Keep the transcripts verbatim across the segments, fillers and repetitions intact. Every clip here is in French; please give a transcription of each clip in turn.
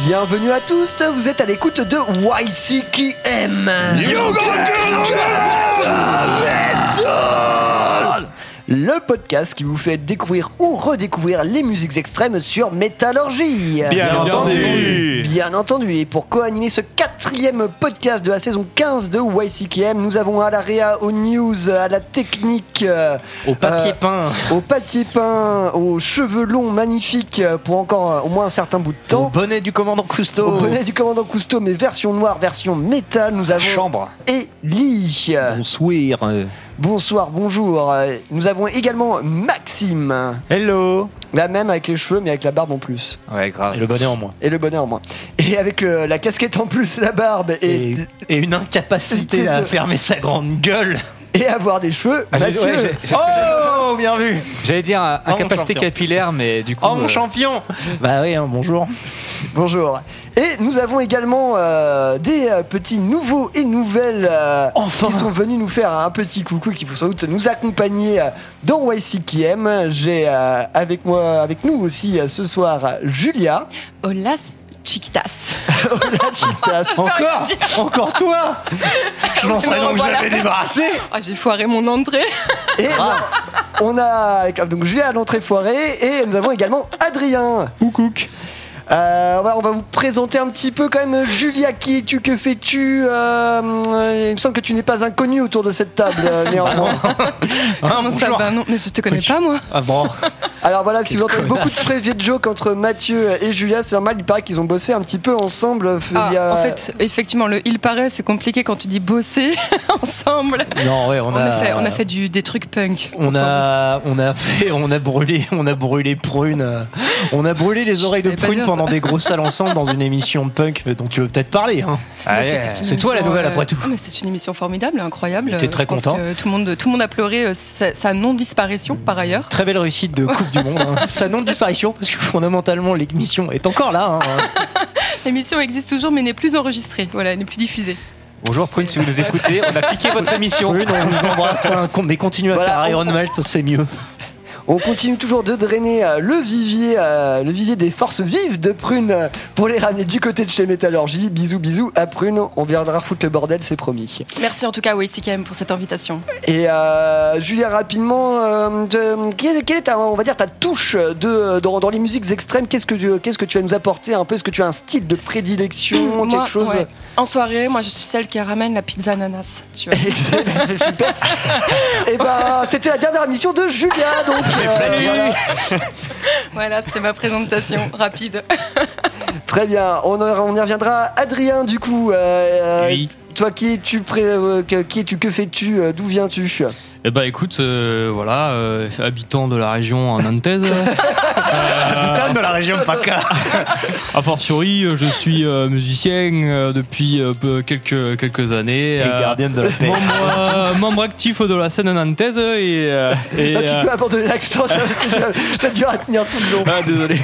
Bienvenue à tous, vous êtes à l'écoute de Y C K M. Le podcast qui vous fait découvrir ou redécouvrir les musiques extrêmes sur Métallurgie. Bien, Bien entendu. Bien entendu. Et pour co-animer ce quatrième podcast de la saison quinze de Y C K M, nous avons à la réa, aux news, à la technique, euh, au papier euh, peint, au papier peint, aux cheveux longs magnifiques pour encore euh, au moins un certain bout de temps. Au bonnet du commandant Cousteau. Au bonnet du commandant Cousteau, mais version noire, version métal. Nous Sa avons chambre. Ellie. Bonsoir. Bonsoir, bonjour. Nous avons également Maxime. Hello. La même avec les cheveux mais avec la barbe en plus. Ouais, grave. Et le bonnet en moins. Et le bonnet en moins. Et avec euh, la casquette en plus, la barbe et, et, et une incapacité à fermer sa grande gueule. Et avoir des cheveux. Ah, Mathieu. Ouais, j'ai, c'est ce oh, bien vu. J'allais dire euh, incapacité capillaire, mais du coup. Oh, mon euh... champion. Bah oui, hein, bonjour. Bonjour. Et nous avons également euh, des euh, petits nouveaux et nouvelles euh, enfin. qui sont venus nous faire un petit coucou, qui faut sans doute nous accompagner euh, dans Y C K M. J'ai euh, avec moi, avec nous aussi euh, ce soir Julia. Hola. Chiquitas. Hola Chiquitas. Encore Encore toi. Je n'en serais donc voilà. jamais débarrassé. Oh, j'ai foiré mon entrée. Et ah. on a donc Julia à l'entrée foirée et nous avons également Adrien. Coucouc. Euh, voilà, on va vous présenter un petit peu quand même. Julia, qui es-tu, que fais-tu euh, Il me semble que tu n'es pas inconnue autour de cette table, euh, néanmoins. Ah, Comment ça bah non, mais je te connais pas, moi. Ah bon. Alors voilà, si vous entendez beaucoup de private jokes entre Mathieu et Julia, c'est normal, il paraît qu'ils ont bossé un petit peu ensemble. Ah, il y a... En fait, effectivement, le il paraît, c'est compliqué quand tu dis bosser ensemble. Non, ouais, on, on a... a fait, on a fait du, des trucs punk. On ensemble. a, on a fait, on a brûlé, on a brûlé prune, on a brûlé les oreilles de prune pendant des grosses salles ensemble dans une émission de punk dont tu veux peut-être parler. Hein. Allez, c'est c'est toi la nouvelle euh... après tout. Oh, mais c'est une émission formidable, incroyable. T'es très content. Tout le monde, tout le monde a pleuré sa, sa non-disparition par ailleurs. Très belle réussite de Coupe du Monde. Hein. Sa non-disparition parce que fondamentalement l'émission est encore là. Hein. L'émission existe toujours mais n'est plus enregistrée. Voilà, elle n'est plus diffusée. Bonjour Prune, si vous nous écoutez, on a piqué votre émission. Prune, on vous embrasse, hein, mais continuez à voilà, faire Iron Malt, c'est mieux. On continue toujours de drainer euh, le vivier, euh, le vivier des forces vives de Prune euh, pour les ramener du côté de chez Métallurgie. Bisous, bisous à Prune. On viendra foutre le bordel, c'est promis. Merci en tout cas, Y C K M, pour cette invitation. Et euh, Julia, rapidement, euh, de, quelle, quelle est ta, on va dire, ta touche de, dans, dans les musiques extrêmes? Qu'est-ce que, tu, qu'est-ce que tu vas nous apporter un peu? Est-ce que tu as un style de prédilection, moi, quelque chose ouais. En soirée, moi je suis celle qui ramène la pizza ananas. Tu vois. C'est super. Et ben, c'était la dernière émission de Julia, donc. Euh, voilà, voilà, c'était ma présentation rapide. Très bien, on, on y reviendra. Adrien, du coup, euh, oui. toi qui es-tu, pré, euh, qui es-tu, que fais-tu, euh, d'où viens-tu? Eh bah écoute, euh, voilà, euh, habitant de la région nantaise. euh, habitant de la région PACA. A fortiori, je suis euh, musicien euh, depuis euh, quelques, quelques années. Et euh, gardien de la paix. Membre, euh, membre actif de la scène nantaise. Et, euh, et, Là, tu euh, peux abandonner l'accent, ça va être dur à tenir tout le long. Ah, désolé.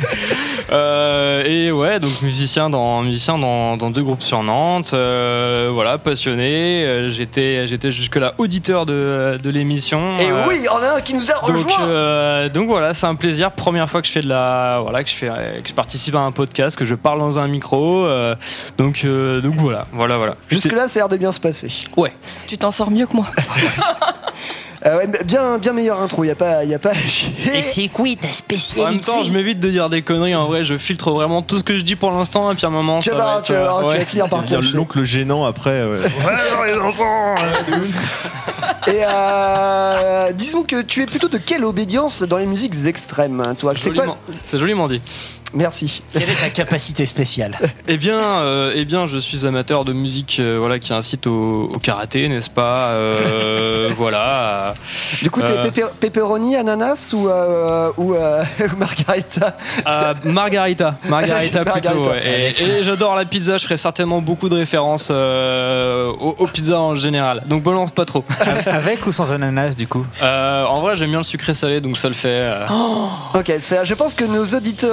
euh, et ouais, donc musicien dans, musicien dans, dans deux groupes sur Nantes. Euh, voilà, passionné. J'étais, j'étais jusque-là auditeur de de l'émission. Et euh, oui, on a un qui nous a rejoint. Donc, euh, donc voilà, c'est un plaisir. Première fois que je fais de la, voilà, que je fais, que je participe à un podcast, que je parle dans un micro. Euh, donc, euh, donc voilà, voilà, voilà. Jusque là, ça a l'air de bien se passer. Ouais. Tu t'en sors mieux que moi. Merci. Euh, ouais, bien, bien meilleure intro, y a pas, y a pas. Et c'est quoi ta spécialité? En même temps, je m'évite de dire des conneries. En vrai, je filtre vraiment tout ce que je dis pour l'instant. Et puis à un moment, tu ça vas, va tu être, vas, ouais. tu vas finir par dire l'oncle gênant après. Ouais, ouais les enfants. Et euh, disons que tu es plutôt de quelle obédience dans les musiques extrêmes, toi? C'est, joliment, pas... c'est joliment dit. Merci. Quelle est ta capacité spéciale? Eh bien, euh, eh bien, je suis amateur de musique, euh, voilà, qui incite au, au karaté, n'est-ce pas? euh, Voilà. Du coup, t'es euh, pépé- pepperoni, ananas ou euh, ou, euh, ou margarita? euh, Margarita, Margarita plutôt. Margarita. Ouais. Et, et j'adore la pizza. Je ferai certainement beaucoup de références euh, aux, aux pizzas en général. Donc balance pas trop. Avec ou sans ananas, du coup? euh, En vrai, j'aime bien le sucré salé, donc ça le fait. Euh... Oh ok, c'est, je pense que nos auditeuristes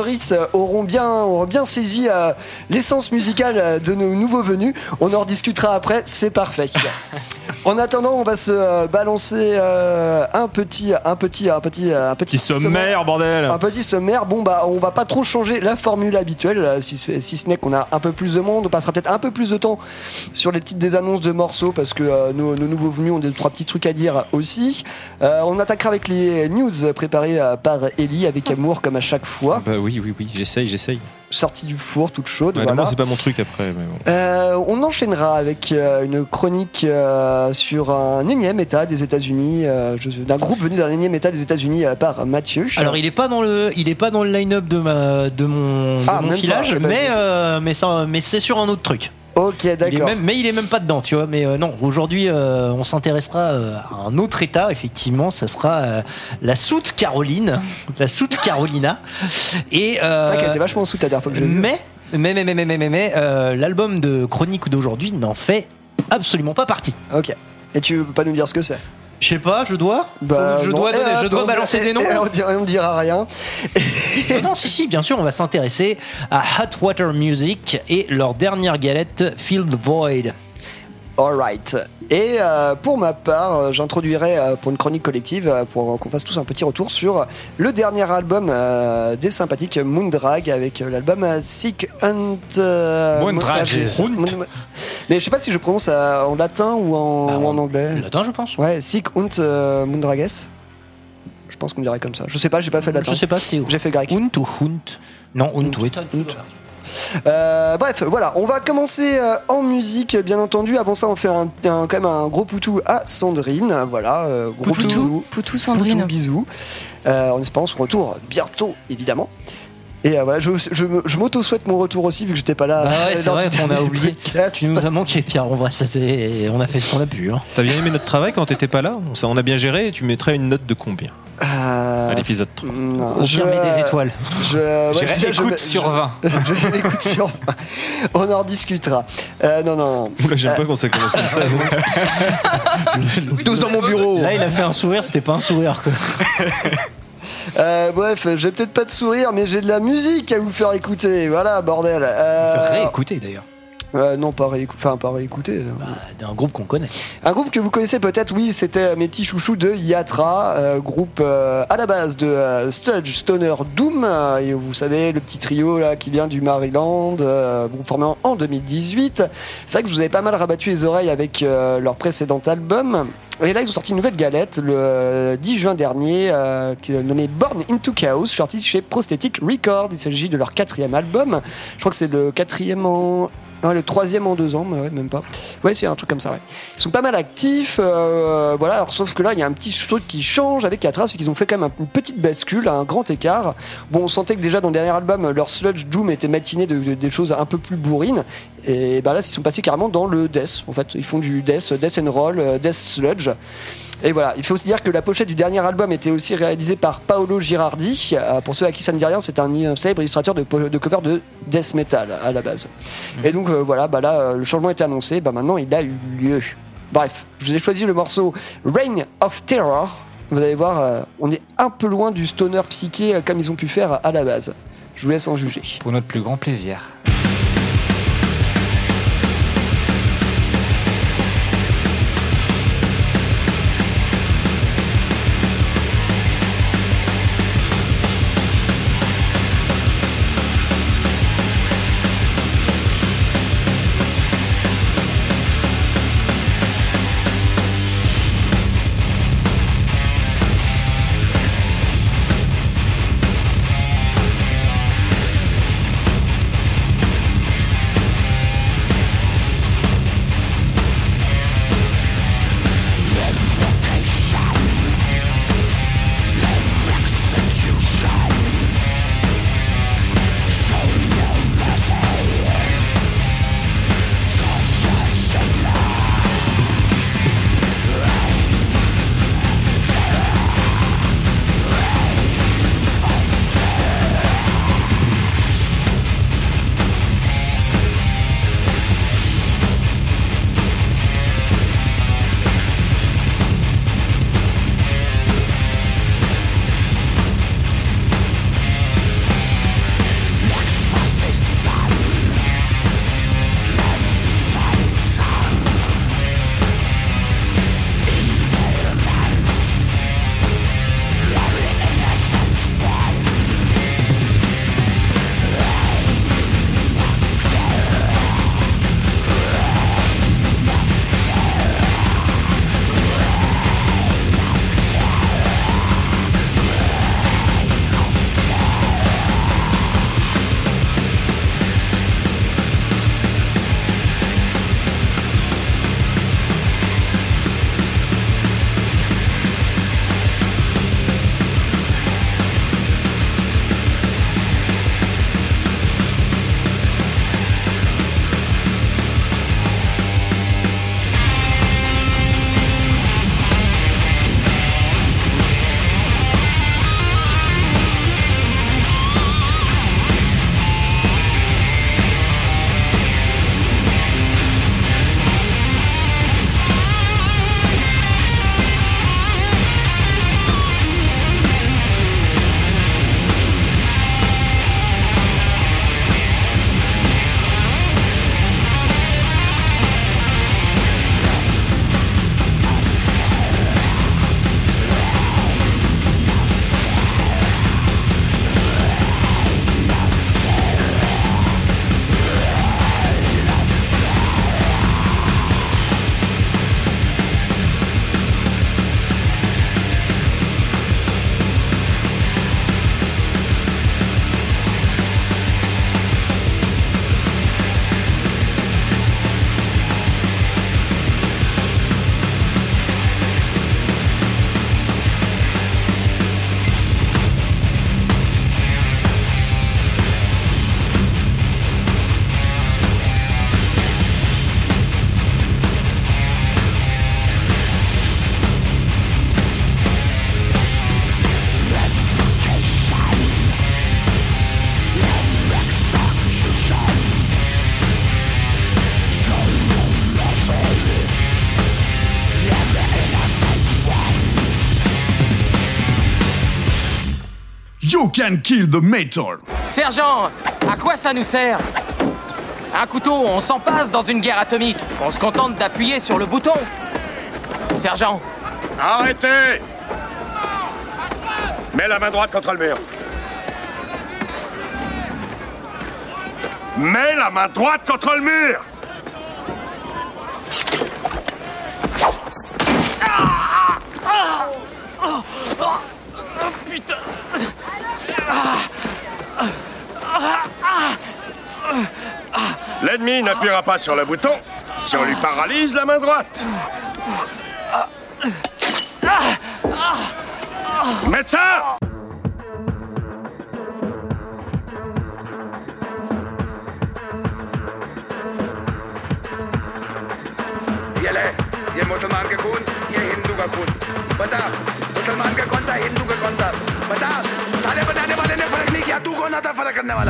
auront bien, auront bien saisi euh, l'essence musicale de nos nouveaux venus. On en rediscutera après, c'est parfait. En attendant, on va se euh, balancer euh, un petit, un petit, un petit, un petit, Petit sommaire, bordel. Un petit sommaire. Bon bah, on va pas trop changer la formule habituelle, euh, si, si ce n'est qu'on a un peu plus de monde. On passera peut-être un peu plus de temps sur les petites désannonces de morceaux parce que euh, nos, nos nouveaux venus ont deux trois petits trucs à dire aussi. Euh, on attaquera avec les news préparées euh, par Ellie avec amour comme à chaque fois. Bah oui, oui, oui, j'essaye, j'essaye. Sortie du four, toute chaude. Ouais, voilà. Moi, c'est pas mon truc après. Mais bon. Euh, on enchaînera avec euh, une chronique euh, sur un énième État des États-Unis, euh, je- d'un groupe venu d'un énième État des États-Unis euh, par Mathieu. Alors il est pas dans le, il est pas dans le line-up de ma, de mon, de Ah, mon même filage, pas, eh ben, mais je- euh, mais ça, mais c'est sur un autre truc. Ok, Il est d'accord. même, mais il est même pas dedans, tu vois. Mais euh, non, aujourd'hui, euh, on s'intéressera euh, à un autre État. Effectivement, ça sera euh, la South Caroline, la South Carolina. Et euh, C'est vrai qu'elle était vachement sous la dernière fois que je l'ai vu. mais, mais, mais, mais, mais, mais, mais, mais, euh, l'album de chronique d'aujourd'hui n'en fait absolument pas partie. Ok. Et tu veux pas nous dire ce que c'est? Je sais pas, je dois, Bah, je non. dois, Eh, donner- je hop, dois on balancer dira- des noms. eh, on dira, on dira rien. Euh, non, si, si, bien sûr, on va s'intéresser à Hot Water Music et leur dernière galette, Fill the Void. Alright. Et euh, pour ma part, euh, j'introduirai euh, pour une chronique collective, euh, pour qu'on fasse tous un petit retour sur le dernier album euh, des sympathiques Moondrag avec euh, l'album euh, Sick Hunt. euh, Moondrag, Moon- Moon- Mais je sais pas si je prononce euh, en latin ou en, Bah, ou en en- anglais. Latin, je pense. Ouais, Sick Hunt euh, Moondrages. Je pense qu'on dirait comme ça. Je sais pas, j'ai pas fait le latin. Je sais pas si J'ai fait grec. Hunt ou Hunt. Non, Hunt, oui, t'as- Hunt. Euh, bref, voilà, on va commencer euh, en musique, bien entendu. Avant ça, on fait un, un- quand même un gros poutou à Sandrine. Voilà, euh, gros Poutou, bisous. Poutou Sandrine. Poutou, bisous. Euh, en espérant son retour bientôt, évidemment. Et euh, voilà, je, je, me- je m'auto-souhaite mon retour aussi, vu que j'étais pas là. Bah ouais, euh, c'est lors vrai du qu'on a dernier oublié. podcast. Tu nous as manqué, Pierre. On, va, ça, c'est- on a fait ce qu'on a pu. Hein. T'as bien aimé notre travail quand t'étais pas là? Ça, on a bien géré. Et tu mettrais une note de combien Euh, à l'épisode trois? non, Au je, pire, mets des étoiles. Je, ouais, J'irais je- je- écoute je- sur vingt. Je vais l'écoute sur vingt. On en rediscutera. Euh, non, non. J'aime pas quand ça commence comme ça. Tous dans mon bureau. Là, il a fait un sourire, c'était pas un sourire. Quoi. Euh, bref, j'ai peut-être pas de sourire, mais j'ai de la musique à vous faire écouter. Voilà, bordel. Euh, Réécouter d'ailleurs. euh, non, pas réécouter. Enfin, pas réécouter. Bah, d'un groupe qu'on connaît. Un groupe que vous connaissez peut-être, oui, c'était mes petits chouchous de Yatra, euh, groupe euh, à la base de euh, Sludge Stoner Doom, euh, et vous savez, le petit trio là qui vient du Maryland, euh, groupe formé en, en deux mille dix-huit. C'est vrai que je vous avais pas mal rabattu les oreilles avec euh, leur précédent album. Et là, ils ont sorti une nouvelle galette le euh, dix juin dernier, euh, qui est nommée Born into Chaos, sortie chez Prosthetic Records. Il s'agit de leur quatrième album. Je crois que c'est le quatrième en. Ouais, le troisième en deux ans, mais ouais, même pas. Ouais, c'est un truc comme ça, ouais. Ils sont pas mal actifs, euh, voilà. Alors, sauf que là, il y a un petit truc qui change avec Yatra, c'est qu'ils ont fait quand même une petite bascule, un grand écart. Bon, on sentait que déjà dans le dernier album, leur sludge doom était matiné de, de- des choses un peu plus bourrines. Et bah là, ils sont passés carrément dans le death. En fait, ils font du death, death and roll, euh, death sludge. Et voilà, il faut aussi dire que la pochette du dernier album était aussi réalisée par Paolo Girardi. Euh, pour ceux à qui ça ne dit rien, c'est un, un célèbre illustrateur de, po- de cover de death metal à la base. Et donc euh, voilà, bah là, euh, le changement était annoncé, bah maintenant il a eu lieu. Bref, je vous ai choisi le morceau Reign of Terror. Vous allez voir, euh, on est un peu loin du stoner psyché euh, comme ils ont pu faire à la base. Je vous laisse en juger. Pour notre plus grand plaisir. Reign can kill the metal. Sergent, à quoi ça nous sert? Un couteau, on s'en passe dans une guerre atomique. On se contente d'appuyer sur le bouton. Sergent. Arrêtez! Mets la main droite contre le mur. Mets la main droite contre le mur! Ah, ah, oh, oh, oh, putain! L'ennemi n'appuiera pas sur le bouton si on lui paralyse la main droite. Médecin! ये ले, ये मुसलमान का खून, ये हिंदू का खून। बता, मुसलमान का कौन सा, हिंदू का कौन सा? बता, साले बनाने वाले ने फर्क नहीं किया, तू कौन आता फर्क करने वाला?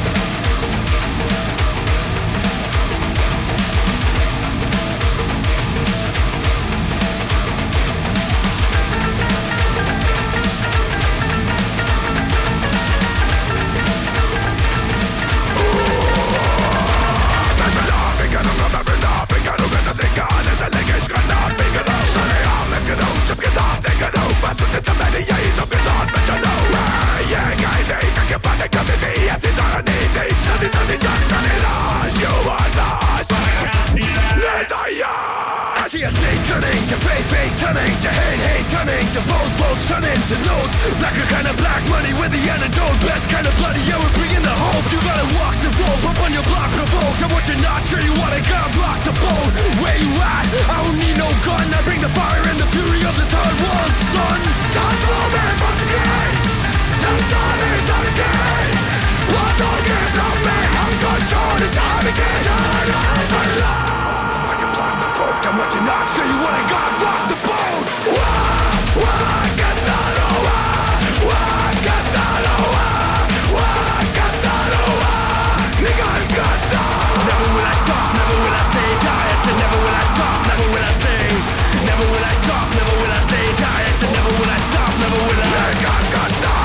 Turning to fake, fake, turning to hate, hate, turning to votes, votes, turning to notes. Blacker kind of black money with the antidote. Best kind of bloody, yeah, we're bringing the hope. You gotta walk the road, up on your block, provoked. And what you're not sure you wanna gotta block the boat. Where you at? I don't need no gun. I bring the fire and the fury of the third world, son. Time's moving once again. Time's on and on again. What don't get from me? I'm controlling time again. Turn on my life. And what you're not sure you wanna go rock the boat. Wah, wah, get that oh, wah, wah, get that oh, wah, wah, get that oh, wah. Nigga, I got that. Never will I stop, never will I say die. I said never will I stop, never will I say. Never will I stop, never will I say die. I said never will I stop, never will I. Nigga, I got that.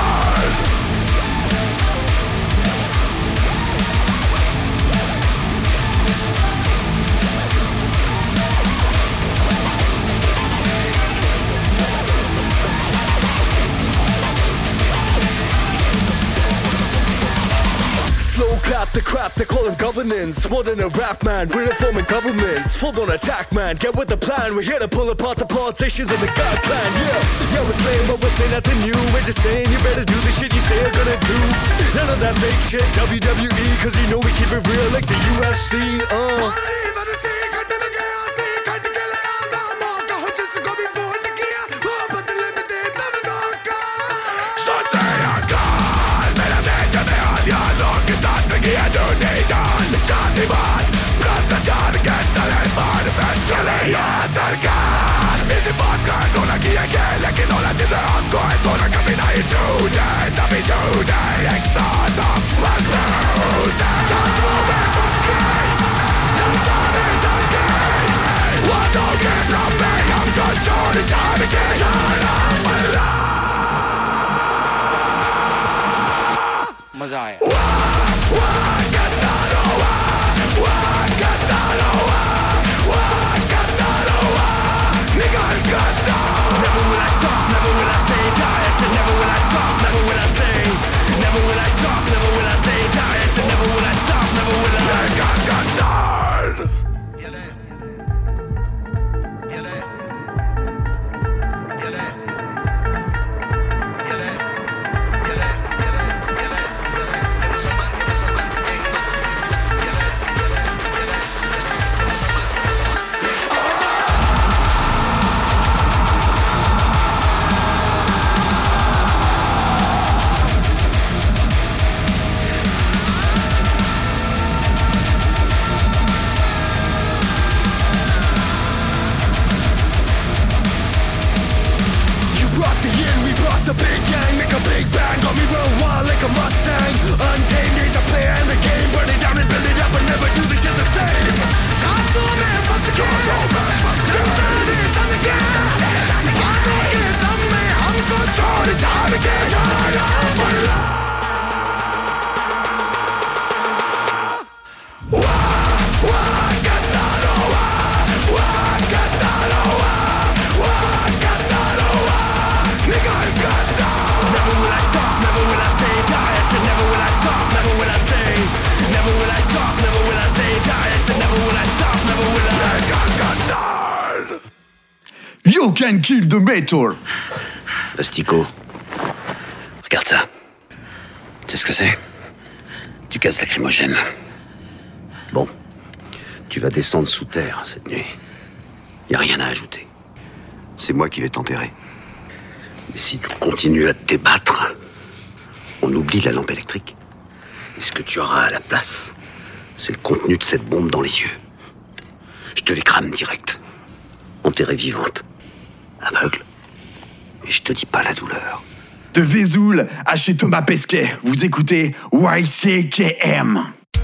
Slow clap the crap, they call them governance. More than a rap man, we're reforming governments. Full on attack man, get with the plan. We're here to pull apart the politicians and the God plan. Yeah, yeah, we're slaying but we're saying nothing new. We're just saying you better do the shit you say you're gonna do. None of that fake shit, W W E. Cause you know we keep it real like the U F C. Uh सरकार इसी बात का दोना किया क्या लेकिन दोना चीजें हमको है दोना कभी नहीं टूटे तभी टूटे एक साथ हम मजबूत हैं just moving on screen just on it again what don't get from me I'm controlling time again turn on my life मजा आया वाह वाह get that oh वाह वाह get that oh Nigga, I got that. Never will I stop, never will I say die. I said never will I stop, never will I say. Never will I stop. You can kill the metal. Astico, regarde ça. Tu sais ce que c'est? Du gaz lacrymogène. Bon, tu vas descendre sous terre cette nuit. Y a rien à ajouter. C'est moi qui vais t'enterrer. Mais si tu continues à te débattre, on oublie la lampe électrique. Et ce que tu auras à la place, c'est le contenu de cette bombe dans les yeux. Je te les crame direct. Enterrée vivante. Aveugle. Et je te dis pas la douleur. De Vesoul à chez Thomas Pesquet, vous écoutez Y C K M.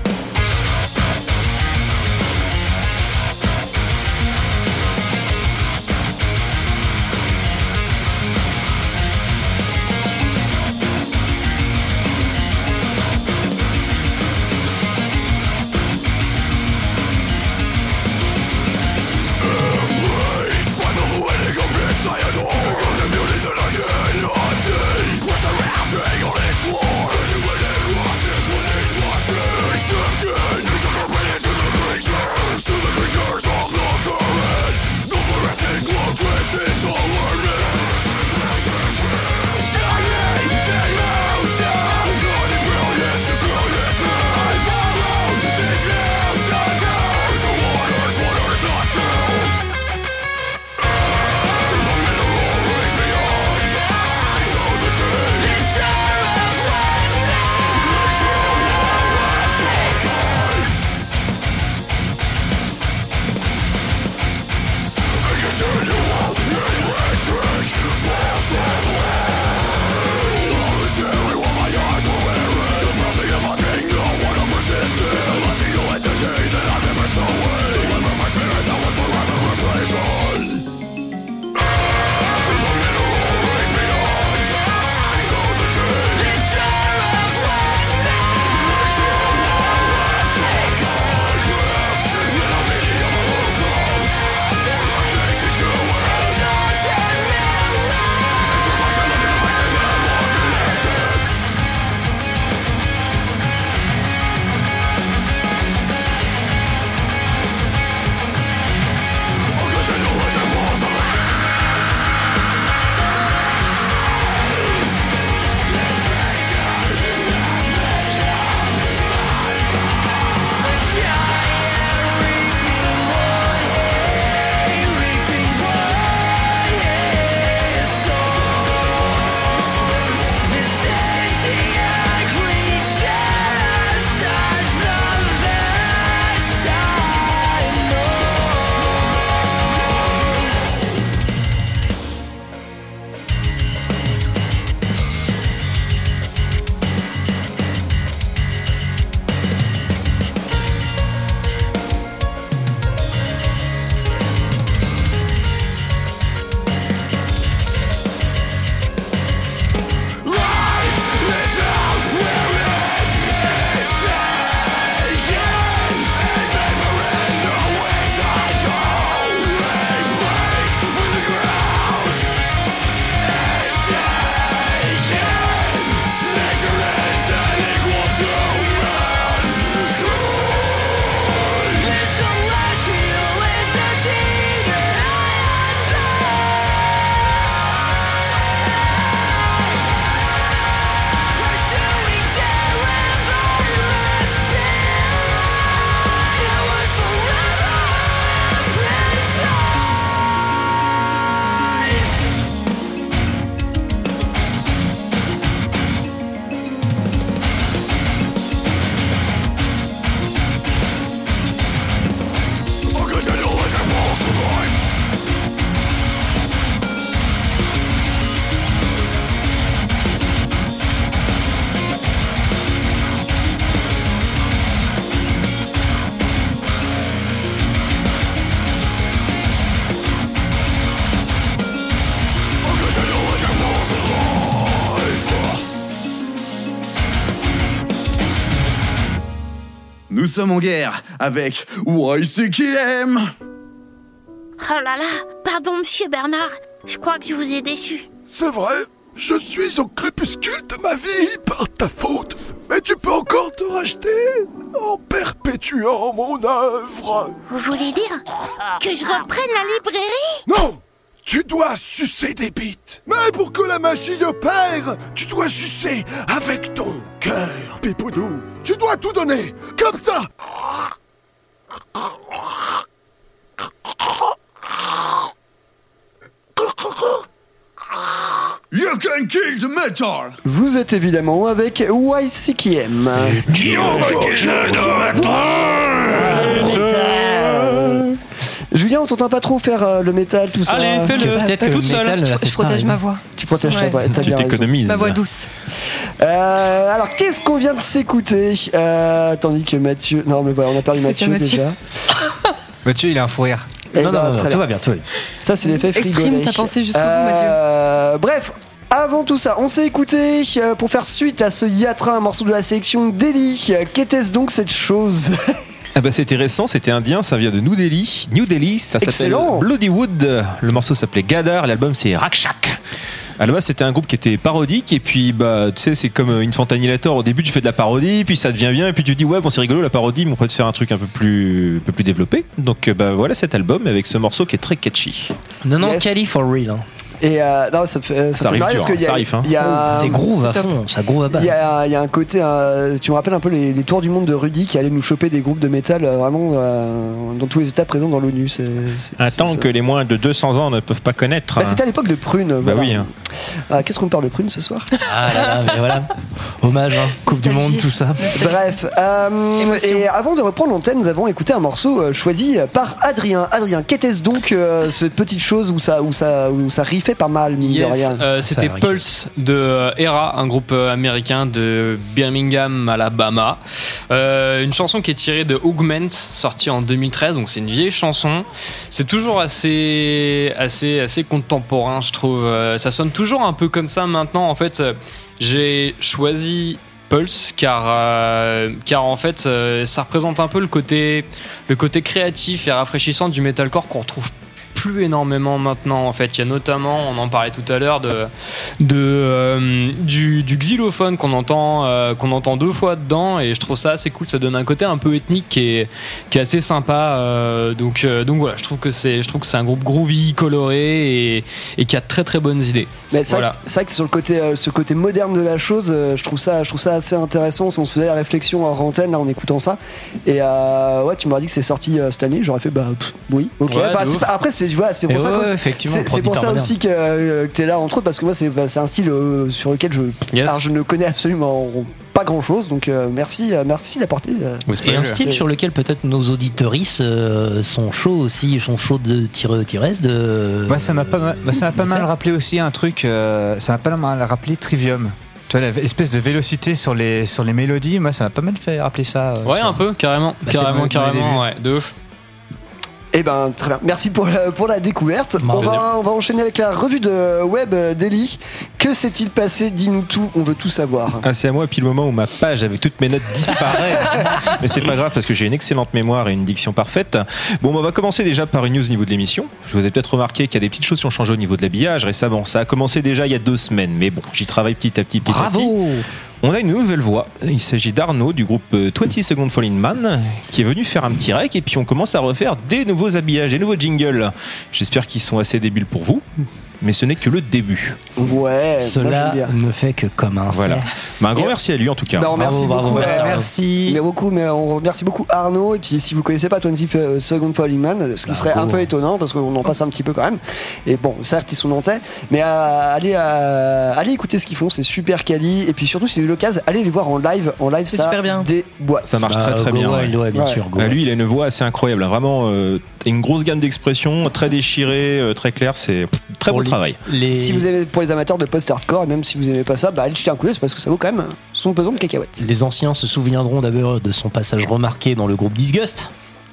Nous sommes en guerre avec Y C K M. Oh là là, pardon monsieur Bernard, je crois que je vous ai déçu. C'est vrai, je suis au crépuscule de ma vie par ta faute. Mais tu peux encore te racheter en perpétuant mon œuvre. Vous voulez dire que je reprenne la librairie? Non, tu dois sucer des bites. Mais pour que la magie opère, tu dois sucer avec ton cœur, Pipoudou. Tu dois tout donner, comme ça. You can kill the metal. Vous êtes évidemment avec Y C K M. Julien, on t'entend pas trop faire euh, le métal, tout ça. Allez, fais-le. Peut-être que Toute le seule. métal ne la Je fait protège pas, ma oui. voix. Tu protèges ta Ouais. voix, t'as Tu bien raison. t'économises. Ma voix douce. Euh, alors, qu'est-ce qu'on vient de s'écouter euh, Tandis que Mathieu... Non, mais voilà, on a perdu C'est Mathieu, bien Mathieu. déjà. Mathieu, il a un fou rire. Eh Non, ben, non, non, très tout bien. va bien, tout va bien. Ça, c'est l'effet Exprime frigolet. ta pensée jusqu'au bout, Euh, Bref, avant tout ça, on s'est écouté euh, pour faire suite à ce Yatra, un morceau de la sélection Delhi. Euh, Qu'était-ce donc cette chose? Ah bah c'était récent, c'était indien, ça vient de New Delhi. New Delhi, ça s'appelle Excellent. Bloodywood. Le morceau s'appelait Gadar, l'album c'est Rakshak. À la base, c'était un groupe qui était parodique, et puis bah tu sais, c'est comme une Fantanilator. Au début, tu fais de la parodie, puis ça devient bien, et puis tu te dis ouais bon c'est rigolo la parodie, mais on peut te faire un truc un peu plus, un peu plus développé. Donc bah voilà cet album avec ce morceau qui est très catchy. Non, non, Yes. Cali for real. Hein. Et euh, non, ça fait, ça Ça fait arrive marrer dur, parce qu'il y a, ça arrive, hein. il y a- C'est groove à c'est top. fond, ça groove à bas. Il y, a, il y a un côté, euh, tu me rappelles un peu les, les tours du monde de Rudy qui allaient nous choper des groupes de métal euh, vraiment euh, dans tous les états présents dans l'ONU. C'est, c'est, Un c'est- temps c'est- que les moins de deux cents ans ne peuvent pas connaître. Bah, hein. c'était à l'époque de Prune. Bah voilà. oui. Hein. Ah, qu'est-ce qu'on parle de Prune ce soir? Ah là là, mais voilà. Hommage, hein. Coupe du Nostalgie. monde, tout ça. Bref, euh, Émotion. et avant de reprendre l'antenne, nous avons écouté un morceau euh, choisi par Adrien. Adrien, qu'était-ce donc euh, cette petite chose où ça, où ça, où ça riffait pas mal, mine de Yes, rien? euh, c'était Ça arrive. Pulse de euh, Era, un groupe euh, américain de Birmingham, Alabama. Euh, une chanson qui est tirée de Augment, sortie en deux mille treize, donc c'est une vieille chanson. C'est toujours assez, assez, assez contemporain, je trouve. Euh, Ça sonne toujours un peu comme ça maintenant. En fait, euh, j'ai choisi Pulse car, euh, car en fait, euh, ça représente un peu le côté, le côté créatif et rafraîchissant du metalcore qu'on retrouve plus énormément maintenant en fait. Il y a notamment, on en parlait tout à l'heure, de, de, euh, du, du xylophone qu'on entend, euh, qu'on entend deux fois dedans, et je trouve ça assez cool. Ça donne un côté un peu ethnique qui est, qui est assez sympa. euh, donc, euh, donc voilà, je trouve que c'est, je trouve que c'est un groupe groovy, coloré et, et qui a de très très bonnes idées. Mais c'est, Voilà. vrai, que- c'est vrai que sur le côté, euh, ce côté moderne de la chose, euh, je trouve ça, je trouve ça assez intéressant. Si on se faisait la réflexion en antenne là en écoutant ça, et euh, ouais, tu m'aurais dit que c'est sorti euh, cette année, j'aurais fait bah pff, oui, ok. Ouais, Bah, de c'est ouf. pas- après c'est, tu vois, c'est pour Et ça ouais, que ouais, c'est- effectivement, c'est, c'est produit pour par ça moderne. aussi que, euh, que t'es là entre autres, parce que moi c'est, bah, c'est un style euh, sur lequel je, Yes. alors je ne connais absolument pas grand chose, donc euh, merci, euh, merci d'apporter. euh, Et un style sur lequel peut-être nos auditoristes euh, sont chauds aussi, sont chauds de tireux tireuses de. Moi, ça m'a pas mal, moi, ça m'a pas mal rappelé aussi un truc. euh, ça m'a pas mal rappelé Trivium. Tu vois, l'espèce de vélocité sur les, sur les mélodies, moi, ça m'a pas mal fait rappeler ça. euh, Ouais, tu vois. un peu, carrément, Bah, c'est carrément, dans les carrément, ouais, de ouf. Eh ben très bien, merci pour la, pour la découverte. Bah, On plaisir. va, on va enchaîner avec la revue de web euh, Delhi. Que s'est-il passé? Dis-nous tout, on veut tout savoir. Ah, c'est à moi, puis le moment où ma page avec toutes mes notes disparaît. Mais c'est pas grave parce que j'ai une excellente mémoire et une diction parfaite. Bon, on va commencer déjà par une news au niveau de l'émission. Je vous ai peut-être remarqué qu'il y a des petites choses qui ont changé au niveau de l'habillage récemment. Ça a commencé déjà il y a deux semaines, mais bon, j'y travaille petit à petit, petit à petit. Bravo. On a une nouvelle voix. Il s'agit d'Arnaud du groupe vingt Second Falling Man qui est venu faire un petit rec, et puis on commence à refaire des nouveaux habillages, des nouveaux jingles. J'espère qu'ils sont assez débiles pour vous, mais ce n'est que le début. Ouais, moi, Cela j'aime bien. ne fait que commencer. Voilà. Bah, un grand Et- merci à lui en tout cas. Bah, on remercie Bravo, beaucoup. bravo, euh, merci. Mais beaucoup, mais on remercie beaucoup Arnaud. Et puis, si vous connaissez pas vingt Second Falling Man, ce qui Bah, serait go. un peu étonnant parce qu'on en passe un petit peu quand même. Et bon, certes, ils sont nantais, mais euh, allez, euh, allez écouter ce qu'ils font, c'est super quali. Et puis surtout, si c'est l'occasion, allez les voir en live. En live, C'est ça super bien. déboîte. Ça marche Ah, très très Go bien. Wild, ouais. ouais, bien Ouais. sûr. Go Bah, Wild. lui, il a une voix assez incroyable, hein. Vraiment euh, une grosse gamme d'expressions, très déchirée, euh, très claire. C'est pff, très Pour beau les- travail. Les... Si vous avez, pour les amateurs de post-hardcore, et même si vous aimez pas ça, bah allez jeter un coup d'œil, c'est parce que ça vaut quand même son pesant de cacahuètes. Les anciens se souviendront d'abord de son passage remarqué dans le groupe Disgust.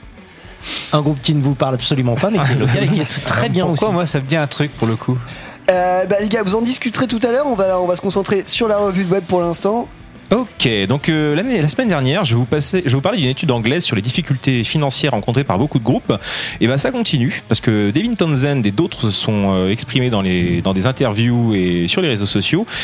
Un groupe qui ne vous parle absolument pas, mais qui est local et qui est très bien Pourquoi aussi. moi, ça me dit un truc pour le coup. Euh, bah les gars, vous en discuterez tout à l'heure. On va, on va se concentrer sur la revue de web pour l'instant. Ok, donc euh, l'année, la semaine dernière, je vais vous passer, je vais vous parler d'une étude anglaise sur les difficultés financières rencontrées par beaucoup de groupes. Et ben ça continue parce que Devin Townsend et d'autres se sont euh, exprimés dans les dans des interviews et sur les réseaux sociaux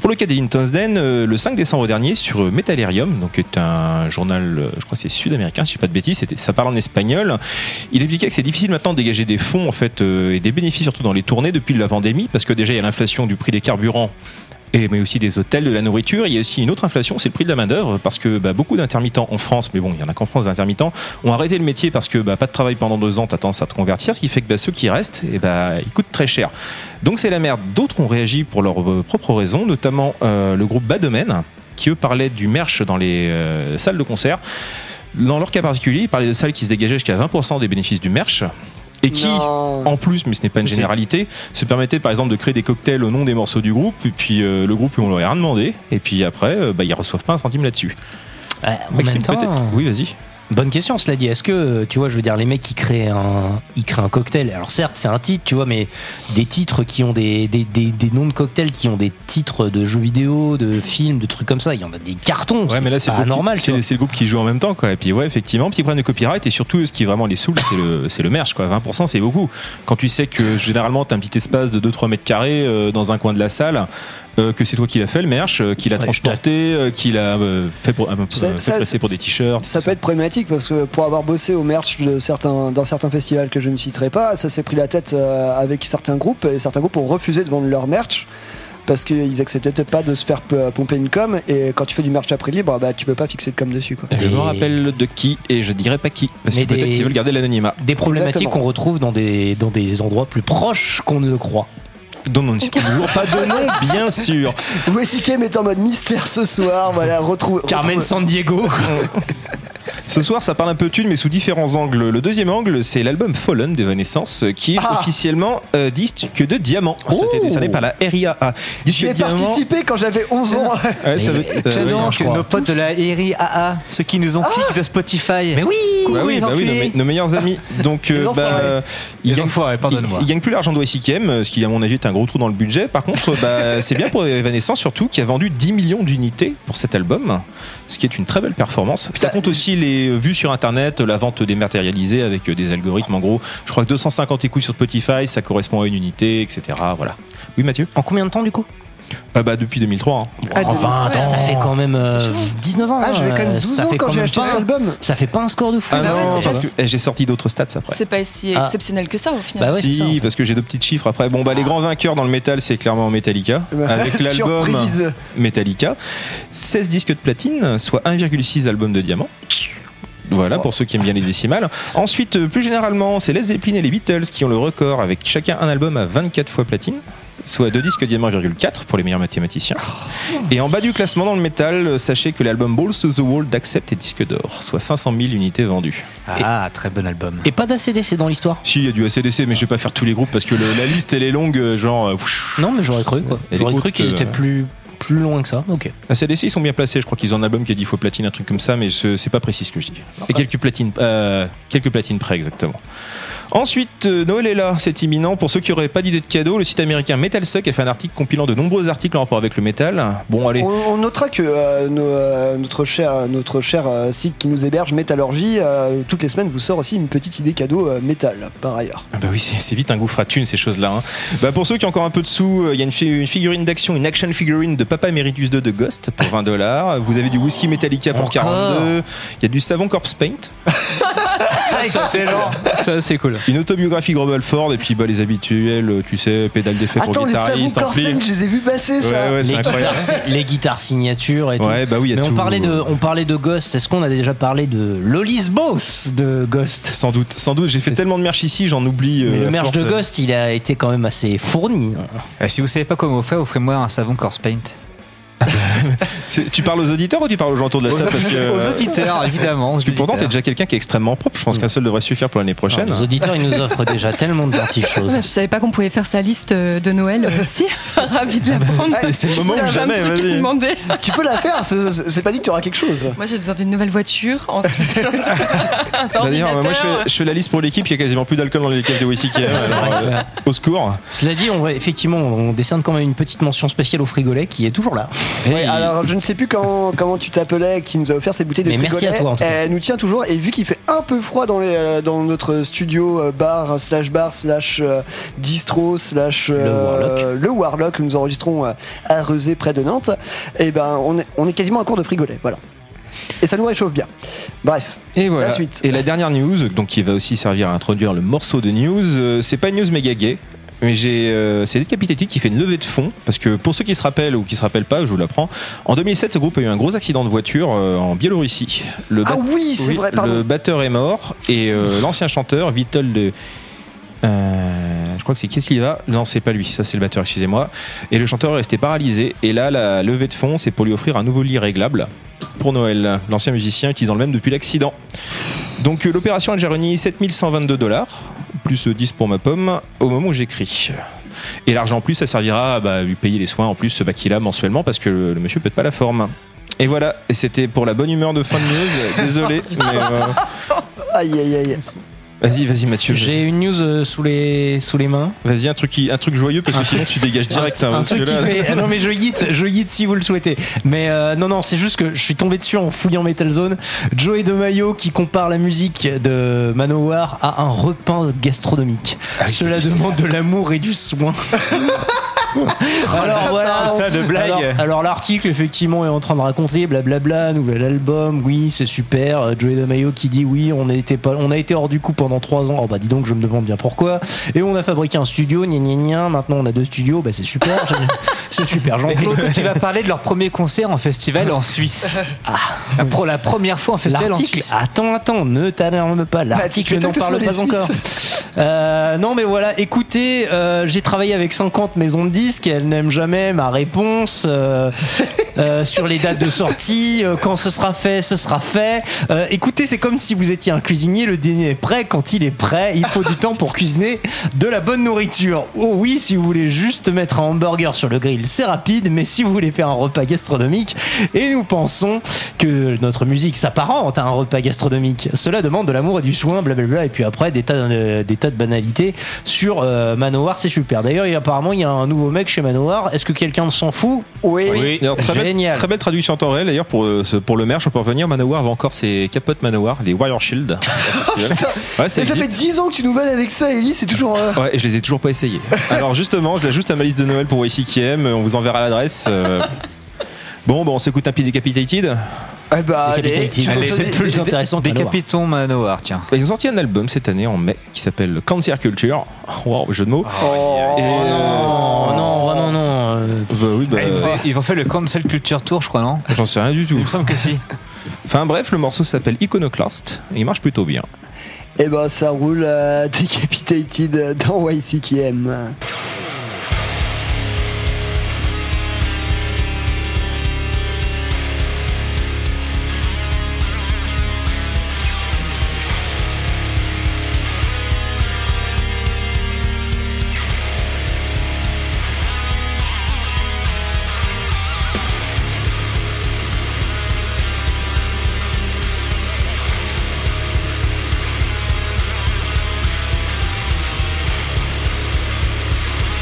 Pour le cas d'Eddie Townsend, euh, le cinq décembre dernier sur euh, Metallerium, donc est un journal, euh, je crois que c'est sud-américain, si je dis pas de bêtises, c'était, ça parle en espagnol. Il expliquait que c'est difficile maintenant de dégager des fonds en fait euh, et des bénéfices surtout dans les tournées depuis la pandémie, parce que déjà il y a l'inflation du prix des carburants. Et, mais aussi des hôtels, de la nourriture. Il y a aussi une autre inflation, c'est le prix de la main-d'œuvre, parce que bah, beaucoup d'intermittents en France, mais bon, il y en a qu'en France d'intermittents, ont arrêté le métier parce que bah, pas de travail pendant deux ans, t'as tendance à te convertir, ce qui fait que bah, ceux qui restent, et bah, ils coûtent très cher. Donc c'est la merde. D'autres ont réagi pour leurs euh, propres raisons, notamment euh, le groupe Bas Domaine, qui eux parlaient du merch dans les euh, salles de concert. Dans leur cas particulier, ils parlaient de salles qui se dégageaient jusqu'à vingt pour cent des bénéfices du merch. Et qui, non. en plus, mais ce n'est pas une c'est généralité, se permettait par exemple de créer des cocktails au nom des morceaux du groupe, et puis euh, le groupe, on leur a rien demandé, et puis après, euh, bah, ils reçoivent pas un centime là-dessus. Ouais, en Maxime, même temps, peut-être. Oui, vas-y. Bonne question, cela dit. Est-ce que, tu vois, je veux dire, les mecs qui créent un, ils créent un cocktail. Alors certes, c'est un titre, tu vois, mais des titres qui ont des, des, des, des noms de cocktails qui ont des titres de jeux vidéo, de films, de trucs comme ça. Il y en a des cartons. Ouais, mais là, c'est pas normal. Qui, c'est, c'est le groupe qui joue en même temps, quoi. Et puis, ouais, effectivement, petit problème de copyright. Et surtout, ce qui vraiment les saoule, c'est le, c'est le merch, quoi. vingt pour cent, c'est beaucoup. Quand tu sais que généralement, t'as un petit espace de deux trois mètres carrés euh, dans un coin de la salle. Euh, que c'est toi qui l'as fait le merch, euh, qui l'a ouais, transporté, euh, qui l'a euh, fait, pour, euh, ça, fait ça, passer pour des t-shirts. Ça peut ça. être problématique parce que pour avoir bossé au merch de certains, d'un certain festival que je ne citerai pas, ça s'est pris la tête euh, avec certains groupes et certains groupes ont refusé de vendre leur merch parce qu'ils acceptaient peut-être pas de se faire pomper une com, et quand tu fais du merch à prix libre, bah tu peux pas fixer de com dessus, quoi. Je me rappelle de qui et je dirais pas qui parce mais que des, peut-être qu'ils veulent garder l'anonymat. Des problématiques Exactement. qu'on retrouve dans des, dans des endroits plus proches qu'on ne le croit. Dont on ne cite toujours pas de nom, bien sûr. Wesikem est en mode mystère ce soir. Voilà, retrouve Carmen retrouve... San Diego. Ce soir, ça parle un peu thune, mais sous différents angles. Le deuxième angle, c'est l'album Fallen d'Evanescence, qui est ah. officiellement euh, disque de diamant. Oh. Ça a été décerné par la R I A A. J'y ai diamant. participé quand j'avais onze ans. Ouais, ça veut, euh, oui, nos potes de la R I A A, ceux qui nous ont kick ah. de Spotify. Mais oui, bah oui, bah oui nos, me, nos meilleurs amis. Donc, euh, bah, ils gagnent pardonne-moi. Ils gagnent plus l'argent de Wesikem, ce qui, à mon avis, est un gros trou dans le budget. Par contre, bah, c'est bien pour Evanescence, surtout, qui a vendu dix millions d'unités pour cet album, ce qui est une très belle performance. Ça compte aussi les vues sur internet, la vente dématérialisée avec des algorithmes. En gros, je crois que deux cent cinquante écoutes sur Spotify, ça correspond à une unité, et cetera. Voilà. Oui, Mathieu. En combien de temps du coup? Ah bah depuis deux mille trois. Hein. Ah, oh, vingt ans. Ça fait quand même euh, dix-neuf ans. Ah, j'avais quand même douze ça ans fait quand, quand j'ai acheté pas, cet album. Ça fait pas un score de fou. Ah bah non, ouais, parce que eh, j'ai sorti d'autres stats après. C'est pas si ah. exceptionnel que ça au final. Bah ouais, si, ça, en fait. parce que j'ai deux petits chiffres après. Bon bah les grands vainqueurs dans le métal, c'est clairement Metallica, avec l'album Surprise. Metallica. seize disques de platine, soit un virgule six albums de diamant. Voilà, pour ceux qui aiment bien les décimales. Ensuite, plus généralement, c'est Led Zeppelin et les Beatles qui ont le record avec chacun un album à vingt-quatre fois platine, soit deux disques diamant virgule quatre pour les meilleurs mathématiciens. Et en bas du classement dans le métal, sachez que l'album Balls to the Wall d'Accept est disque d'or, soit cinq cent mille unités vendues. Ah, et, très bon album. Et pas d'A C D C dans l'histoire? Si, il y a du A C D C, mais je vais pas faire tous les groupes parce que le, la liste elle est longue, genre. Euh, non, mais j'aurais cru quoi. J'aurais cru qu'ils étaient plus. Plus loin que ça, ok. A C D C ils sont bien placés, je crois qu'ils ont un album qui a dix fois platine, un truc comme ça, mais je, c'est pas précis ce que je dis. Et quelques platines, euh, quelques platines près exactement. Ensuite, euh, Noël est là, c'est imminent. Pour ceux qui n'auraient pas d'idée de cadeau, le site américain Metal Suck a fait un article compilant de nombreux articles en rapport avec le métal. Bon, allez. On, on notera que euh, nos, euh, notre cher, notre cher euh, site qui nous héberge, Métallurgie, euh, toutes les semaines vous sort aussi une petite idée cadeau euh, métal, par ailleurs. Ah bah oui, c'est, c'est vite un gouffre à thunes ces choses-là. Hein. Bah pour ceux qui ont encore un peu de sous, il y a une, fi- une figurine d'action, une action figurine de Papa Emeritus deux de Ghost pour vingt dollars. Vous avez du whisky Metallica pour encore quarante-deux. Il y a du savon Corpse Paint. Excellent. Ça, c'est cool. Une autobiographie Groble Ford et puis bah, les habituels, tu sais, pédale d'effet pour Attends, guitariste, Attends, les savons Corpse, je les ai vus passer, ça. Ouais, ouais, les, guitares, les guitares signatures et tout. Ouais, bah oui, y a Mais tout. on parlait, de, on parlait de Ghost. Est-ce qu'on a déjà parlé de Lolis Boss de Ghost? Sans doute, sans doute. J'ai fait c'est tellement de merch ici, j'en oublie. Mais euh, le merch force. de Ghost, il a été quand même assez fourni. Et si vous savez pas comment faire, offrez-moi un savon Corpse Paint. C'est, tu parles aux auditeurs ou tu parles aux gens autour de la table parce que, aux auditeurs, évidemment. Parce que pourtant, t'es déjà quelqu'un qui est extrêmement propre. Je pense qu'un seul devrait suffire pour l'année prochaine. Non, les auditeurs, ils nous offrent déjà tellement de gentilles choses. Ouais, je savais pas qu'on pouvait faire sa liste de Noël aussi. Ravi de l'apprendre. C'est, c'est le moment où jamais. Vas-y. Tu peux la faire. C'est, c'est pas dit que tu auras quelque chose. Moi, j'ai besoin d'une nouvelle voiture. Ensuite, D'ailleurs, moi, je fais, je fais la liste pour l'équipe. Il y a quasiment plus d'alcool dans les caves de Wesikem. euh, au secours. Cela dit, on, effectivement, on décerne quand même une petite mention spéciale au frigolet qui est toujours là. Oui, alors je ne sait plus comment, comment tu t'appelais, qui nous a offert cette bouteille de Mais merci Frigolet. à toi, en tout cas. Elle nous tient toujours, et vu qu'il fait un peu froid dans, les, euh, dans notre studio euh, bar slash bar slash euh, distro slash euh, Warlock. le Warlock que nous enregistrons euh, à Rezé près de Nantes, et ben on est, on est quasiment à court de Frigolet, voilà. Et ça nous réchauffe bien. Bref. Et voilà. La suite. Et la dernière news, donc qui va aussi servir à introduire le morceau de news, euh, c'est pas une news méga gay. Mais j'ai, euh, c'est Decapitated qui fait une levée de fonds, parce que pour ceux qui se rappellent ou qui se rappellent pas, je vous l'apprends. En deux mille sept, ce groupe a eu un gros accident de voiture euh, en Biélorussie. Le Ah oui, c'est vrai, pardon. Le batteur est mort et euh, l'ancien chanteur, Vitold de Euh, je crois que c'est qu'est-ce qu'il va Non, c'est pas lui, ça c'est le batteur, excusez-moi. Et le chanteur est resté paralysé. Et là, la levée de fonds, c'est pour lui offrir un nouveau lit réglable pour Noël. L'ancien musicien utilisant le même depuis l'accident. Donc euh, l'opération elle gère réuni sept mille cent vingt-deux dollars, plus dix pour ma pomme, au moment où j'écris. Et l'argent en plus, ça servira à bah, lui payer les soins en plus bah, qu'il a mensuellement parce que le, le monsieur pète pas la forme. Et voilà, et c'était pour la bonne humeur de fin de news. Désolé, mais euh... Aïe aïe aïe. Vas-y, vas-y Mathieu. J'ai une news euh, sous les sous les mains. Vas-y, un truc qui, un truc joyeux parce que sinon tu dégages direct. Un, hein, un truc qui là... fait. Ah non mais je hit, je hit si vous le souhaitez. Mais euh, non non, c'est juste que je suis tombé dessus en fouillant Metal Zone. Joey DeMaio qui compare la musique de Manowar à un repas gastronomique. Ah, Cela demande de l'amour et du soin. Alors voilà, Putain de blague. alors, alors l'article effectivement est en train de raconter blablabla, nouvel album, oui c'est super. Euh, Joey DeMaio qui dit oui on a été pas, on a été hors du coup pendant trois ans. Oh bah dis donc je me demande bien pourquoi. Et on a fabriqué un studio, gna gna gna. Maintenant on a deux studios, bah c'est super, c'est super. Jean-Claude, Est-ce que tu vas parler de leur premier concert en festival en Suisse ah. Pour la première fois en festival en l'article, Suisse. attends attends, ne t'alarme pas, l'article Bah, n'en tu fais parle que pas sur les encore. Suisses. Euh, non mais voilà, écoutez, euh, j'ai travaillé avec cinquante maisons de disques et elles n'aiment jamais ma réponse euh, euh, sur les dates de sortie. Euh, quand ce sera fait, ce sera fait. Euh, écoutez, c'est comme si vous étiez un cuisinier, le dîner est prêt. Quand il est prêt, il faut du temps pour cuisiner de la bonne nourriture. Oh oui, si vous voulez juste mettre un hamburger sur le grill, c'est rapide, mais si vous voulez faire un repas gastronomique, et nous pensons que notre musique s'apparente à un repas gastronomique, cela demande de l'amour et du soin, blablabla, et puis après des tas de, des tas de banalités sur euh, Manowar, c'est super. D'ailleurs, il, apparemment, il y a un nouveau mec chez Manowar. Est-ce que quelqu'un s'en fout? Oui. Oui. Alors, très, Génial. belle, très belle traduction en temps réel d'ailleurs pour, euh, ce- pour le merch. On peut revenir. Manowar va encore ses capotes Manowar, les Wire Shield. Ouais, ça Mais ça fait existe. dix ans que tu nous vannes avec ça, Ellie, c'est toujours. euh, Ouais, et je les ai toujours pas essayés. Alors justement, je l'ajoute à ma liste de Noël pour Y C K M. On vous enverra l'adresse. euh. Bon, bon, on s'écoute un pied Decapitated. Eh bah, allez, Decapitated. tu Allez, nous c'est choisis- plus intéressant que Manowar. Décapitons Manowar, tiens. Ils ont sorti un album cette année en mai qui s'appelle Cancer Culture. Wow, jeu de mots. Oh, Et, euh, Oh non, vraiment non. euh, bah oui, bah, Ah, ils, faisaient- ils ont fait le Cancel Culture Tour, je crois, non? j'en sais rien du tout. Il me semble que si. Enfin bref, le morceau s'appelle Iconoclast et il marche plutôt bien. Eh bah, ça roule euh, Decapitated dans Y C K M. Iconoclast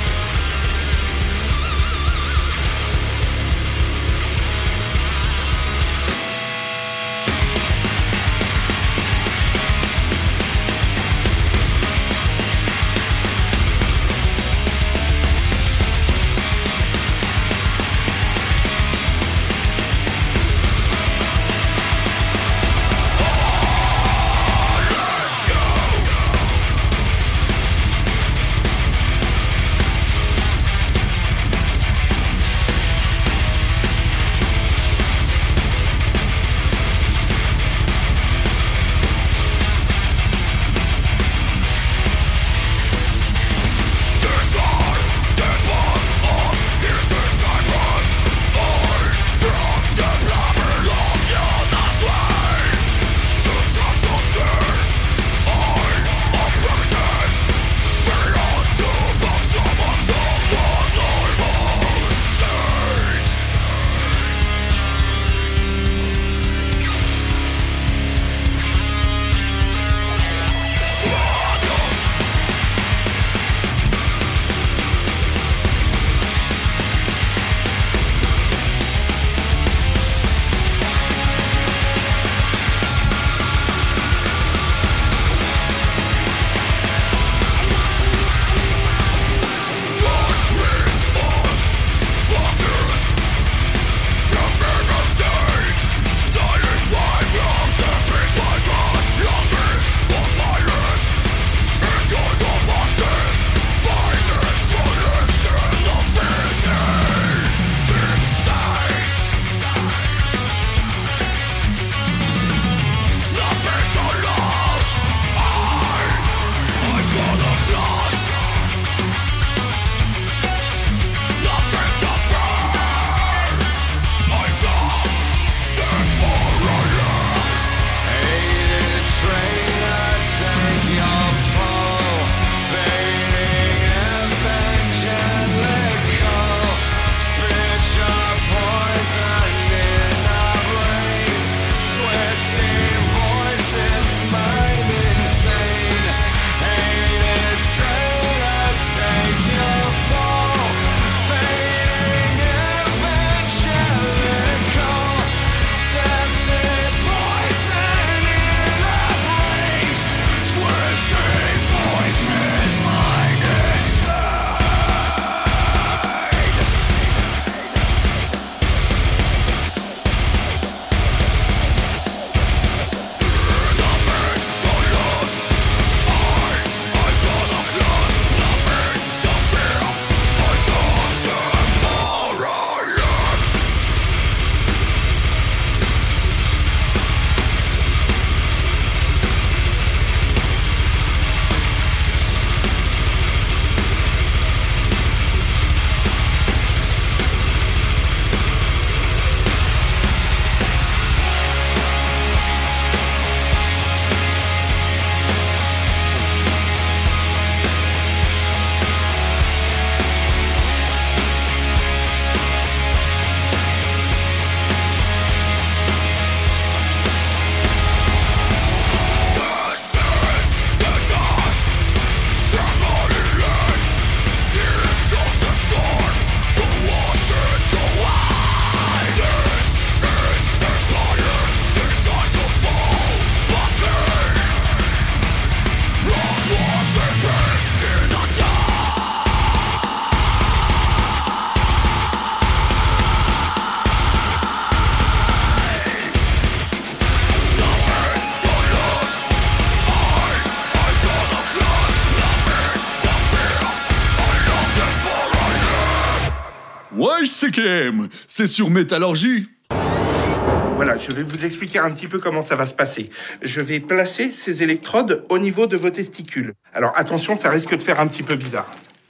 C K M, c'est sur Métallurgie. Voilà, je vais vous expliquer un petit peu comment ça va se passer. Je vais placer ces électrodes au niveau de vos testicules. Alors attention, ça risque de faire un petit peu bizarre.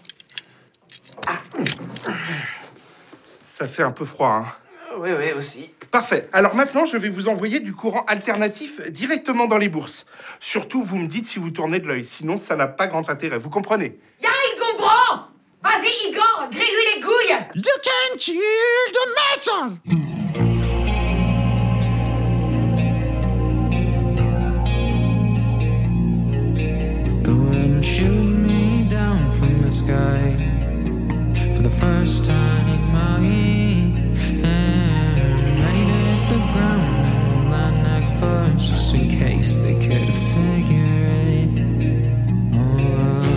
Ça fait un peu froid, hein? Oui, oui, aussi. Parfait. Alors maintenant, je vais vous envoyer du courant alternatif directement dans les bourses. Surtout, vous me dites si vous tournez de l'œil, sinon ça n'a pas grand intérêt. Vous comprenez? Y'a, il comprend! Vas-y, Igor, grille-lui les couilles! You can kill the metal! Shoot me down from the sky. For the first time I am ready to hit the ground and land neck first, just in case they care to figure it all out.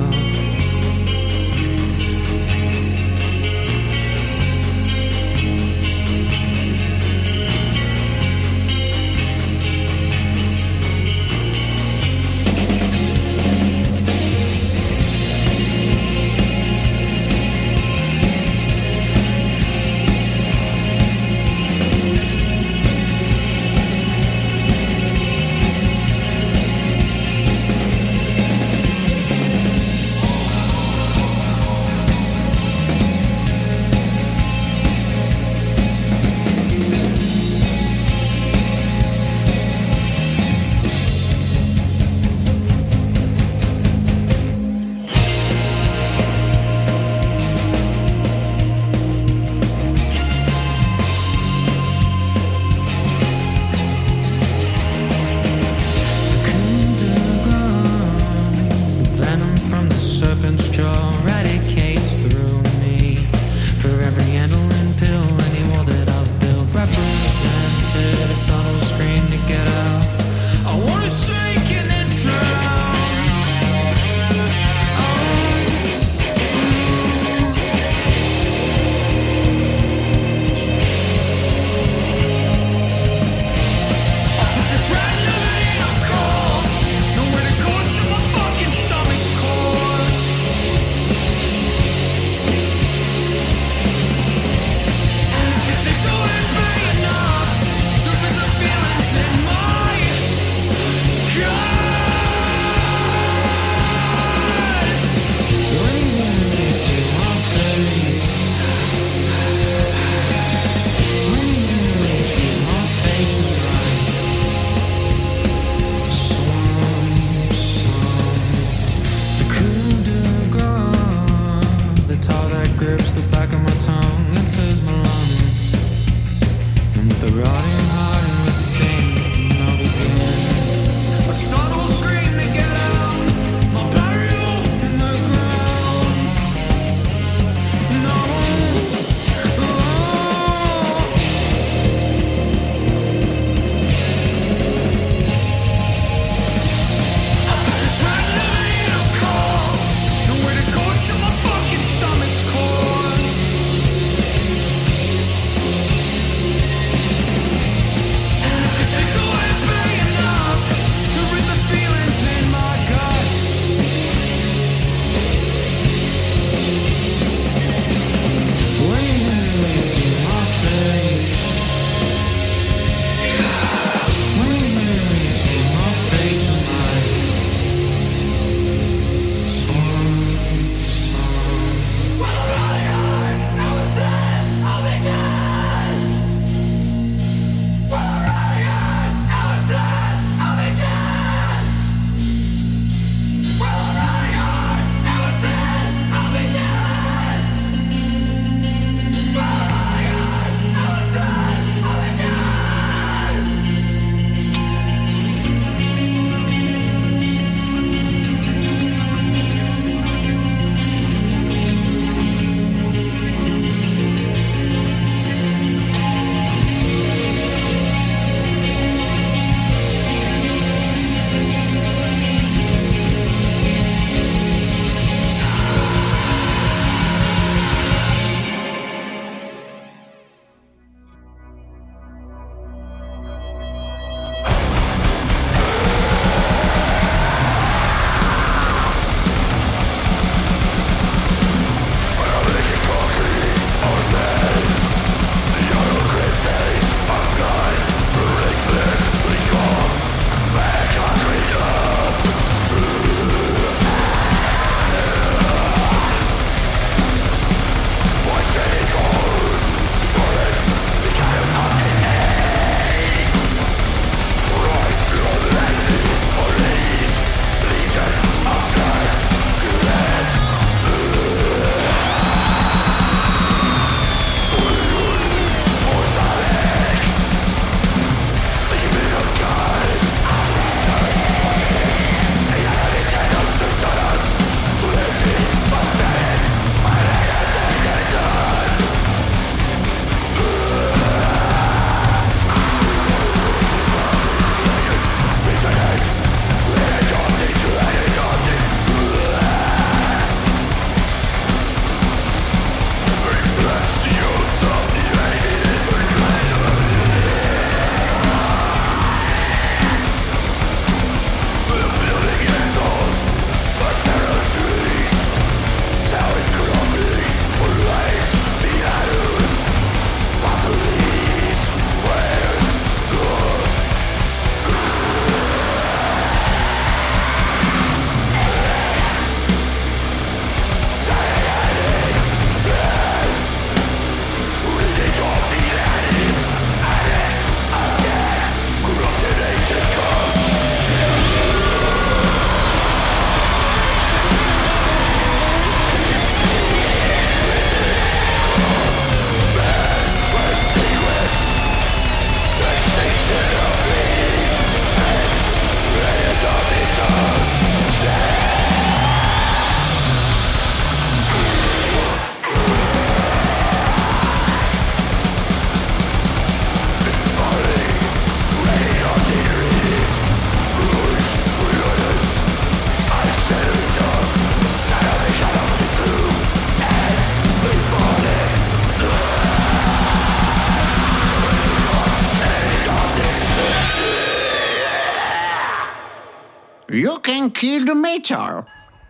You can kill the metal.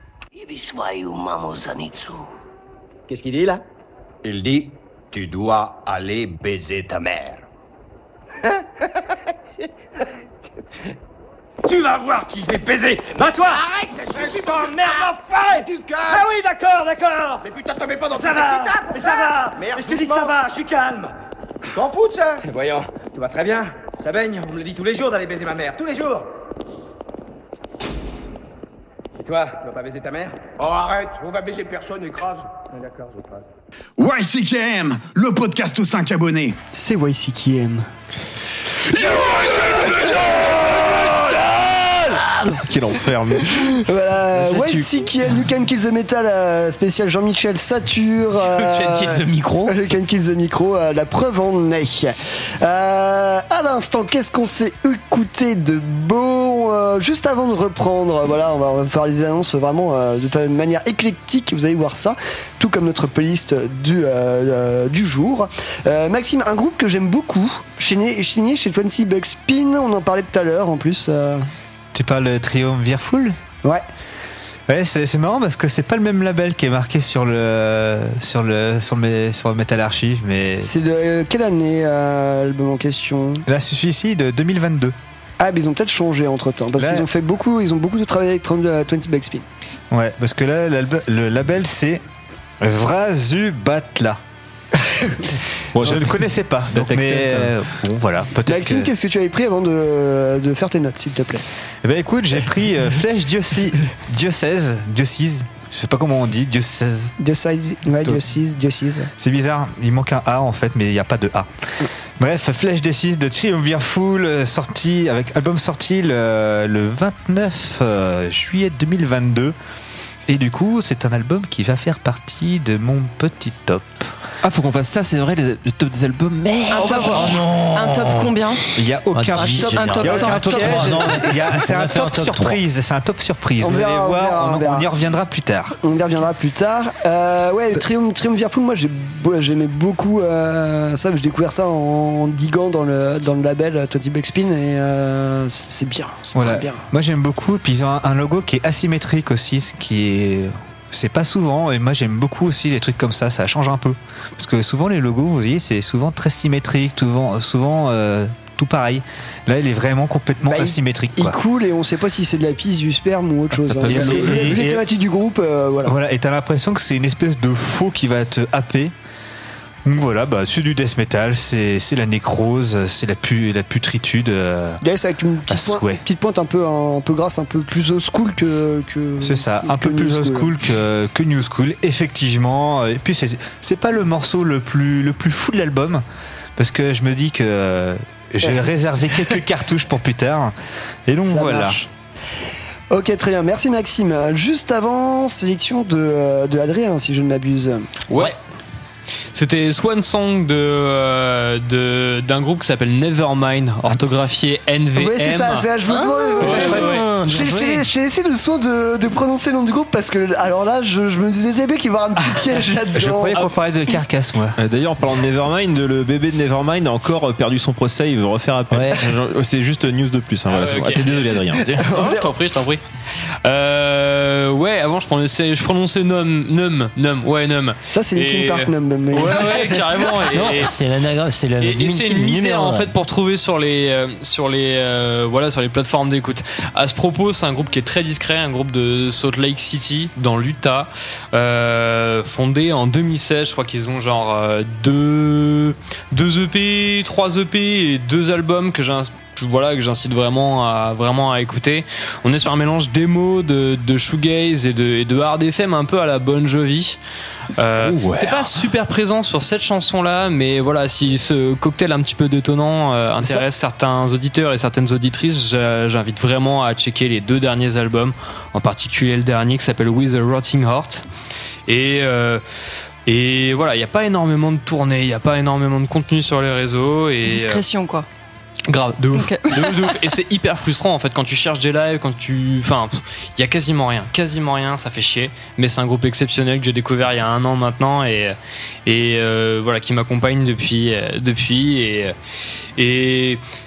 Qu'est-ce qu'il dit là? Il dit tu dois aller baiser ta mère. Tu vas voir qui je vais baiser. Bah toi. Arrête, ça suffit. Je t'emmerde enfin. Ah oui, d'accord, d'accord. Mais putain, te mets pas dans Ça ton va, excitable pour ça va. Merde, Je te dis que ça va, je suis calme. Tu t'en fous de ça? Voyons, tout va très bien. Ça baigne, on me le dit tous les jours d'aller baiser ma mère, tous les jours. Et toi, tu vas pas baiser ta mère? Oh arrête, on va baiser personne, écrase. D'accord, j'écrase. Y C K M, le podcast aux cinq abonnés. C'est Y C K M. Quel enfer, mais... Voilà, Ça tue. Y C K M, You Can Kill the Metal, euh, spécial Jean-Michel Satur. Euh, You Can Kill the Micro. You Can Kill the Micro, euh, la preuve en est. Euh, à l'instant, qu'est-ce qu'on s'est écouté de bon euh, juste avant de reprendre, euh, voilà, on va, on va faire les annonces vraiment euh, de manière éclectique, vous allez voir ça, tout comme notre playlist du, euh, euh, du jour. Euh, Maxime, un groupe que j'aime beaucoup, signé, signé chez vingt Bucks Spin, on en parlait tout à l'heure en plus. Euh... Tu parles de Triumvirful ? Ouais. Ouais, c'est, c'est marrant parce que c'est pas le même label qui est marqué sur le sur le sur le, sur le Metal Archive, mais c'est de euh, quelle année euh, l'album en question? Là, celui-ci de deux mille vingt-deux. Ah, mais ils ont peut-être changé entre temps parce là, qu'ils ont fait beaucoup, ils ont beaucoup de travail avec vingt Bucks Spin. Ouais, parce que là, le label c'est Vrazubatla. Bon, je ne le connaissais pas, donc, mais euh, bon voilà. Peut-être. Maxime, que... qu'est-ce que tu avais pris avant de, de faire tes notes, s'il te plaît? Eh ben écoute, j'ai pris euh, Flèche Diocèse, Diocèse, Diocèse. Je sais pas comment on dit, Diocèse. Diocèse, ouais, Diocèse, Diocèse. Ouais. C'est bizarre, il manque un A en fait, mais il n'y a pas de A. Bref, Flèche Diocèse de Triumvirful, sorti avec album sorti le, le vingt-neuf juillet deux mille vingt-deux. Et du coup, c'est un album qui va faire partie de mon petit top. Ah, faut qu'on fasse ça, c'est vrai, le top des albums. Mais un top, oh non. un top combien? Il n'y a aucun un top, un top, il y a aucun top. Il y a- C'est un top surprise. C'est un top surprise. On Vous verra, allez on voir, verra, on on, verra. on y reviendra plus tard. On y reviendra plus tard. Euh, ouais, Triumph, Triumvirful, moi j'ai, j'aimais beaucoup euh, ça. J'ai découvert ça en diguant dans le, dans le label vingt Bucks Spin et euh, c'est bien. C'est Voilà. très bien. Moi j'aime beaucoup. Puis ils ont un, un logo qui est asymétrique aussi, ce qui est. C'est pas souvent, et moi j'aime beaucoup aussi les trucs comme ça, ça change un peu. Parce que souvent les logos, vous voyez, c'est souvent très symétrique, souvent, souvent euh, tout pareil. Là, il est vraiment complètement Bah, il- asymétrique. Il Quoi. coule et on sait pas si c'est de la pisse, du sperme ou autre chose. Hein. Et- Parce que et- vu, vu les et- thématiques du groupe, euh, voilà. Voilà, et t'as l'impression que c'est une espèce de faux qui va te happer. Donc voilà, bah, c'est du death metal, c'est, c'est la nécrose, c'est la, pu, la putritude. Euh, Yes, avec une à petite, pointe, souhait. une petite pointe un peu, un, peu grasse, un peu plus old school que. que C'est ça, un que peu plus new old school que, que new school, effectivement. Et puis c'est, c'est pas le morceau le plus, le plus fou de l'album, parce que je me dis que euh, j'ai Ouais. réservé quelques cartouches pour plus tard. Et donc Ça voilà. marche. Ok, très bien, merci Maxime. Juste avant, sélection de, de Adrien, si je ne m'abuse. Ouais. C'était Swan Song de, euh, de, d'un groupe qui s'appelle Nevermind, orthographié N V M. Oui, c'est ça, c'est ça, je vous Ah, demande. ouais, je- ouais, je- ouais. j'ai- j'ai- J'ai essayé le soin de, de prononcer le nom du groupe parce que, alors là, je, je me disais bien qu'il y avoir un petit piège là-dedans. Je croyais qu'on parlait de carcasse, moi. Euh, D'ailleurs, en parlant de Nevermind, le bébé de Nevermind a encore euh, perdu son procès, il veut refaire appel. Ouais. Genre, C'est juste news de plus. Hein, voilà, Ah, c'est bon. ok. Ah, t'es désolé, Adrien. Non, je t'en prie, je t'en prie. Euh, ouais, avant je prononçais, je prononçais Num, Num, Num, ouais, Num. Ça, c'est Et- Linkin Park, non, mais. Ouais, ouais, carrément. Et, Non, et- c'est l'anagramme, c'est la et- et c'est une diminutif misère numéro en un. fait pour trouver sur les euh, sur les euh, voilà sur les plateformes d'écoute. À ce propos, c'est un groupe qui est très discret, un groupe de Salt Lake City dans l'Utah, euh, fondé en deux mille seize. Je crois qu'ils ont genre euh, deux deux E P, trois E P et deux albums que j'ai voilà que j'incite vraiment à vraiment à écouter. On est sur un mélange d'émo, de, de shoegaze et de, et de hard F M un peu à la Bon Jovi. Euh, Oh, ouais. C'est pas super présent sur cette chanson-là, mais voilà, si ce cocktail un petit peu détonnant euh, intéresse certains auditeurs et certaines auditrices, j'a- j'invite vraiment à checker les deux derniers albums, en particulier le dernier qui s'appelle With a Rotting Heart. Et euh, et voilà, il n'y a pas énormément de tournées, il n'y a pas énormément de contenu sur les réseaux. Et, euh, Discrétion, quoi. grave, de ouf. Ok. De ouf, de ouf. Et c'est hyper frustrant en fait quand tu cherches des lives, quand tu. Enfin, il y a quasiment rien. Quasiment rien, ça fait chier. Mais c'est un groupe exceptionnel que j'ai découvert il y a un an maintenant et, et euh, voilà, qui m'accompagne depuis. euh, depuis et, et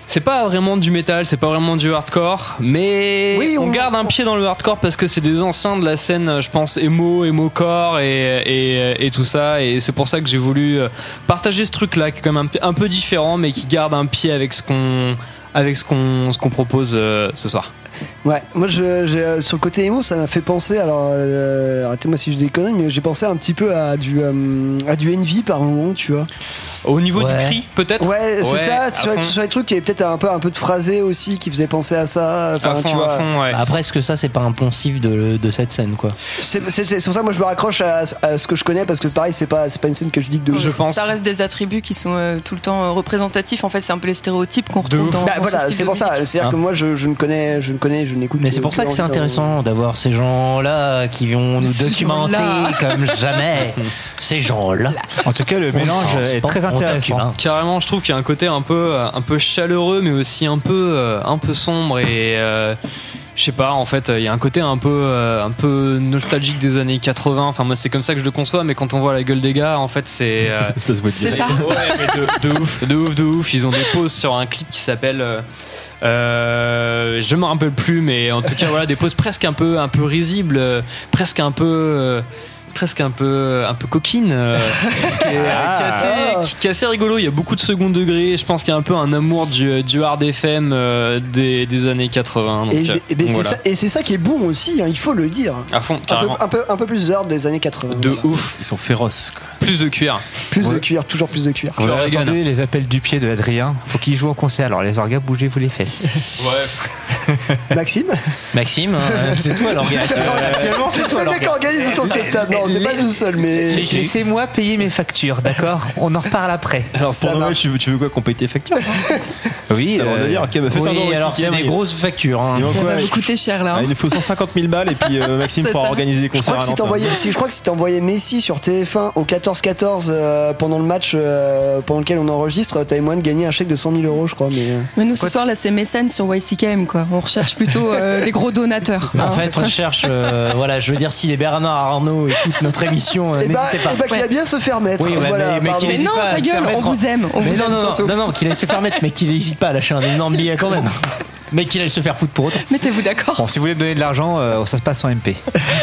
c'est pas vraiment du métal, c'est pas vraiment du hardcore, mais Oui, on... on- garde un pied dans le hardcore parce que c'est des anciens de la scène, je pense, emo, emo-core et, et, et tout ça. Et c'est pour ça que j'ai voulu partager ce truc-là, qui est quand même un, un peu différent, mais qui garde un pied avec ce qu'on, avec ce qu'on, ce qu'on propose euh, ce soir. Ouais, moi je, j'ai, euh, sur le côté émo, ça m'a fait penser, alors euh, arrêtez-moi si je déconne, mais j'ai pensé un petit peu à du, euh, à du Envy par moment, tu vois. Au niveau Ouais. du cri, peut-être. Ouais, c'est Ouais, ça, à sur, fond. sur les trucs, il y avait peut-être un peu, un peu de phrasé aussi qui faisait penser à ça. Enfin, À fond, tu vois. à fond, ouais. Après, est-ce que ça, c'est pas un poncif de, de cette scène, quoi? C'est, c'est, c'est pour ça que moi je me raccroche à, à ce que je connais parce que pareil, c'est pas, c'est pas une scène que je dis que de Je pense. Ça reste des attributs qui sont euh, tout le temps euh, représentatifs. En fait, c'est un peu les stéréotypes qu'on retrouve dans, Bah, dans voilà, ce style c'est de pour ça. musique. C'est-à-dire Hein. que moi je, je ne connais, je ne connais, je n'écoute. Mais c'est pour ça que c'est intéressant d'avoir ces gens-là qui vont nous Ces documenter gens-là. comme jamais. Ces gens-là. En tout cas, le mélange On est pense très en intéressant. document. Carrément, je trouve qu'il y a un côté un peu, un peu chaleureux, mais aussi un peu, euh, un peu sombre et. euh, Je sais pas, en fait, il y a un côté un peu, euh, un peu nostalgique des années quatre-vingts. Enfin, moi, c'est comme ça que je le conçois, mais quand on voit la gueule des gars, en fait, c'est. euh, Ça se voit C'est direct. ça. Ouais, mais de, de ouf, de ouf, de ouf. Ils ont des pauses sur un clip qui s'appelle. euh, euh, je me rappelle plus, mais en tout cas, voilà, des pauses presque un peu, un peu risibles, euh, presque un peu. euh, presque un peu un peu coquine euh, qui, est, qui est assez, qui- qui est assez rigolo. Il y a beaucoup de second degré. Je pense qu'il y a un peu un amour du, du hard F M euh, des, des années quatre-vingts. Donc, Et, euh, et, ben, donc c'est voilà. ça, et c'est ça qui est bon aussi, hein, il faut le dire. À fond, Un peu, carrément. un, peu, un peu plus hard des années quatre-vingts. De aussi. ouf. Ils sont féroces. Quoi. Plus de cuir. Plus de cuir, toujours plus de cuir. Vous Je avez régale. entendu les appels du pied de Adrien. Faut qu'il joue en concert. Alors les orgas, bougez-vous les fesses. Ouais. Maxime Maxime, hein, c'est toi l'organe. Actuellement, c'est toi le mec qui organise autour de cette table. Non, t'es pas tout seul, mais. Laissez-moi payer mes factures, d'accord? On en reparle après. Alors Ça pour Noël, marche. tu veux, tu veux quoi qu'on paye tes factures? Oui, T'as le droit de dire, ok, bah faites un don Oui, aussi, alors c'est tiens, des il- grosses factures. hein. il manque Ça quoi va vous coûter cher là. Ah, hein. il nous faut cent cinquante mille balles et puis euh, Maxime C'est pourra ça. organiser des Je crois, concerts que à si Nantes. t'envoyais, si, je crois que si t'envoyais Messi sur T F un au quatorze quatorze euh, pendant le match euh, pendant lequel on enregistre, t'avais moyen de gagner un chèque de cent mille euros, je crois. Mais euh, Mais nous, ce soir, là, c'est mécène sur Y C K M, quoi. On recherche plutôt euh, des gros donateurs. En hein. fait, on cherche. euh, voilà, je veux dire, si les Bernard Arnault écoutent notre émission, euh, et bah, n'hésitez pas. et bah qu'il a bien se faire mettre. Oui, ouais, voilà, mais- mais pardon. qu'il Mais hésite non, pas à ta se faire gueule, on mettre en- vous aime, on Mais vous non, aime non, surtout. non, non, qu'il aille se faire mettre, mais qu'il n'hésite pas à lâcher un énorme billet quand même. Mais qu'il aille se faire foutre pour autant. Mettez-vous d'accord. Bon, si vous voulez me donner de l'argent, euh, ça se passe en M P.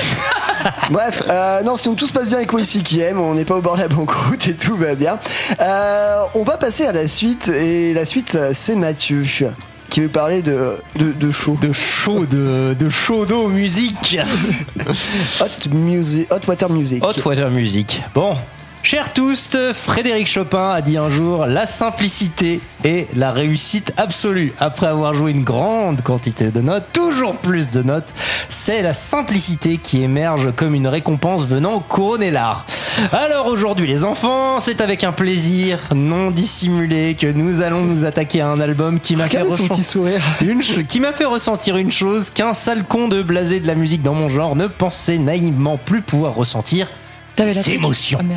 Bref, euh, non, sinon tout se passe bien avec Wissy qui aime, on n'est pas au bord de la banqueroute et tout va bien. Euh, on va passer à la suite, et la suite, euh, c'est Mathieu qui veut parler de, de, de show. De show, de, de show d'eau musique. Hot, music, hot water music. Hot Water Music. Bon, chers tous, Frédéric Chopin a dit un jour: la simplicité est la réussite absolue. Après avoir joué une grande quantité de notes, toujours plus de notes, c'est la simplicité qui émerge comme une récompense venant couronner l'art. Alors aujourd'hui, les enfants, c'est avec un plaisir non dissimulé que nous allons nous attaquer à un album qui m'a fait, Regardez son ressent- petit sourire. une ch- qui m'a fait ressentir une chose qu'un sale con de blasé de la musique dans mon genre ne pensait naïvement plus pouvoir ressentir: T'avais la des truc. émotions. Ah, merde.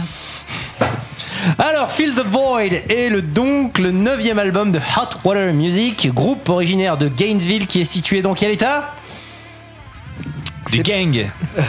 Alors, Fill the Void est le, donc le neuvième album de Hot Water Music, groupe originaire de Gainesville qui est situé dans quel état? Des gangs.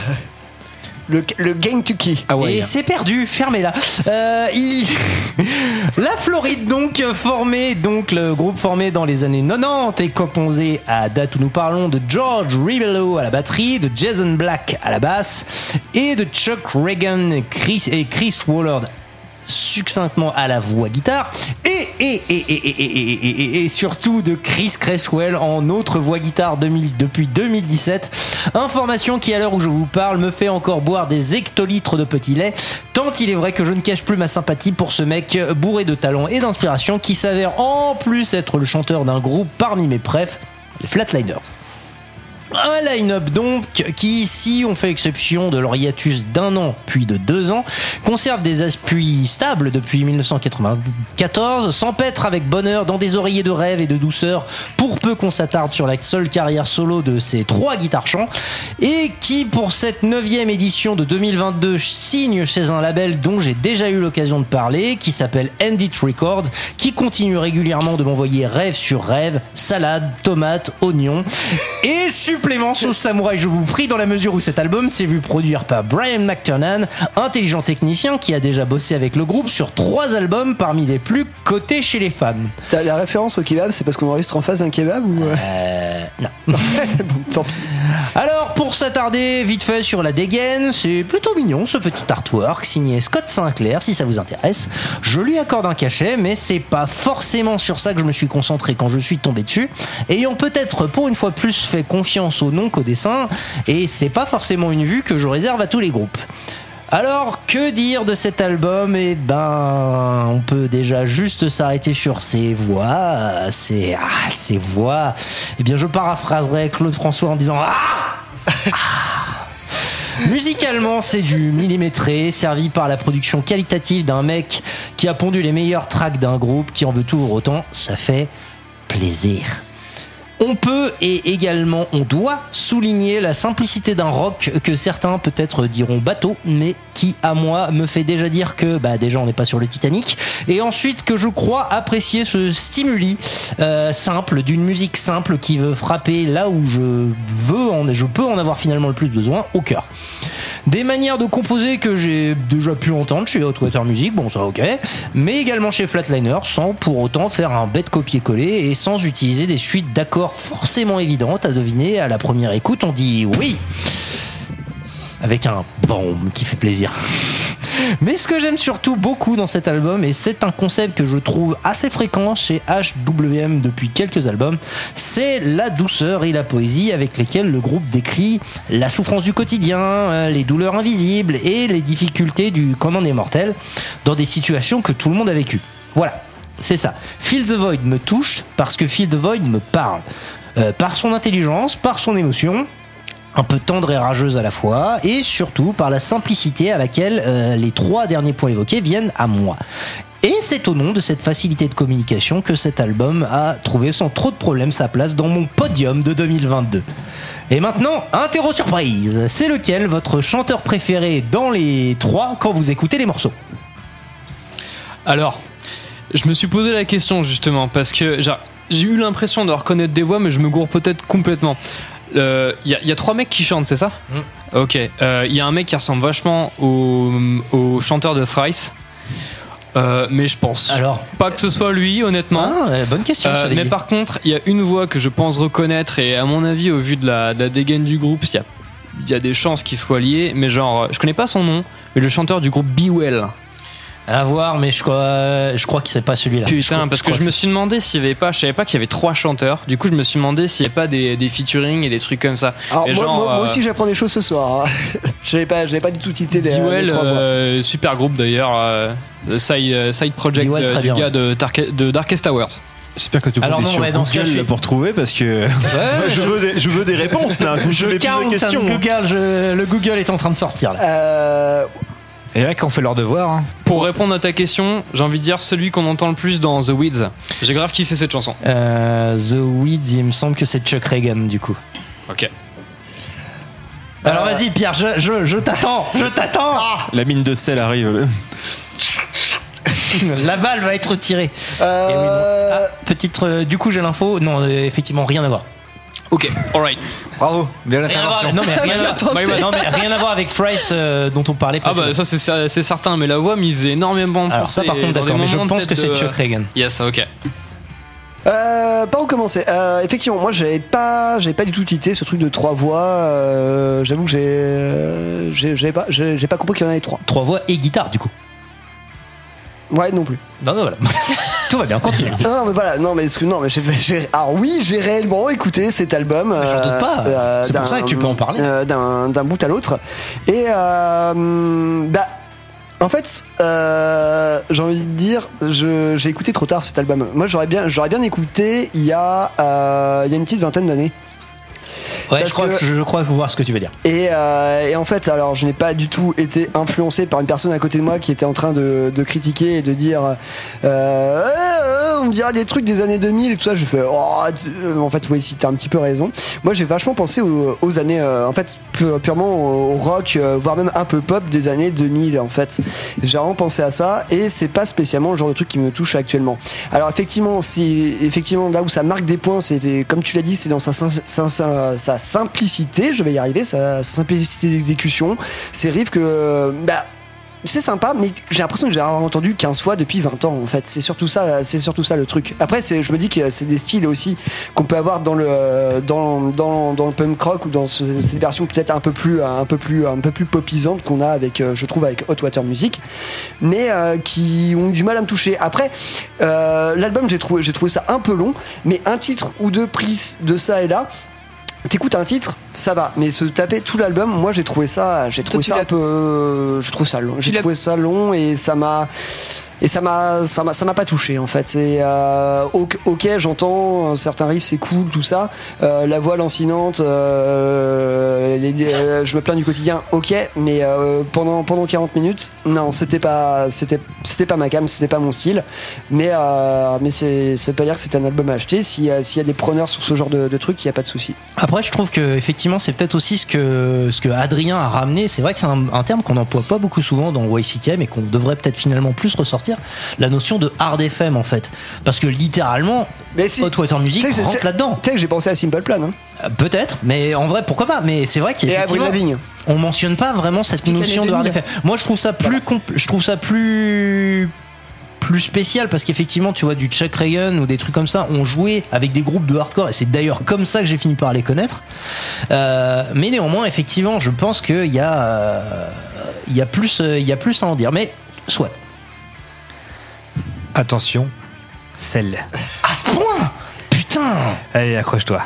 Le, le Kentucky. Ah ouais. Et c'est perdu, fermez-la. Euh, il... La Floride donc formée, donc le groupe formé dans les années quatre-vingt-dix et composé à date où nous parlons de George Ribello à la batterie, de Jason Black à la basse et de Chuck Reagan Chris, et Chris Wallard succinctement à la voix guitare et, et, et, et, et, et, et, et, et surtout de Chris Cresswell en autre voix guitare deux mille depuis deux mille dix-sept. Information qui, à l'heure où je vous parle, me fait encore boire des hectolitres de petit lait, tant il est vrai que je ne cache plus ma sympathie pour ce mec bourré de talent et d'inspiration qui s'avère en plus être le chanteur d'un groupe parmi mes préfs, les Flatliners. Un line-up donc qui, ici, on fait exception de leur hiatus d'un an puis de deux ans, conserve des appuis stables depuis mille neuf cent quatre-vingt-quatorze, s'empêtre avec bonheur dans des oreillers de rêve et de douceur, pour peu qu'on s'attarde sur la seule carrière solo de ces trois guitares-chants, et qui, pour cette neuvième édition de deux mille vingt-deux, signe chez un label dont j'ai déjà eu l'occasion de parler, qui s'appelle End It Records, qui continue régulièrement de m'envoyer rêve sur rêve, salade, tomate, oignon, et super supplément sauce samouraï, je vous prie, dans la mesure où cet album s'est vu produire par Brian McTernan, intelligent technicien qui a déjà bossé avec le groupe sur trois albums parmi les plus cotés chez les fans. T'as la référence au kebab, c'est parce qu'on enregistre en face d'un kebab ou Euh. Non. Bon, tant pis. Alors, pour s'attarder vite fait sur la dégaine, c'est plutôt mignon ce petit artwork signé Scott Sinclair, si ça vous intéresse. Je lui accorde un cachet, mais c'est pas forcément sur ça que je me suis concentré quand je suis tombé dessus. Ayant peut-être pour une fois plus fait confiance au nom qu'au dessin, et c'est pas forcément une vue que je réserve à tous les groupes. Alors, que dire de cet album? Eh ben, on peut déjà juste s'arrêter sur ses voix. Ses, ah, ses voix. Eh bien, je paraphraserai Claude François en disant ah, ah. Musicalement, c'est du millimétré, servi par la production qualitative d'un mec qui a pondu les meilleurs tracks d'un groupe qui en veut toujours autant. Ça fait plaisir. On peut et également on doit souligner la simplicité d'un rock que certains peut-être diront bateau, mais qui à moi me fait déjà dire que bah déjà on n'est pas sur le Titanic, et ensuite que je crois apprécier ce stimuli euh, simple d'une musique simple qui veut frapper là où je veux, en, je peux en avoir finalement le plus besoin, au cœur. Des manières de composer que j'ai déjà pu entendre chez Hot Water Music, bon ça ok, mais également chez Flatliner, sans pour autant faire un bête copier-coller et sans utiliser des suites d'accords forcément évidentes à deviner à la première écoute. On dit oui avec un boom qui fait plaisir. Mais ce que j'aime surtout beaucoup dans cet album, et c'est un concept que je trouve assez fréquent chez H W M depuis quelques albums, c'est la douceur et la poésie avec lesquelles le groupe décrit la souffrance du quotidien, les douleurs invisibles et les difficultés du commun des mortels dans des situations que tout le monde a vécues. Voilà, c'est ça. Feel the Void me touche parce que Feel the Void me parle. Euh, par son intelligence, par son émotion, un peu tendre et rageuse à la fois, et surtout par la simplicité à laquelle euh, les trois derniers points évoqués viennent à moi. Et c'est au nom de cette facilité de communication que cet album a trouvé sans trop de problèmes sa place dans mon podium de deux mille vingt-deux. Et maintenant, interro surprise, c'est lequel votre chanteur préféré dans les trois quand vous écoutez les morceaux? Alors, je me suis posé la question justement, parce que genre, j'ai eu l'impression de reconnaître des voix, mais je me gourre peut-être complètement. Il euh, y, y a trois mecs qui chantent, c'est ça? mmh. Ok. Il euh, y a un mec qui ressemble vachement au, au chanteur de Thrice. Euh, mais je pense Alors, pas que ce soit lui, honnêtement. Ah, bonne question. Euh, mais par contre, il y a une voix que je pense reconnaître, et à mon avis, au vu de la, de la dégaine du groupe, il y a, y a des chances qu'ils soient liés. Mais genre, je connais pas son nom, mais le chanteur du groupe Be Well. À voir, mais je crois, je crois que c'est pas celui-là. Putain, je crois, parce je que je que me c'est... suis demandé s'il y avait pas, je savais pas qu'il y avait trois chanteurs. Du coup, je me suis demandé s'il y avait pas des, des featuring et des trucs comme ça. Alors, et moi, genre, moi, moi euh, aussi, j'apprends des choses ce soir. Hein. Je n'avais pas, j'avais pas du tout cité les, Bewell, les trois voix. euh, super groupe d'ailleurs, euh, side, side project Bewell, euh, très du bien, gars ouais. de, Dark, de Darkest Towers. J'espère que tu Alors peux non, sur ouais, dans ce cas, Google je suis- pour trouver, parce que Ouais, moi, je, je- veux des, je veux des réponses là. Je, Je me pose count, des questions. Google, je- le Google est en train de sortir là. Euh, Et là, quand on fait leur devoir, hein. Pour répondre à ta question, j'ai envie de dire celui qu'on entend le plus dans The Weeds. J'ai grave kiffé cette chanson. Euh, The Weeds, il me semble que c'est Chuck Reagan du coup. Ok. Alors vas-y Pierre, je, je, je t'attends, je t'attends. La mine de sel arrive. La balle va être tirée. euh, Et oui, non. Ah, petite, euh, du coup j'ai l'info. Non, euh, effectivement rien à voir. Ok, alright. Bravo, bien Rien à voir, l'intervention. non, mais rien, J'ai à, tenté. non, mais rien à voir avec Thrice euh, dont on parlait Ah bah précédemment. ça c'est, c'est certain, mais la voix m'y faisait énormément penser. Alors ça par contre dans des d'accord, mais je moments pense que peut-être c'est de- Chuck Reagan. Yes, ok. Euh, par où commencer euh, Effectivement, moi j'avais pas, j'avais pas du tout tité ce truc de trois voix. Euh, j'avoue que j'ai, euh, j'ai, j'avais pas, j'ai, j'ai pas compris qu'il y en avait trois. Trois voix et guitare du coup. Ouais, non plus. Non, non, voilà. Tout va bien, continue. Non, mais voilà, non, mais est-ce que non, mais j'ai, j'ai- alors oui, j'ai réellement écouté cet album. Mais j'en doute pas. C'est pour d'un- ça que tu peux en parler. euh, d'un, d'un bout à l'autre. Et euh, bah. En fait, euh, j'ai envie de dire, je, j'ai écouté trop tard cet album. Moi, j'aurais bien, j'aurais bien écouté il y a, euh, il y a une petite vingtaine d'années. Ouais, Parce je crois, que- que... je crois voir ce que tu veux dire. Et, euh, et en fait, alors je n'ai pas du tout été influencé par une personne à côté de moi qui était en train de, de critiquer et de dire euh, euh, on me dira des trucs des années deux mille et tout ça. Je fais oh, t- euh, en fait, oui, si t'as un petit peu raison. Moi, j'ai vachement pensé aux, aux années, euh, en fait, pu- purement au, au rock, euh, voire même un peu pop des années deux mille. En fait, j'ai vraiment pensé à ça et c'est pas spécialement le genre de truc qui me touche actuellement. Alors effectivement, si effectivement là où ça marque des points, c'est comme tu l'as dit, c'est dans sa, sin- sin- sin- sa sa simplicité, je vais y arriver, sa, sa simplicité d'exécution, ses riffs que bah c'est sympa, mais j'ai l'impression que j'ai entendu quinze fois depuis vingt ans en fait. C'est surtout ça, c'est surtout ça le truc. Après, c'est, je me dis que c'est des styles aussi qu'on peut avoir dans le dans dans, dans le punk rock ou dans ce, ces versions peut-être un peu plus un peu plus un peu plus popisantes qu'on a avec, je trouve, avec Hot Water Music, mais euh, qui ont du mal à me toucher. Après, euh, l'album, j'ai trouvé j'ai trouvé ça un peu long, mais un titre ou deux prises de ça et là. T'écoutes un titre, ça va, mais se taper tout l'album, moi j'ai trouvé ça, j'ai trouvé Toi, ça un peu, je trouve ça long, j'ai trouvé ça long et ça m'a, et ça m'a, ça m'a, ça m'a pas touché en fait. C'est euh, ok, ok, j'entends certains riffs, c'est cool, tout ça, euh, la voix lancinante, euh, les, euh, je me plains du quotidien, ok, mais euh, pendant pendant quarante minutes, non, c'était pas, c'était, c'était pas ma cam, c'était pas mon style, mais euh, mais c'est, ça veut pas dire que c'est un album à acheter. S'il y, s'il y a des preneurs sur ce genre de, de trucs, il y a pas de souci. Après, je trouve que effectivement, c'est peut-être aussi ce que ce que Adrien a ramené. C'est vrai que c'est un, un terme qu'on n'emploie pas beaucoup souvent dans Y C K, mais qu'on devrait peut-être finalement plus ressortir. La notion de hard F M en fait, parce que littéralement, mais si, Hot Water Music c'est, rentre c'est, là-dedans. Tu sais que j'ai pensé à Simple Plan. Hein. Euh, peut-être, mais en vrai, pourquoi pas. Mais c'est vrai qu'effectivement, on mentionne pas vraiment cette notion de hard F M. Moi, je trouve ça plus, compl- je trouve ça plus. plus spécial parce qu'effectivement tu vois du Chuck Ragan ou des trucs comme ça ont joué avec des groupes de hardcore et c'est d'ailleurs comme ça que j'ai fini par les connaître, euh, mais néanmoins effectivement je pense qu'il y a euh, il y a plus il y a plus à en dire, mais soit. Attention, celle. À ce point, putain. Allez, accroche-toi.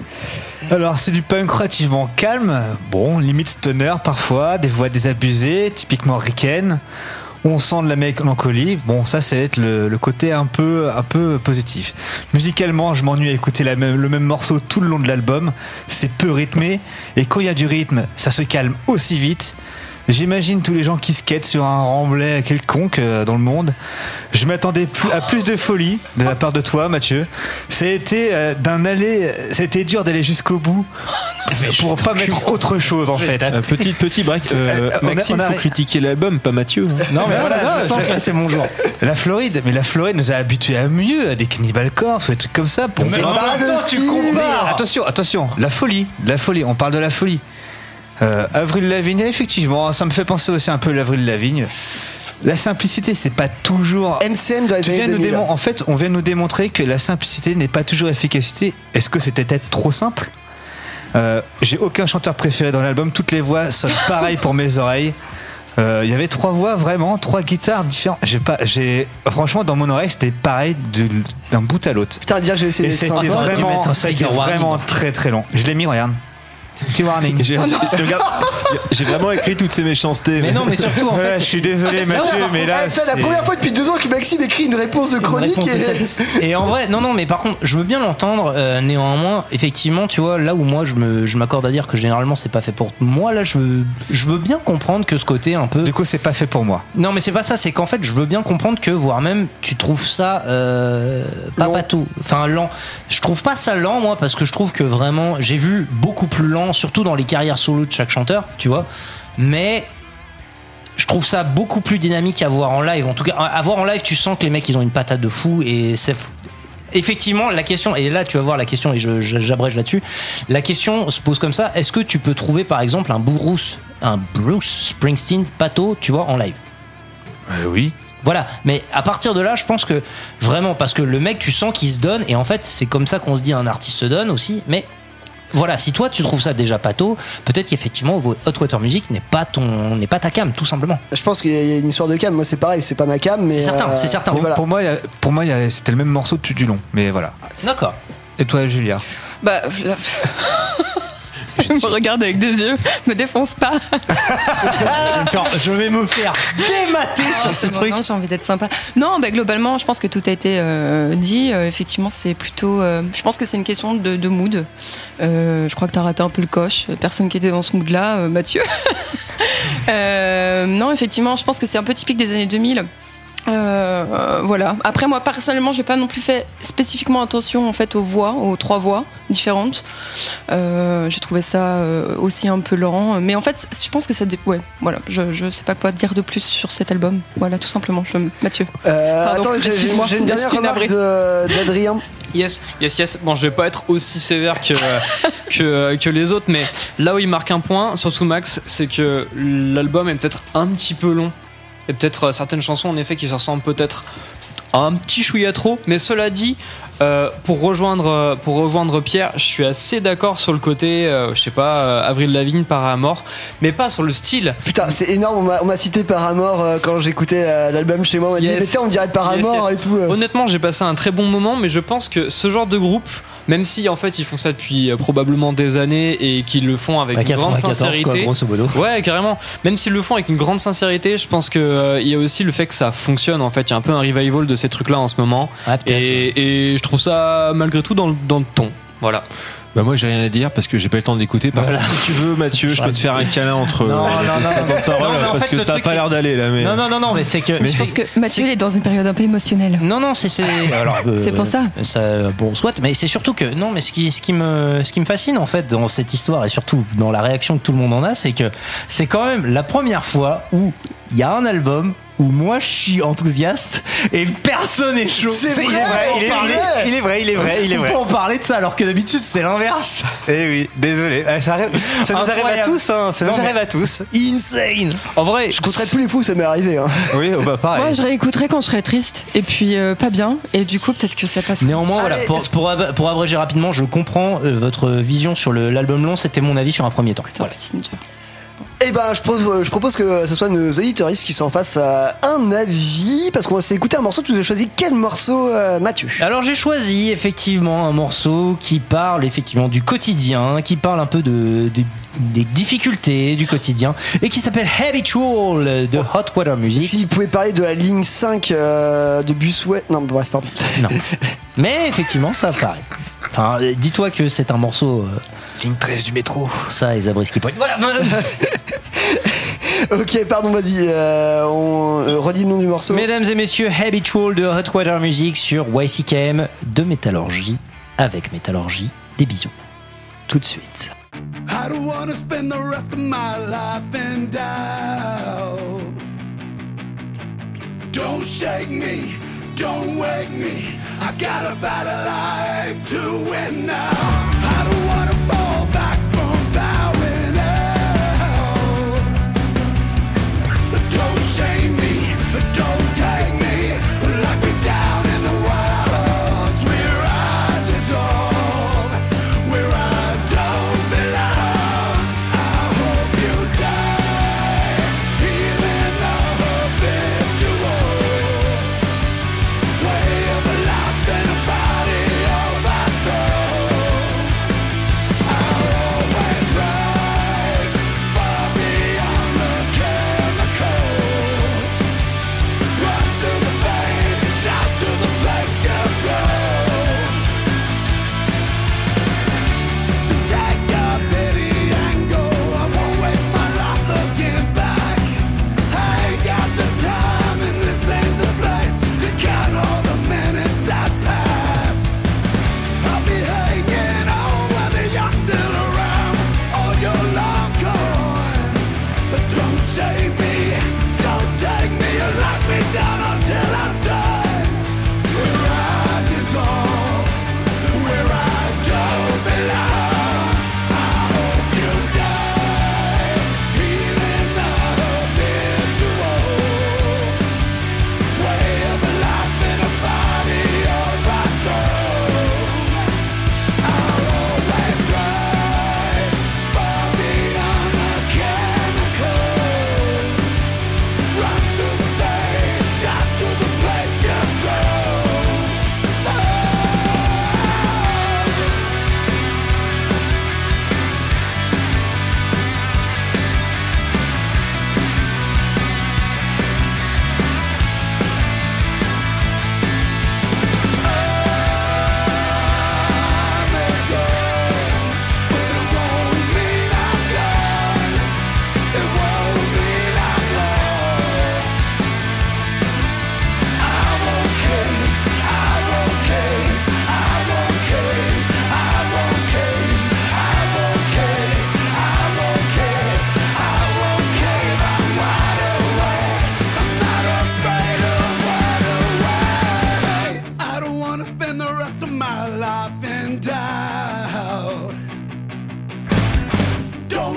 Alors c'est du punk relativement calme, bon limite stoner parfois, des voix désabusées, typiquement Ricken. On sent de la mélancolie. Bon, ça, ça va être le, le côté un peu, un peu positif. Musicalement, je m'ennuie à écouter la même, le même morceau tout le long de l'album. C'est peu rythmé. Et quand il y a du rythme, ça se calme aussi vite. J'imagine tous les gens qui skatent sur un remblai quelconque euh, dans le monde. Je m'attendais plus, à plus de folie de la part de toi, Mathieu. Ça a été euh, d'un aller, ça a été dur d'aller jusqu'au bout pour pas mettre autre chose en fait. Un petit petit break. Euh, On a- Maxime, on a- faut critiquer l'album, pas Mathieu. hein. Non mais Ah, voilà, non, je je sens sens que que c'est mon genre. La Floride, mais la Floride nous a habitués à mieux, à des Cannibal Corpse, des trucs comme ça. Pour C'est mais en pas même temps, le tu style. compares. Attention, attention, la folie, la folie. On parle de la folie. Euh, Avril Lavigne, effectivement, ça me fait penser aussi un peu à l'Avril Lavigne. La simplicité, c'est pas toujours. M C M dans les Tu années viens nous deux mille. démon- En fait, on vient nous démontrer que la simplicité n'est pas toujours efficacité. Est-ce que c'était peut-être trop simple? Euh, J'ai aucun chanteur préféré dans l'album. Toutes les voix sonnent pareil pour mes oreilles. Euh, Il y avait trois voix vraiment, trois guitares différentes. J'ai pas, j'ai franchement dans mon oreille c'était pareil de- d'un bout à l'autre. Putain, dire que j'ai essayé Et de c'était sympa. vraiment, ça a été vraiment très très long. Je l'ai mis, regarde. Petit warning. J'ai, j'ai- regarde, j'ai vraiment écrit toutes ces méchancetés. Mais non, mais surtout en Ouais, fait, je suis désolé Mathieu, mais là Ah, c'est la c'est- première fois depuis deux ans que Maxime écrit une réponse de Une chronique. réponse de et... celle. Et en vrai, non, non, mais par contre, je veux bien l'entendre. euh, néanmoins, effectivement, tu vois, là où moi, je, me, je m'accorde à dire que généralement, c'est pas fait pour moi. Là, je veux, je veux bien comprendre que ce côté un peu. Du coup, c'est pas fait pour moi. Non, mais c'est pas ça. C'est qu'en fait, je veux bien comprendre que, voire même, tu trouves ça euh, pas Lent. patou. Enfin, lent. Je trouve pas ça lent, moi, parce que je trouve que vraiment, j'ai vu beaucoup plus lent, surtout dans les carrières solo de chaque chanteur, tu vois. Mais je trouve ça beaucoup plus dynamique à voir en live. En tout cas, à voir en live, tu sens que les mecs, ils ont une patate de fou. Et c'est effectivement la question. Et là, tu vas voir la question, et je, je- j'abrège là-dessus. La question se pose comme ça. Est-ce que tu peux trouver, par exemple, un Bruce, un Bruce Springsteen pato, tu vois, en live? Euh, oui. Voilà, mais à partir de là, je pense que vraiment, parce que le mec, tu sens qu'il se donne, et en fait, c'est comme ça qu'on se dit un artiste se donne aussi, mais voilà, si toi tu trouves ça déjà pato, peut-être qu'effectivement Hot Water Music n'est pas ton, n'est pas ta cam, tout simplement. Je pense qu'il y a une histoire de cam. Moi, c'est pareil, c'est pas ma cam, mais C'est certain, euh, c'est certain. mais voilà. Pour moi, il y a- pour moi, il y a- c'était le même morceau tout du long, mais voilà. D'accord. Et toi, Julia? Bah, là... je me regarde avec des yeux, me défonce pas. Je vais me faire démater sur ce Non, truc. non, j'ai envie d'être sympa. Non, bah, globalement, je pense que tout a été euh, dit. Euh, effectivement, c'est plutôt. euh, je pense que c'est une question de, de mood. Euh, je crois que t'as raté un peu le coche. Personne qui était dans ce mood-là, euh, Mathieu. Euh, non, effectivement, je pense que c'est un peu typique des années deux mille. Euh, euh, voilà. Après, moi personnellement, j'ai pas non plus fait spécifiquement attention en fait aux voix, aux trois voix différentes. Euh, j'ai trouvé ça euh, aussi un peu lent, mais en fait, je pense que ça, dé... ouais, voilà. Je, je sais pas quoi dire de plus sur cet album. Voilà, tout simplement. Je... Mathieu. Euh, Pardon, attends, j'ai, j'ai- excuse-moi, j'ai une je dernière suis remarque navrée. de- d'Adrien. Yes, yes, yes. Bon, je vais pas être aussi sévère que, que, que les autres, mais là où il marque un point, surtout Max, c'est que l'album est peut-être un petit peu long. Et peut-être certaines chansons, en effet, qui se ressemblent peut-être un petit chouïa trop. Mais cela dit, euh, pour, rejoindre, pour rejoindre Pierre, je suis assez d'accord sur le côté, euh, je sais pas, euh, Avril Lavigne, Paramore, mais pas sur le style. Putain, c'est énorme, on m'a, on m'a cité Paramore euh, quand j'écoutais euh, l'album chez moi. On m'a dit, Yes. mais tiens, on dirait Paramore Yes, yes. et tout. euh. Honnêtement, j'ai passé un très bon moment, mais je pense que ce genre de groupe, même si en fait ils font ça depuis euh, probablement des années et qu'ils le font avec Bah, une grande quatre-vingt-quatorze, sincérité, quoi, grosso modo. ouais, carrément. Même s'ils le font avec une grande sincérité, je pense que euh, il y a aussi le fait que ça fonctionne. En fait, il y a un peu un revival de ces trucs-là en ce moment, Ah, peut-être, et, et je trouve ça malgré tout dans le, dans le ton. Voilà. Bah moi j'ai rien à dire parce que j'ai pas eu le temps de l'écouter. Par Voilà. contre, si tu veux, Mathieu, je peux te faire un câlin entre Non, non, non, non. entre paroles, Non, mais en parce fait, que le ça a truc, pas c'est- l'air d'aller là. Mais Non, non, non, non, mais c'est que. Mais Je pense que Mathieu il est dans une période un peu émotionnelle. Non, non, c'est. c'est alors, euh, C'est pour ça. ça. Bon, soit, mais c'est surtout que. Non, mais ce qui, ce, qui me, ce qui me fascine, en fait, dans cette histoire, et surtout dans la réaction que tout le monde en a, c'est que c'est quand même la première fois où il y a un album où moi je suis enthousiaste et personne n'est chaud. C'est il vrai, est vrai, on il est, parlait. il est- il est vrai, il est vrai, il est On vrai. peut On peut en parler de ça alors que d'habitude c'est l'inverse. Eh oui, désolé. Eh, Ça, arrive- ça nous arrive à Incroyable. tous, hein. Ça nous Non, mais- arrive à tous. Insane. En vrai, Je coûterais tous les fous, ça m'est arrivé. Hein. Oui, oh bah pareil. Moi je réécouterai quand je serai triste et puis euh, pas bien et du coup peut-être que ça passe. Néanmoins, voilà, Allez, pour, est-ce- pour, ab- pour abréger rapidement, je comprends euh, votre vision sur le- l'album long, c'était mon avis sur un premier temps. Voilà. Petit ninja. Eh ben, je propose, je propose que ce soit nos auditeurs qui s'en fassent euh, un avis, parce qu'on s'est écouté un morceau. Tu nous as choisi quel morceau, euh, Mathieu? Alors j'ai choisi effectivement un morceau qui parle effectivement du quotidien, qui parle un peu de, de- des difficultés du quotidien et qui s'appelle Habitual de Hot Water Music. S'il pouvait parler de la ligne cinq euh, de Busway. Non, bref, pardon. Non. Mais effectivement ça paraît. Enfin, euh, dis-toi que c'est un morceau. euh, Ligne treize du métro. ça et Zabriskie Point. Voilà. Ok, pardon, vas-y. Euh, on euh, redit le nom du morceau. Mesdames et messieurs, Habitual de Hot Water Music sur Y C K M de Métallurgie avec Métallurgie. Des bisous. Tout de suite. I don't wanna spend the rest of my life in doubt. Don't shake me, don't wake me. I got a better life to win now. I don't wanna fall back from bowing out. Don't shame me, don't take me, lock me down in the walls where I dissolve, where I don't belong. I hope you die, even the habitual way of life and a body of our soul.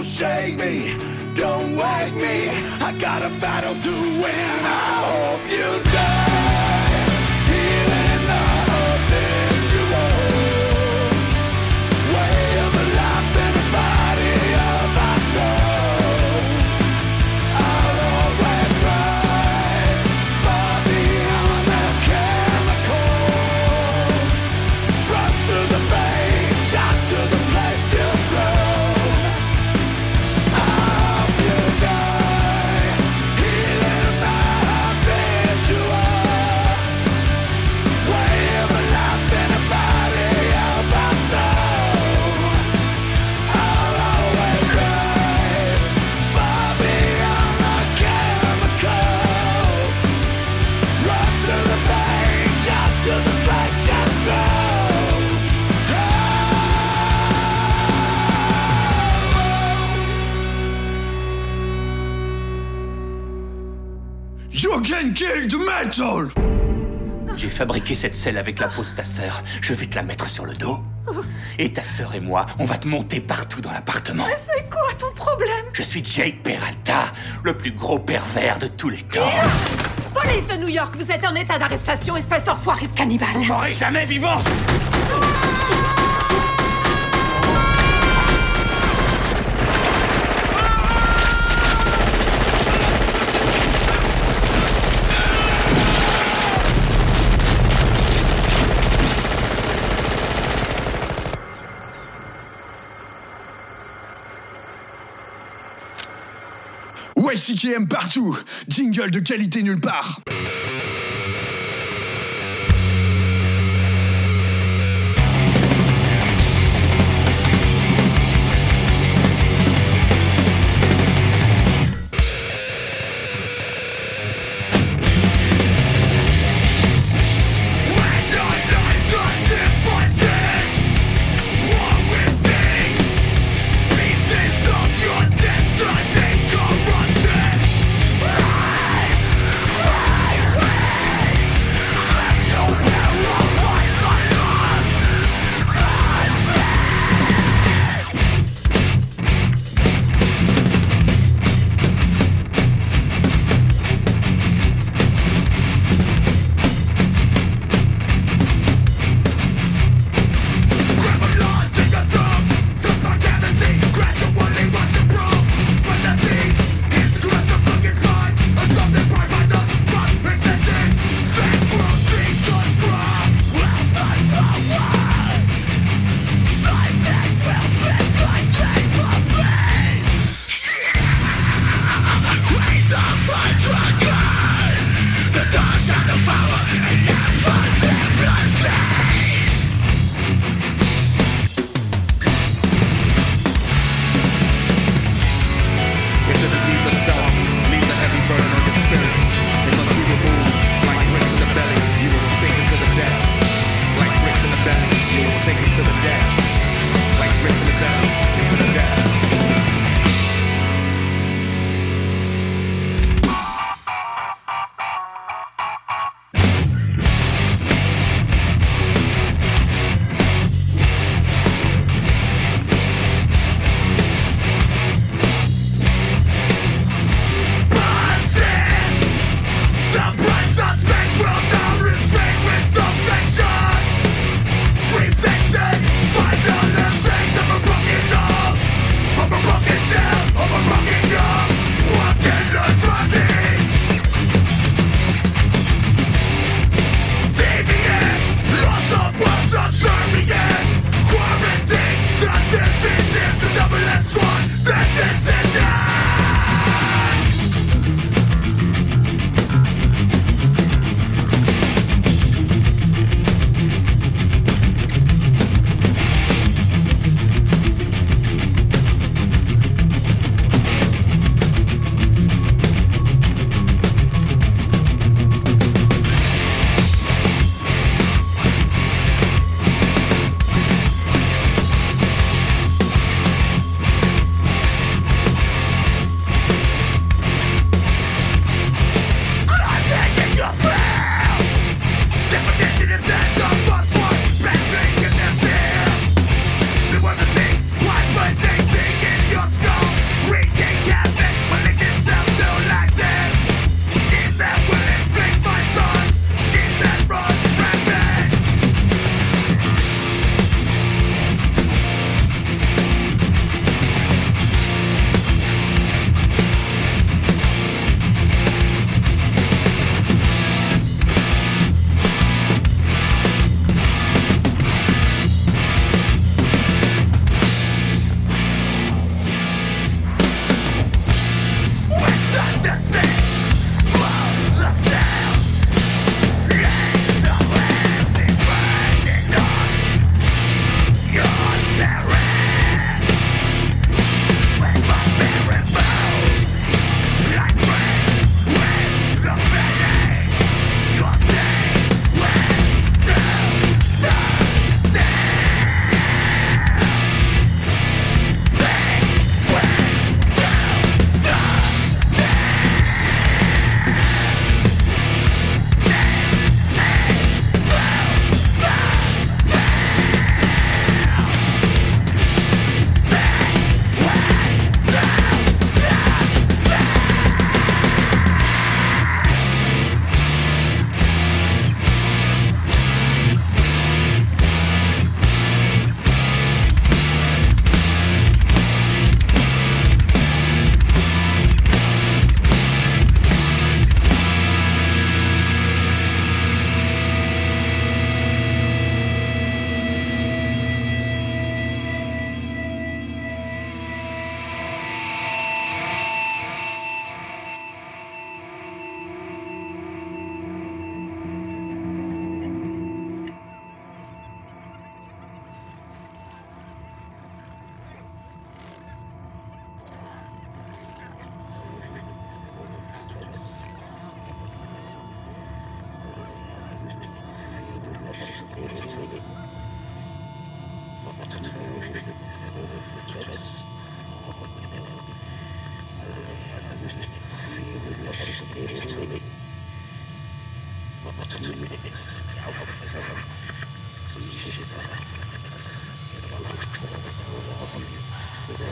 Don't shake me, don't wake me. I got a battle to win. I hope you die. Healing the habitual way of a life and a body of our soul. I'll always rise far beyond the chemicals. Run through the veins, shot to the place you've grown. I hope you die, healing the habitual way of a life and a body of our soul. I'll always rise far beyond the chemicals. Run through the veins, shot to the place you've grown. You can kill the metal! J'ai fabriqué cette selle avec la peau de ta sœur. Je vais te la mettre sur le dos. Et ta sœur et moi, on va te monter partout dans l'appartement. Mais c'est quoi ton problème? Je suis Jake Peralta, le plus gros pervers de tous les temps. Police de New York, vous êtes en état d'arrestation, espèce d'enfoiré de cannibale. Vous m'aurez jamais vivant! Ouais, C K M partout. Jingle de qualité nulle part. Pieces of your destiny corrupted. I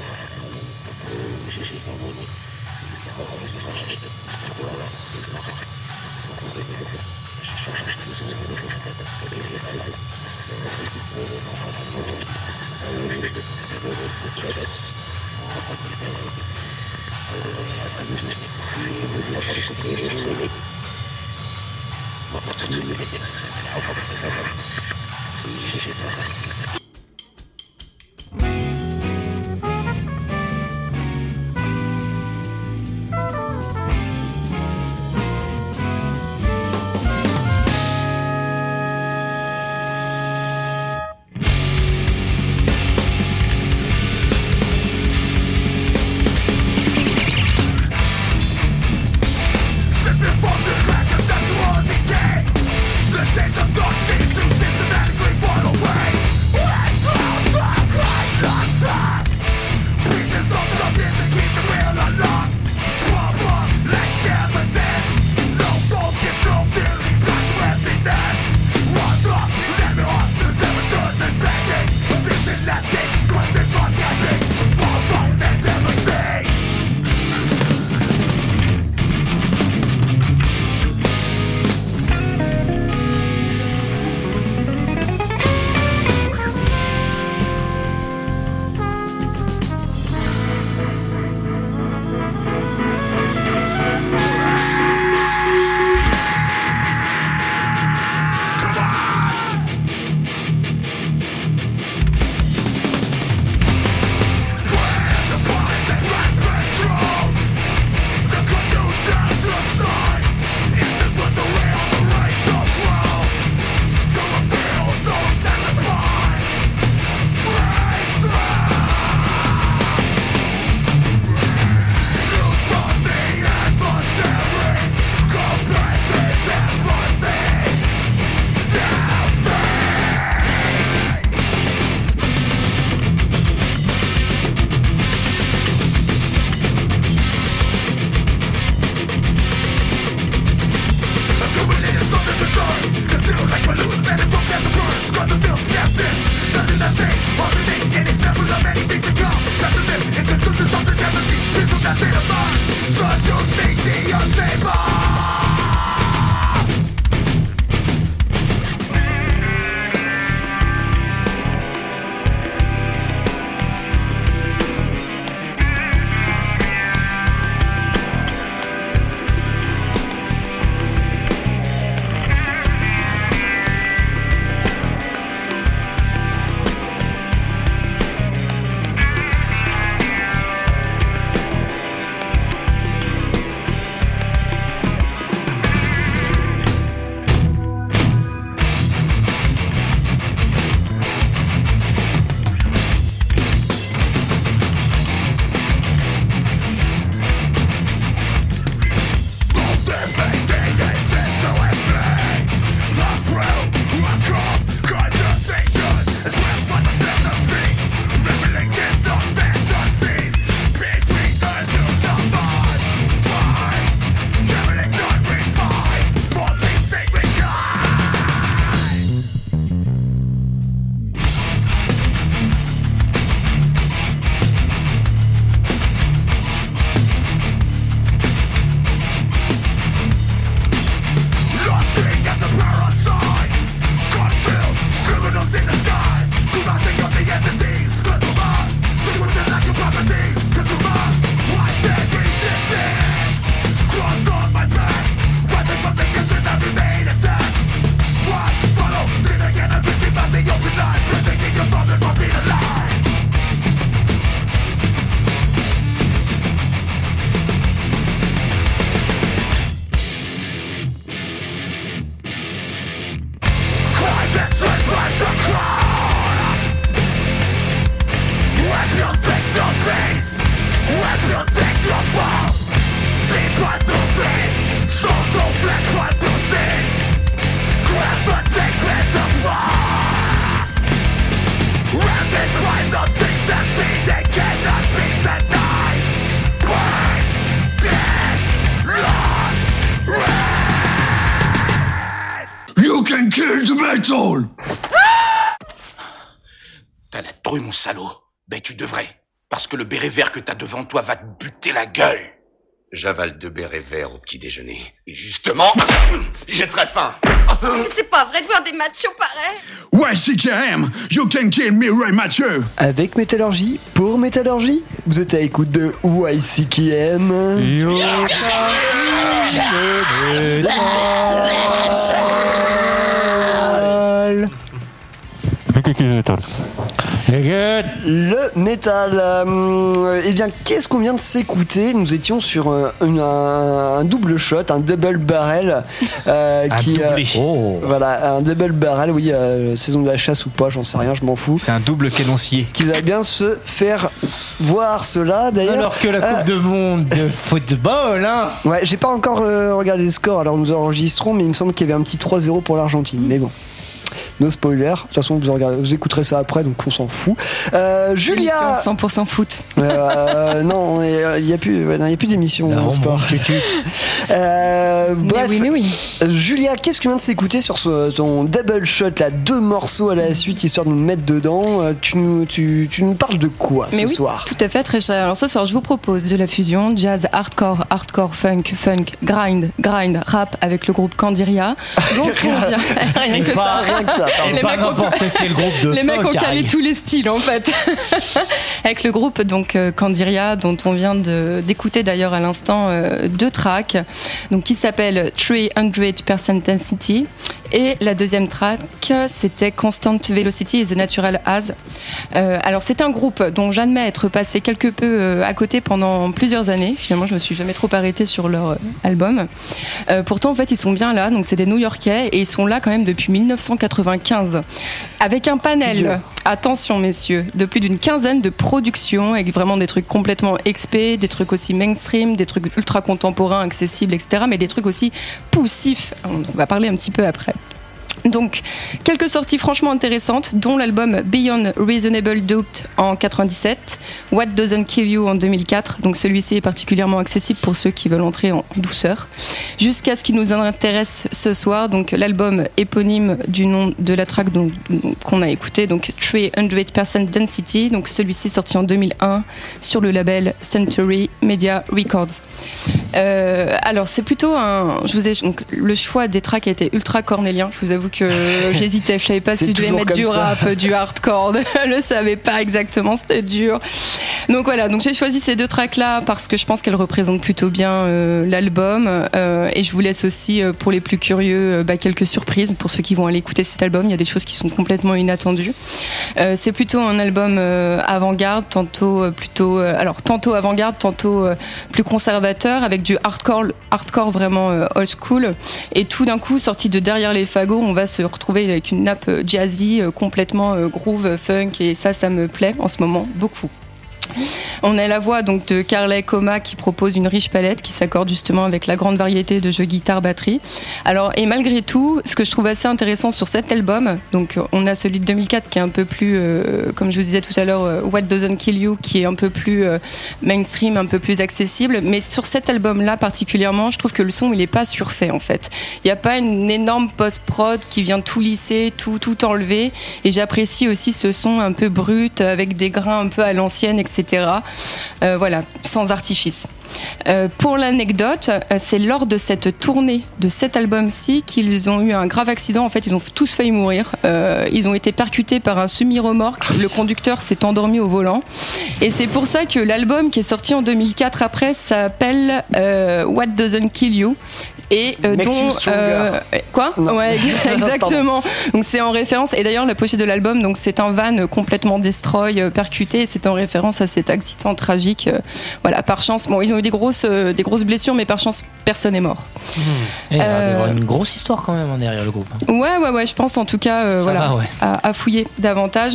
can kill the metal! T'as la trouille, mon salaud. Ben, tu devrais. Parce que le béret vert que t'as devant toi va te buter la gueule. J'avale deux bérets verts au petit déjeuner. Et justement, j'ai très faim. Mais c'est pas vrai de voir des machos pareils. Y C K M, you can kill me right mature. Avec Métallurgie, pour Métallurgie, vous êtes à l'écoute de Y C K M. Le métal. Euh, eh bien, qu'est-ce qu'on vient de s'écouter? Nous étions sur un, une- un- un double shot, un double barrel. euh, Un qui, doublé. euh, Voilà, un double barrel, oui, euh, saison de la chasse ou pas, j'en sais rien, je m'en fous. C'est un double canoncier. Qui va bien se faire voir cela d'ailleurs. Alors que la Coupe Euh, de Monde de football, hein. Ouais, j'ai pas encore euh, regardé les scores, alors nous enregistrons, mais il me semble qu'il y avait un petit trois zéro pour l'Argentine. Mais bon. No spoiler, de toute façon vous, regardez, vous écouterez ça après, donc on s'en fout. Euh, Julia Émission cent pour cent foot. euh, Non, il n'y a plus, ouais, non, il y a plus d'émission en sport. Euh, bref, oui, mais oui. Euh, Julia, qu'est-ce que vient de s'écouter sur ce- son double shot, là, deux morceaux à la suite, histoire de nous mettre dedans? Euh, tu, nous, tu, tu nous parles de quoi ce Mais oui, soir? tout à fait, très cher. Alors ce soir, je vous propose de la fusion jazz, hardcore, hardcore, funk, funk, grind, grind, rap avec le groupe Candiria. Donc on vient rien que ça. Rien que ça. Les Pas mecs ont n'importe quel groupe de Les mecs funk, ont calé Harry. tous les styles en fait. Avec le groupe donc euh, Candiria, dont on vient de- d'écouter d'ailleurs à l'instant euh, deux tracks, donc qui s'appellent trois cents percent Density, et la deuxième track c'était Constant Velocity et The Natural As. Euh, alors c'est un groupe dont j'admets être passé quelque peu euh, à côté pendant plusieurs années. Finalement je me suis jamais trop arrêtée sur leur euh, album. Euh, pourtant en fait ils sont bien là, donc c'est des New-Yorkais et ils sont là quand même depuis mille neuf cent quatre-vingt-quinze avec un panel, attention messieurs, de plus d'une quinzaine de productions avec vraiment des trucs complètement expé, des trucs aussi mainstream, des trucs ultra contemporains, accessibles, et cetera, mais des trucs aussi poussifs. On va parler un petit peu après. Donc, quelques sorties franchement intéressantes, dont l'album Beyond Reasonable Doubt en quatre-vingt-dix-sept, What Doesn't Kill You en deux mille quatre, donc celui-ci est particulièrement accessible pour ceux qui veulent entrer en douceur, jusqu'à ce qui nous intéresse ce soir, donc l'album éponyme du nom de la track dont- qu'on a écouté, donc trois cents percent Density, donc celui-ci sorti en deux mille un sur le label Century Media Records. Euh, alors, c'est plutôt un. Je vous ai, donc, le choix des tracks a été ultra cornélien. Je vous avoue que j'hésitais. Je savais pas C'est si je devais toujours mettre du comme ça. rap, du hardcore. Je le savais pas exactement. C'était dur. Donc voilà. Donc j'ai choisi ces deux tracks-là parce que je pense qu'elles représentent plutôt bien euh, l'album. Euh, et je vous laisse aussi, euh, pour les plus curieux, euh, bah, quelques surprises pour ceux qui vont aller écouter cet album. Il y a des choses qui sont complètement inattendues. Euh, c'est plutôt un album euh, avant-garde, tantôt euh, plutôt, euh, alors tantôt avant-garde, tantôt euh, plus conservateur, avec du hardcore, hardcore vraiment euh, old school. Et tout d'un coup, sorti de derrière les fagots, on va se retrouver avec une nappe euh, jazzy, euh, complètement euh, groove, euh, funk, et ça, ça me plaît en ce moment beaucoup. On a la voix donc de Carly Coma qui propose une riche palette qui s'accorde justement avec la grande variété de jeux guitare-batterie. Alors, et malgré tout, ce que je trouve assez intéressant sur cet album, donc on a celui de deux mille quatre qui est un peu plus, euh, comme je vous disais tout à l'heure, euh, What Doesn't Kill You, qui est un peu plus euh, mainstream, un peu plus accessible. Mais sur cet album-là particulièrement, je trouve que le son il est pas surfait en fait. Il n'y a pas une énorme post-prod qui vient tout lisser, tout tout enlever. Et j'apprécie aussi ce son un peu brut avec des grains un peu à l'ancienne, et cetera. Euh, voilà, sans artifice. Euh, pour l'anecdote, euh, c'est lors de cette tournée de cet album-ci qu'ils ont eu un grave accident. En fait, ils ont tous failli mourir. Euh, ils ont été percutés par un semi-remorque. Le conducteur s'est endormi au volant. Et c'est pour ça que l'album qui est sorti en deux mille quatre après s'appelle euh, What Doesn't Kill You. Et euh, Makes dont you stronger. euh, quoi Non. ouais exactement. Donc c'est en référence, et d'ailleurs la pochette de l'album, donc c'est un van complètement destroy, euh, percuté, et c'est en référence à cet accident tragique. euh, voilà, par chance, bon ils ont eu des grosses euh, des grosses blessures, mais par chance personne n'est mort. Mmh. Et il y a Euh, d'avoir une grosse histoire quand même hein, derrière le groupe. Ouais ouais ouais, je pense en tout cas euh, Ça voilà va, ouais. à, à fouiller davantage.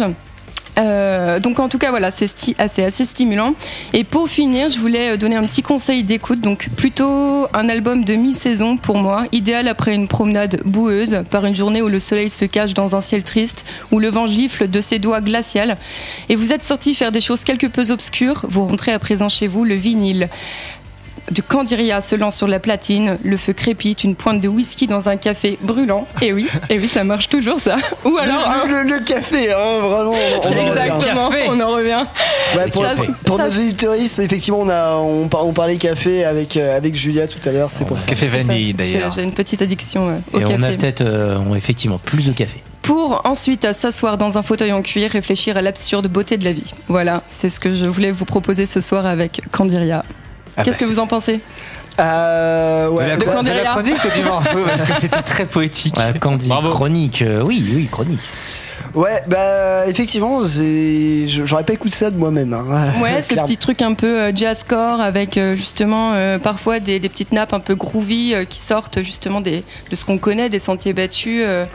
Euh, donc en tout cas voilà, c'est sti- assez, assez stimulant. Et pour finir, je voulais donner un petit conseil d'écoute. Donc plutôt un album de mi-saison pour moi, idéal après une promenade boueuse, par une journée où le soleil se cache dans un ciel triste, où le vent gifle de ses doigts glaciales, et vous êtes sorti faire des choses quelque peu obscures. Vous rentrez à présent chez vous, le vinyle. de Candiria se lance sur la platine, le feu crépite, une pointe de whisky dans un café brûlant. Et oui, et oui, ça marche toujours ça. Ou alors le, le, le café, hein, vraiment. On exactement, on en revient. Ouais, pour Ça, pour ça, nos auditeurs, effectivement, on a on, par- on parlait café avec euh, avec Julia tout à l'heure, c'est pour ça. Café vanille J'ai d'ailleurs. j'ai une petite addiction euh, au Et café. on a peut-être euh, on- effectivement plus de café. Pour ensuite euh, s'asseoir dans un fauteuil en cuir, réfléchir à l'absurde beauté de la vie. Voilà, c'est ce que je voulais vous proposer ce soir avec Candiria. Ah Qu'est-ce bah, que vous en pensez? Euh, ouais. De la, de de la Candiria. chronique ou du morceau parce que c'était très poétique. Ouais, quand on dit Bravo. chronique, euh, oui, oui, chronique. Ouais, bah effectivement, c'est- j'aurais pas écouté ça de moi-même. Hein. Ouais, ce Clairement. petit truc un peu euh, jazzcore avec euh, justement euh, parfois des, des petites nappes un peu groovy euh, qui sortent justement des, de ce qu'on connaît, des sentiers battus. Euh...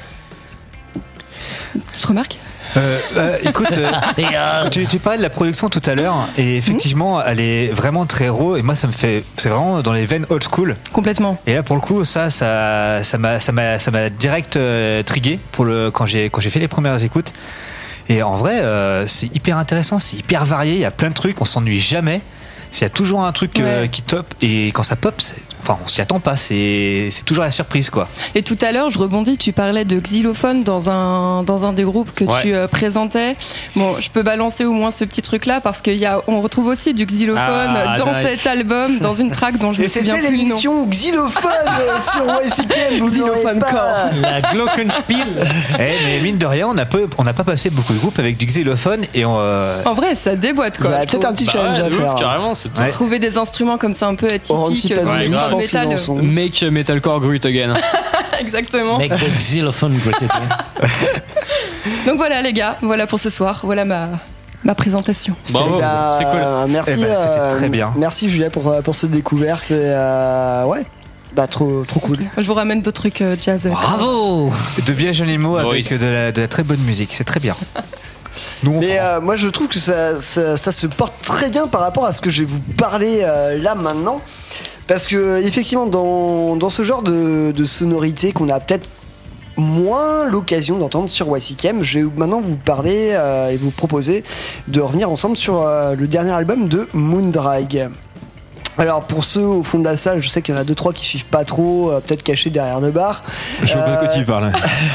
Petite remarque? Euh, euh, écoute, euh, Et, euh, tu, tu parlais de la production tout à l'heure et effectivement, elle est vraiment très raw et moi ça me fait, c'est vraiment dans les veines old school. Complètement. Et là pour le coup, ça, ça, ça m'a, ça m'a, ça m'a direct euh, trigué pour le quand j'ai quand j'ai fait les premières écoutes. Et en vrai, euh, c'est hyper intéressant, c'est hyper varié, il y a plein de trucs, on s'ennuie jamais. Il y a toujours un truc euh, Ouais. qui top et quand ça pop, c'est, enfin on s'y attend pas, c'est, c'est toujours la surprise quoi. Et tout à l'heure, je rebondis, tu parlais de xylophone dans un, dans un des groupes que Ouais. tu euh, présentais. Bon, je peux balancer au moins ce petit truc-là parce qu'on retrouve aussi du xylophone Ah, dans nice. cet album, dans une track dont je Et me souviens c'était plus le nom. l'émission Xylophone euh, sur Y C K, vous l'aurez Xylophone pas. Core. la Glockenspiel. Eh, mais mine de rien, on n'a pas, on n'a pas passé beaucoup de groupes avec du xylophone et on, euh, En vrai, ça déboîte Il y quoi. a je peut-être trouve. un petit Bah challenge ouais, à de ouf, faire. carrément, c'est Ouais. Trouver des instruments comme ça un peu Orange atypiques, Pazuzu, euh, je dans le pense qu'ils métal. en sont. Make Metalcore Great Again. Exactement. Make the xylophone great again. Donc voilà les gars, voilà pour ce soir, voilà ma, ma présentation. Bravo, Eh ben, c'est cool. euh, merci, Eh ben, c'était euh, très bien. Merci Julia pour, euh, pour cette découverte. Et, euh, ouais, bah trop, trop cool. Je vous ramène d'autres trucs euh, jazz. euh, Bravo. de bien jolis mots avec Boris. de la, de la très bonne musique, c'est très bien. Nous, on Mais prend. euh, moi je trouve que ça, ça, ça se porte très bien par rapport à ce que je vais vous parler euh, là maintenant. Parce que effectivement dans, dans ce genre de, de sonorité qu'on a peut-être moins l'occasion d'entendre sur Y C K M, je vais maintenant vous parler euh, et vous proposer de revenir ensemble sur euh, le dernier album de Moondrag. Alors pour ceux au fond de la salle, je sais qu'il y en a deux trois qui suivent pas trop, euh, peut-être cachés derrière le bar. Je vois pas de quoi Euh, tu parles.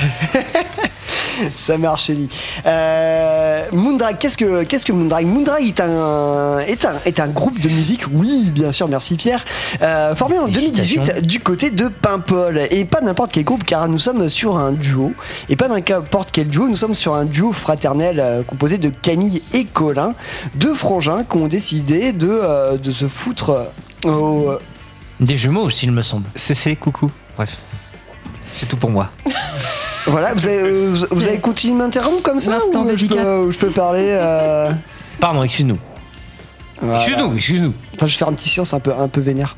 Ça marche, Ellie. Euh, Moondrag, qu'est-ce que, qu'est-ce que Moondrag Moondrag est un, est, un, est un groupe de musique, oui, bien sûr, merci Pierre, euh, formé en deux mille dix-huit du côté de Paimpol. Et pas n'importe quel groupe, car nous sommes sur un duo. Et pas n'importe quel duo, nous sommes sur un duo fraternel euh, composé de Camille et Colin, deux frangins qui ont décidé de, euh, de se foutre euh, au. Des jumeaux aussi, il me semble. C C, coucou. Bref, c'est tout pour moi. Voilà, vous avez, euh, vous, vous avez continué de m'interrompre comme ça L'instant ou je dédicace. peux, ou je peux parler euh... Pardon, excuse-nous. Voilà. Excuse-nous, excuse-nous. Attends, je vais faire un petit silence un peu, un peu vénère.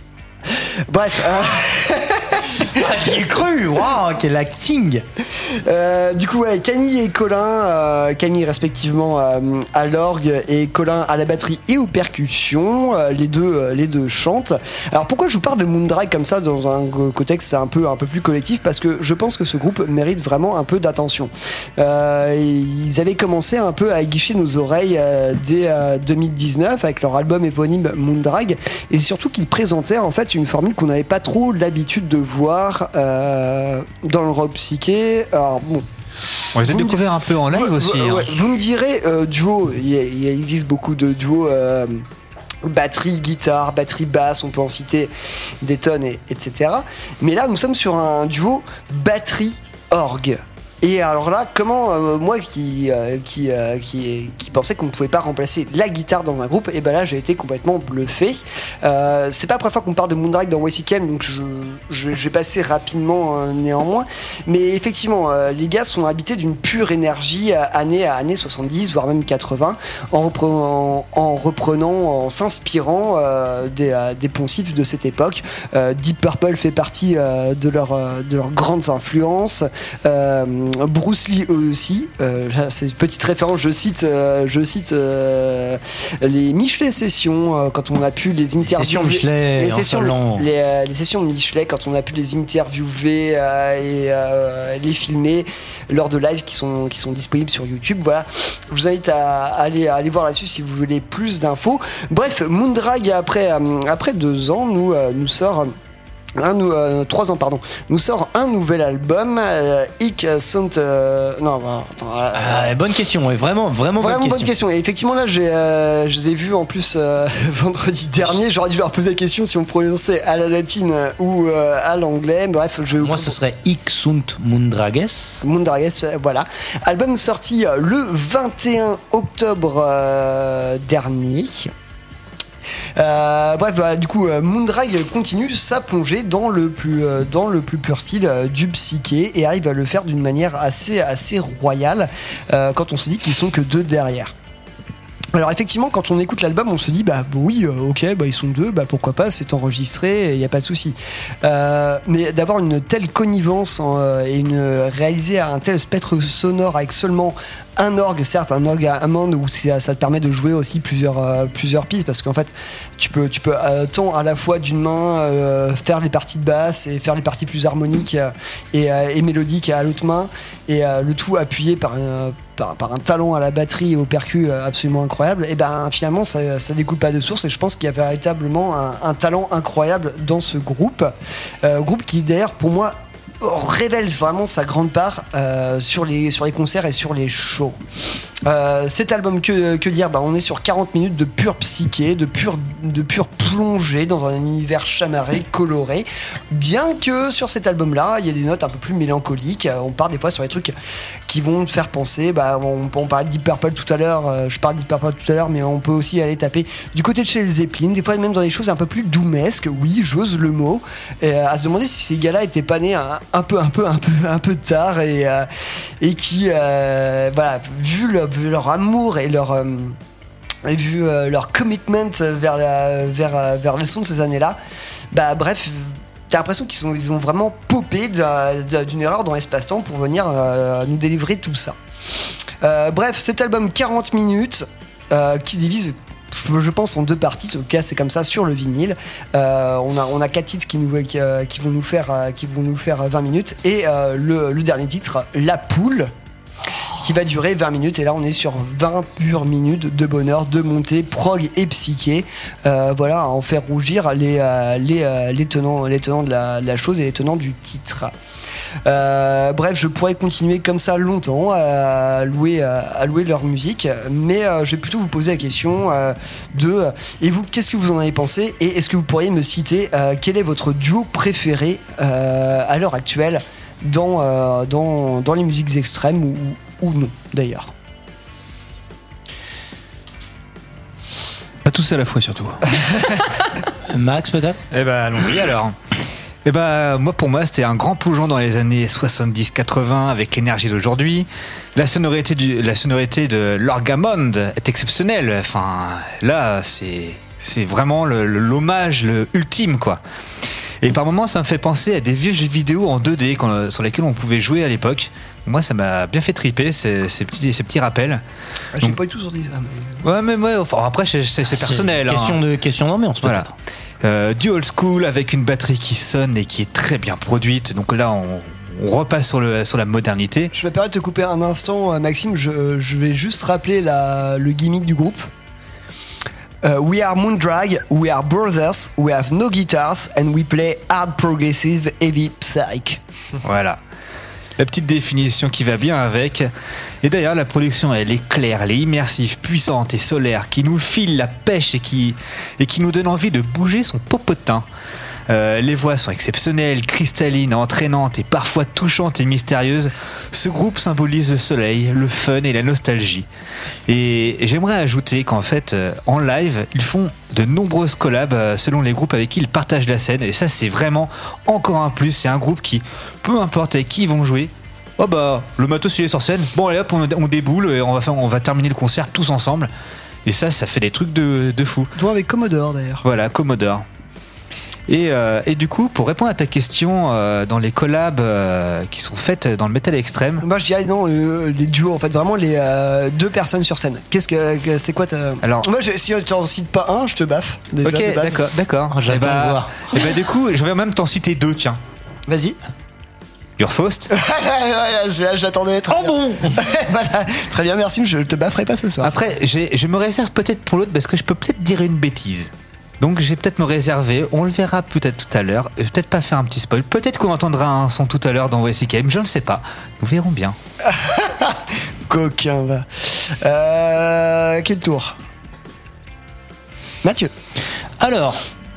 Bref, euh, Ah, j'y ai cru. Waouh, quel acting. euh, du coup, ouais, Camille et Colin, euh, Camille respectivement euh, à l'orgue et Colin à la batterie et aux percussions, euh, les deux, euh, les deux chantent. Alors pourquoi je vous parle de Moondrag comme ça dans un contexte un peu, un peu plus collectif? Parce que je pense que ce groupe mérite vraiment un peu d'attention. Euh, ils avaient commencé un peu à aiguicher nos oreilles euh, dès euh, deux mille dix-neuf avec leur album éponyme Moondrag, et surtout qu'ils présentaient en fait une formule qu'on n'avait pas trop l'habitude de voir euh, dans le rock psyché. Alors bon, On les a Vous me découverts un peu en live vous, aussi. vous- hein. ouais, vous me direz, euh, duo, il y a- il existe beaucoup de duos. euh, batterie, guitare, batterie basse, on peut en citer des tonnes, et, etc. Mais là, nous sommes sur un duo batterie-orgue. Et alors là, comment euh, moi qui, euh, qui, euh, qui, qui pensais qu'on ne pouvait pas remplacer la guitare dans un groupe, et ben là j'ai été complètement bluffé. Euh, c'est pas la première fois qu'on parle de Moondrag dans Y C K M, donc je, je, je vais passer rapidement euh, néanmoins. Mais effectivement, euh, les gars sont habités d'une pure énergie euh, année à année soixante-dix, voire même quatre-vingts, en reprenant, en, reprenant, en s'inspirant euh, des, euh, des poncifs de cette époque. Euh, Deep Purple fait partie euh, de, leur, euh, de leurs grandes influences. Euh, Bruce Lee aussi. Euh, là, c'est une petite référence. Je cite, euh, je cite euh, les Michelet sessions euh, quand on a pu les interviewer. sessions Michelet, les sessions, insolent. les, euh, les sessions Michelet quand on a pu les interviewer euh, et euh, les filmer lors de lives qui sont qui sont disponibles sur YouTube. Voilà. Je vous invite à, à aller à aller voir là-dessus si vous voulez plus d'infos. Bref, Moondrag après euh, après deux ans nous euh, nous sort. Un, euh, trois ans pardon nous sort un nouvel album euh, Ik sont euh, non attends, euh, Ah, bonne question, ouais, vraiment, vraiment, vraiment bonne, bonne question. question. Et effectivement là j'ai euh, je les ai vus en plus euh, vendredi dernier. J'aurais dû leur poser la question si on prononçait à la latine ou euh, à l'anglais. Bref, je Moi, ce serait Ik sunt Moondrages. Moondrages, euh, voilà. Album sorti euh, le vingt et un octobre euh, dernier. Euh, bref, voilà, du coup, euh, Moondrag continue sa plongée dans le plus, euh, dans le plus pur style euh, du psyché et arrive à le faire d'une manière assez, assez royale euh, quand on se dit qu'ils sont que deux derrière. Alors effectivement, quand on écoute l'album, on se dit bah oui, euh, ok, bah ils sont deux, bah pourquoi pas, c'est enregistré, il y a pas de souci. Euh, mais d'avoir une telle connivence en, euh, et une réaliser à un tel spectre sonore avec seulement un orgue, certes un orgue à Hammond où ça, ça te permet de jouer aussi plusieurs euh, plusieurs pistes parce qu'en fait tu peux tu peux euh, tant à la fois d'une main euh, faire les parties de basse et faire les parties plus harmoniques euh, et, euh, et mélodiques à l'autre main et euh, le tout appuyé par un Par, par un talent à la batterie et au percu absolument incroyable, et ben finalement ça, ça découle pas de source et je pense qu'il y a véritablement un, un talent incroyable dans ce groupe, euh, groupe qui d'ailleurs pour moi révèle vraiment sa grande part euh, sur, les, sur les concerts et sur les shows. Euh, cet album, que, que dire bah, on est sur quarante minutes de pure psyché, de pure, de pure plongée dans un univers chamarré, coloré. Bien que sur cet album-là, il y a des notes un peu plus mélancoliques. On part des fois sur des trucs qui vont te faire penser. Bah, on, on parlait de Deep Purple tout à l'heure. Euh, je parle de Deep Purple tout à l'heure, mais on peut aussi aller taper du côté de chez les Zeppelin. Des fois, même dans des choses un peu plus doumesques. Oui, j'ose le mot. Et, euh, à se demander si ces gars-là étaient pas nés un, un peu, un peu, un peu, un peu tard et, euh, et qui, euh, voilà, vu le vu leur amour et leur euh, et vu euh, leur commitment vers la, vers euh, vers le son de ces années-là, bah bref, t'as l'impression qu'ils sont ils ont vraiment popé d'une erreur dans l'espace-temps pour venir euh, nous délivrer tout ça. Euh, bref, cet album quarante minutes euh, qui se divise, je pense, en deux parties. En tout cas, c'est comme ça sur le vinyle. Euh, on a on a quatre titres qui nous qui, euh, qui vont nous faire euh, qui vont nous faire vingt minutes et euh, le, le dernier titre, La Poule, qui va durer vingt minutes. Et là, on est sur vingt pures minutes de bonheur, de montée, prog et psyché. Euh, voilà, à en faire rougir les, euh, les, euh, les, tenants, les tenants de la, de la chose et les tenants du titre. Euh, bref, je pourrais continuer comme ça longtemps à louer, à louer leur musique, mais euh, je vais plutôt vous poser la question euh, de et vous, qu'est-ce que vous en avez pensé et est-ce que vous pourriez me citer euh, quel est votre duo préféré euh, à l'heure actuelle dans, euh, dans, dans les musiques extrêmes ou, ou non d'ailleurs. Pas tous à la fois surtout. Max peut-être. Eh ben allons-y alors. Eh ben moi pour moi c'était un grand plongeon dans les années soixante-dix quatre-vingts avec l'énergie d'aujourd'hui. La sonorité du la sonorité de l'Orgamond est exceptionnelle. Enfin là c'est c'est vraiment le, le l'hommage le ultime quoi. Et par moments, ça me fait penser à des vieux jeux vidéo en deux D quand, sur lesquels on pouvait jouer à l'époque. Moi, ça m'a bien fait triper ces, ces, petits, ces petits rappels. Ah, j'ai Donc, pas du tout sorti ça. Mais... Ouais, mais ouais, enfin, après, c'est, c'est, c'est personnel. Question, hein. de, question d'ambiance, peut-être. Voilà. Euh, du old school avec une batterie qui sonne et qui est très bien produite. Donc là, on, on repasse sur, le, sur la modernité. Je me permets de te couper un instant, Maxime. Je, je vais juste rappeler la, le gimmick du groupe. Uh, we are Moondrag, we are brothers, we have no guitars and we play hard progressive heavy psych. Voilà. La petite définition qui va bien avec. Et d'ailleurs, la production, elle est claire, elle est immersive, puissante et solaire, qui nous file la pêche et qui, et qui nous donne envie de bouger son popotin. Euh, les voix sont exceptionnelles, cristallines, entraînantes et parfois touchantes et mystérieuses. Ce groupe symbolise le soleil, le fun et la nostalgie. Et j'aimerais ajouter qu'en fait, euh, en live, ils font de nombreuses collabs euh, selon les groupes avec qui ils partagent la scène. Et ça, c'est vraiment encore un plus. C'est un groupe qui, peu importe avec qui ils vont jouer, oh bah, le matos il est sur scène. Bon, allez hop, on, on déboule et on va, faire, on va terminer le concert tous ensemble. Et ça, ça fait des trucs de, de fou. Toi avec Commodore d'ailleurs. Voilà, Commodore. Et, euh, et du coup, pour répondre à ta question, euh, dans les collabs euh, qui sont faites dans le métal extrême, Moi je dirais non, euh, les duos en fait, vraiment les euh, deux personnes sur scène. Qu'est-ce que, que- c'est quoi ta. Alors- moi je, si tu en cites pas un, je te baffe. Déjà, ok, de base. d'accord, d'accord. J'attends Et bah, de voir. et bah, du coup, je vais même t'en citer deux, tiens. Vas-y. Urfaust. Voilà, je- j'attendais. très Oh bien. bon Voilà, très bien, merci, je te bafferai pas ce soir. Après, j'ai- je me réserve peut-être pour l'autre parce que je peux peut-être dire une bêtise. Donc je vais peut-être me réserver, on le verra peut-être tout à l'heure, et peut-être pas faire un petit spoil, peut-être qu'on entendra un son tout à l'heure dans W C K M, je ne sais pas, nous verrons bien. Coquin va. Euh, quel tour Mathieu. Alors.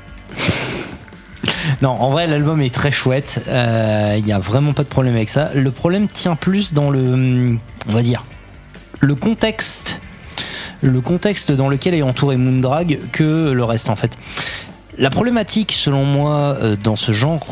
Non, en vrai, l'album est très chouette. Il n'y a vraiment pas de problème avec ça. Le problème tient plus dans le. On va dire. Le contexte. Le contexte dans lequel est entouré Moondrag que le reste, en fait. La problématique, selon moi, euh, dans ce genre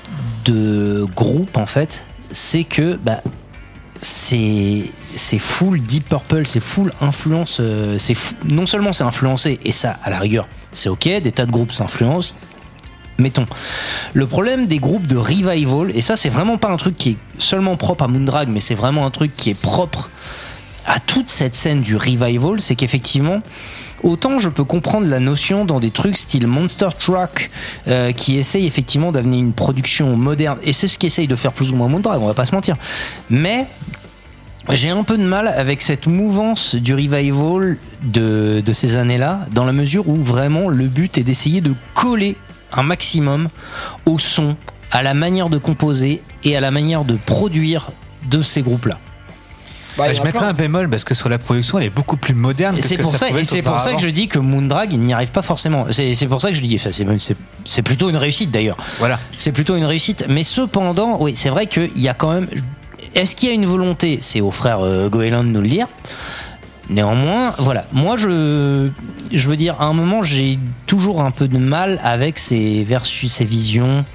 de groupe, en fait, c'est que. Bah, c'est c'est full Deep Purple, c'est full influence, euh, c'est fou- non seulement c'est influencé, et ça à la rigueur c'est ok, des tas de groupes s'influencent, mettons. Le problème des groupes de revival, et ça c'est vraiment pas un truc qui est seulement propre à Moondrag, mais c'est vraiment un truc qui est propre à toute cette scène du revival, c'est qu'effectivement, autant je peux comprendre la notion dans des trucs style Monster Truck euh, qui essayent effectivement d'amener une production moderne, et c'est ce qu'essaye de faire plus ou moins Moondrag, on va pas se mentir, mais j'ai un peu de mal avec cette mouvance du revival de, de ces années-là, dans la mesure où vraiment le but est d'essayer de coller un maximum au son, à la manière de composer et à la manière de produire de ces groupes-là. Bah, je mettrais un bémol parce que sur la production elle est beaucoup plus moderne Et que c'est ce que pour ça ça, pouvait et être c'est pour ça que je dis que Moondrag il n'y arrive pas forcément. C'est, c'est pour ça que je dis, enfin, c'est, même- c'est, c'est plutôt une réussite d'ailleurs. Voilà. C'est plutôt une réussite. Mais cependant, oui, c'est vrai qu'il y a quand même. Est-ce qu'il y a une volonté? C'est au frère euh, Goéland de nous le dire. Néanmoins, voilà. Moi, je, je veux dire, à un moment, j'ai toujours un peu de mal avec ces versus, ces visions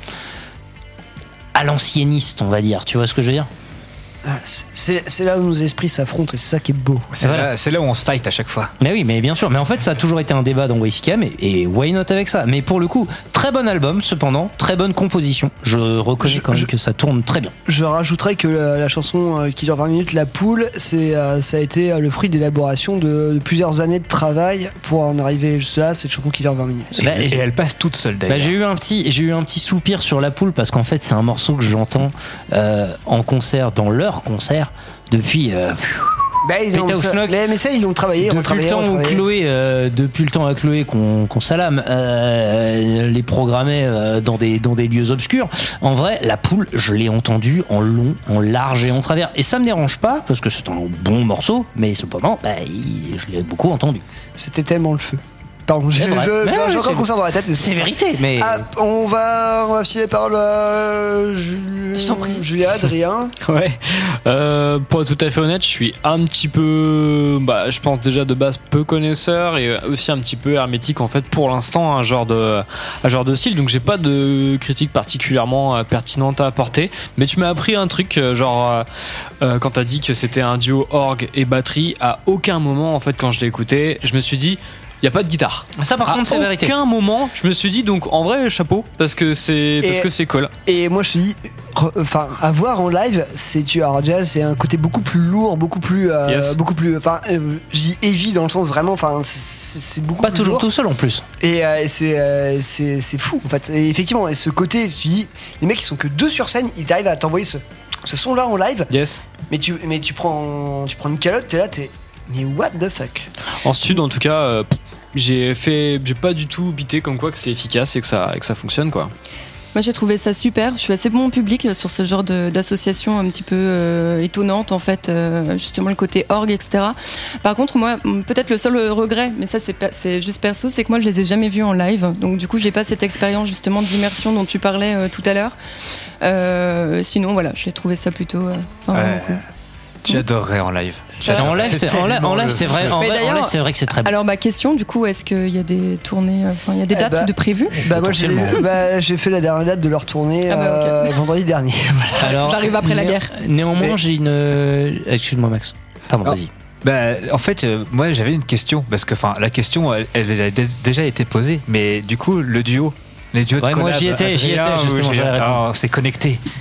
à l'ancienniste, on va dire. Tu vois ce que je veux dire? Ah, c'est, c'est là où nos esprits s'affrontent et c'est ça qui est beau. C'est, Voilà. là, c'est là où on se fight à chaque fois. Mais oui, mais bien sûr. Mais en fait, ça a toujours été un débat dans W C K M et, et why not avec ça. Mais pour le coup, très bon album, cependant, très bonne composition. Je reconnais Je- quand même je- que ça tourne très bien. Je rajouterais que la, la chanson euh, qui dure vingt minutes, La Poule, c'est, euh, ça a été euh, le fruit d'élaboration de, de plusieurs années de travail pour en arriver jusque là, cette chanson qui dure vingt minutes. Et, Bah, et j'ai- elle passe toute seule d'ailleurs. Bah, j'ai eu un petit, j'ai eu un petit soupir sur La Poule parce qu'en fait, c'est un morceau que j'entends euh, en concert, dans leur concert, depuis. Euh, Bah, ils ont, Péta ou ça- schnock. mais, mais ça, ils l'ont travaillé, Depuis retravaillé, le temps où retravaillé. Chloé, euh, depuis le temps à Chloé qu'on qu'on salame, euh, les programmait euh, dans des dans des lieux obscurs. En vrai, La Poule, je l'ai entendu en long, en large et en travers, et ça me dérange pas parce que c'est un bon morceau, mais cependant, bah, il- je l'ai beaucoup entendu. C'était tellement le feu. Pardon, j'ai, C'est vrai. je, Mais j'ai- ouais, j'ai encore c'est- le concert dans la tête. Mais c'est ça. vérité, mais- Ah, on va, on va filer la parole à Ju- Je t'en prie. Julia, Adrien. Ouais. Euh, pour être tout à fait honnête, je suis un petit peu, bah, je pense déjà de base peu connaisseur et aussi un petit peu hermétique en fait pour l'instant à un genre de, un genre de style. Donc j'ai pas de critique particulièrement euh, pertinente à apporter. Mais tu m'as appris un truc euh, genre euh, euh, quand t'as dit que c'était un duo orgue et batterie. À aucun moment en fait quand je l'ai écouté, je me suis dit. Il n'y a pas de guitare. Ça, par à contre, c'est vérité. aucun moment, je me suis dit, donc en vrai, chapeau, parce que c'est, parce Et- que c'est cool. Et moi, je te dis, re- enfin, à voir en live, c'est tu as jazz, c'est un côté beaucoup plus lourd, beaucoup plus, euh, Yes. beaucoup plus, enfin, euh, je dis heavy dans le sens vraiment, enfin, c'est, c'est beaucoup Pas plus toujours lourd. tout seul en plus. Et euh, c'est, euh, c'est, c'est fou en fait. Et effectivement, et ce côté, tu dis, les mecs ils sont que deux sur scène, ils arrivent à t'envoyer ce, ce son là en live. Yes. Mais tu, mais tu prends, tu prends une calotte, t'es là, t'es, mais what the fuck. En stud, en tout cas, euh, pff, j'ai fait, j'ai pas du tout bité comme quoi que c'est efficace et que ça, et que ça fonctionne quoi. Moi j'ai trouvé ça super, je suis assez bon public sur ce genre de- d'association un petit peu euh, étonnante en fait, euh, justement le côté orgue, et cetera. Par contre moi, peut-être le seul regret, mais ça c'est, per- c'est juste perso, c'est que moi je les ai jamais vus en live, donc du coup j'ai pas cette expérience justement d'immersion dont tu parlais euh, tout à l'heure. Euh, sinon voilà, j'ai trouvé ça plutôt euh, enfin, vraiment Ouais. cool. Tu adorerais en live. Tu Euh, adorerais. En live, c'est, en live, en live, c'est vrai. En Mais vrai, en d'ailleurs- live, c'est vrai que c'est très bon. Alors ma question du coup, est-ce qu'il y a des tournées, euh, enfin il y a des Eh dates bah- de prévues? Bah moi j'ai, Potentiellement. bah, j'ai fait la dernière date de leur tournée Ah bah, ok. euh, vendredi dernier. Voilà. Alors, J'arrive après la néan- guerre. Néanmoins, Mais- j'ai une. euh, Excuse-moi, Max. Pardon, Ah. vas-y. Bah, en fait, euh, moi j'avais une question parce que enfin la question elle, elle a dé- déjà été posée, mais du coup le duo Les duos de Ouais, moi, collab, j'y étais, j'y Adrien, étais, justement, ou- j'allais répondre. Oh, c'est connecté. Bah,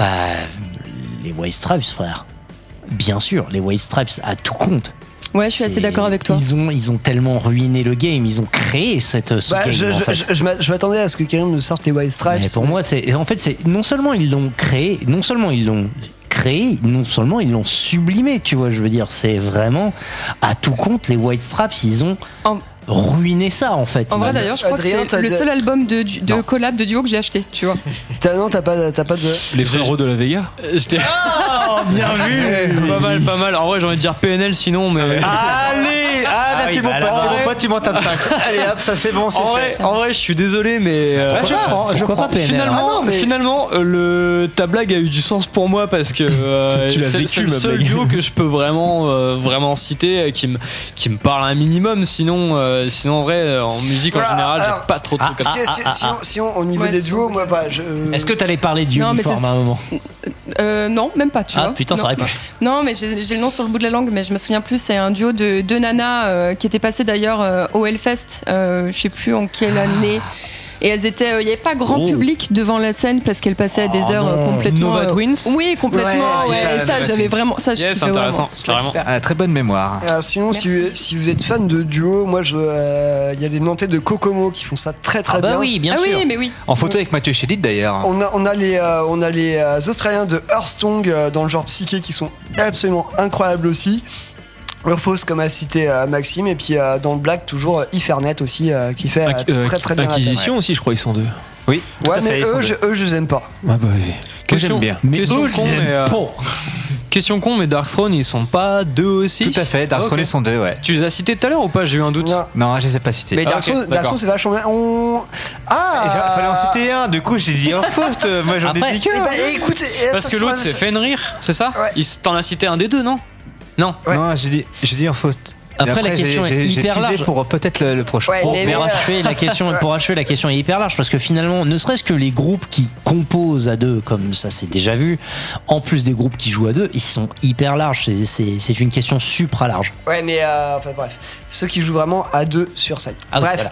les White Stripes, frère. Bien sûr, les White Stripes à tout compte. Ouais, je suis assez C'est- d'accord avec toi. Ils ont, ils ont tellement ruiné le game, ils ont créé cette, ce Bah, game. je en je- fait. je- je m'a- je m'attendais à ce que Karim nous sorte les White Stripes. Mais pour moi, c'est en fait, c'est non seulement ils l'ont créé, non seulement ils l'ont créé, non seulement ils l'ont sublimé. Tu vois, je veux dire, c'est vraiment à tout compte les White Stripes, ils ont En- ruiné ça en fait. En vrai, Ils- d'ailleurs, je crois Adrien, que t'as c'est le de- seul album de, du- de collab de duo que j'ai acheté, tu vois. T'as, non, t'as pas, t'as pas de. Les frérots de la Vega. Euh, J'étais. Oh, bien vu. Pas mal, pas mal. En vrai, j'ai envie de dire P N L sinon, mais. Allez, ah, là, oui, tu bah, m'en là, pas, tu ouais. m'en pas, tu m'en tapes cinq. Allez, hop, ça c'est bon, c'est En fait. vrai, en vrai, je suis désolé, mais euh, Ouais, je prends, je pourquoi prends. pas P N L, finalement, Ah non, mais- finalement, euh, le ta blague a eu du sens pour moi parce que euh, Tu l'as c'est vécu, c'est le ma seul blague. duo que je peux vraiment, euh, vraiment citer, euh, qui me, qui me parle un minimum. Sinon, euh, sinon en vrai, euh, en musique Voilà, en général, alors- j'ai pas trop de trucs Si, comme ça. si- si- si on, si on- au niveau Ouais, des si duos, on- moi, bah, je. Est-ce que t'allais parler du Non, mais uniforme c'est- à un moment? Euh, non, même pas, tu Ah vois. putain, ça non. aurait pu. Non, mais j'ai j'ai le nom sur le bout de la langue, mais je me souviens plus. C'est un duo de deux nanas euh, qui était passé d'ailleurs euh, au Hellfest, euh, je sais plus en quelle année. Et elles étaient, il n'y avait pas grand Oh. public devant la scène parce qu'elles passaient à des Oh heures euh, non. complètement. Nova euh, Twins Oui, complètement. Ouais, Ouais, c'est ça, et ça, Nova j'avais Twins. vraiment. Ça, je Yes, kiffais intéressant, vraiment. Je trouvais carrément. super. Ah, très bonne mémoire. Alors, sinon, si, Merci. si vous êtes fan de duo, moi, je, euh, il y a des Nantais de Kokomo qui font ça très très Ah bah bien. oui, bien Ah sûr. oui, mais oui. En photo avec Mathieu Chédid d'ailleurs. On a, on a les, euh, on a les euh, Australiens de Hearthstone euh, dans le genre psyché qui sont absolument incroyables aussi. Urfos, comme a cité euh, Maxime, et puis euh, dans le black, toujours euh, Ifernet aussi, euh, qui fait euh, Inqui- euh, très très bien. la Inquisition aussi, je crois, ils sont deux. Oui, tout Ouais, à fait. mais ils sont eux deux. je, eux, je les aime pas. Ah bah oui. Moi, Question- j'aime bien. Mais Question eux, con, je les mais, euh, aime pas. Question con, mais Darkthrone, ils sont pas deux aussi. Tout à fait, Dark Throne Ok. ils sont deux, ouais. Tu les as cités tout à l'heure ou pas? J'ai eu un doute. Non. Non, je les ai pas cités. Mais Ah, Dark ok, Souls, Dark d'accord. Souls, c'est vachement bien. On... Ah Il fallait en citer un, du coup j'ai dit en faust, moi j'en ai Après- dit qu'un. Eh ben, écoute, eh, Parce ça que sera- l'autre c'est Fenrir, c'est ça? Ouais. Il T'en as cité un des deux, non? Non. Ouais. Non, j'ai dit, j'ai dit en faust. Et Après, la j'ai- question est j'ai- j'ai hyper teasé large. pour euh, peut-être le, le prochain. Ouais, Pour, mais- pour mais, achever la question, pour achever la question est hyper large parce que finalement, ne serait-ce que les groupes qui composent à deux, comme ça c'est déjà vu, en plus des groupes qui jouent à deux, ils sont hyper larges. C'est- C'est c'est une question supra large. Ouais, mais euh, enfin bref, ceux qui jouent vraiment à deux sur scène. Ah oui, bref,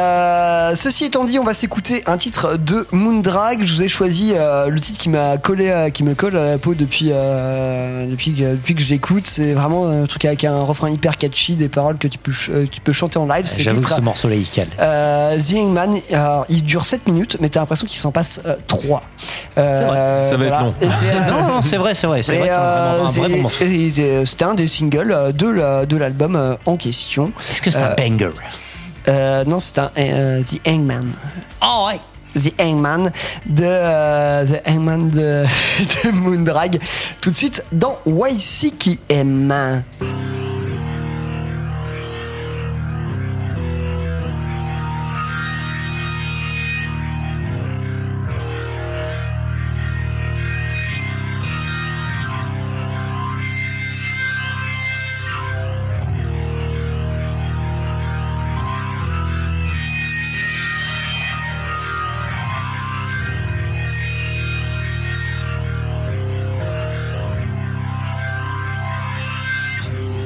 euh, ceci étant dit, on va s'écouter un titre de Moondrag. Je vous ai choisi euh, le titre qui m'a collé, à- qui me colle à la peau depuis euh, depuis que, depuis que je l'écoute. C'est vraiment un truc avec un refrain hyper catchy, des paroles que tu peux ch- euh, tu peux chanter en live. C'est le J'avoue que titre, ce morceau-là il cale. euh, The Hangman. Alors, il dure sept minutes, mais t'as l'impression qu'il s'en passe euh, trois. Euh, C'est vrai. Ça va être long. Et c'est, euh, Non, non, c'est vrai, c'est vrai, c'est et, vrai que c'est un, euh, vraiment- un vrai c'est- bon morceau. et- et C'était un des singles euh, de la- de l'album euh, en question. Est-ce que c'est Euh, un banger? Euh, non, c'est un euh, The Hangman. Oh ouais. The Hangman de euh, The Hangman de, de Moondrag. Tout de suite dans Y C qui aime. To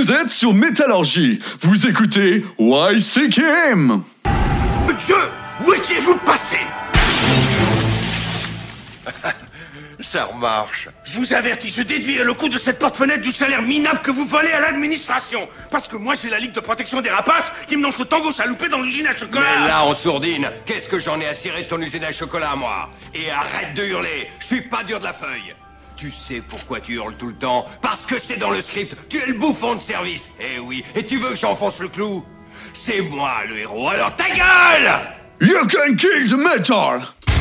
Vous êtes sur Métallurgie. Vous écoutez Y C K M. Dieu, où étiez-vous passé? Ça remarche. Je vous avertis, je déduirai le coût de cette porte-fenêtre du salaire minable que vous volez à l'administration. Parce que moi, j'ai la Ligue de protection des rapaces qui me lance le tango chaloupé dans l'usine à chocolat. Mais là, en sourdine, qu'est-ce que j'en ai à cirer de ton usine à chocolat, moi? Et arrête de hurler, je suis pas dur de la feuille. Tu sais pourquoi tu hurles tout le temps? Parce que c'est dans le script, tu es le bouffon de service. Eh oui, et tu veux que j'enfonce le clou? C'est moi le héros, alors ta gueule! You can kill the metal.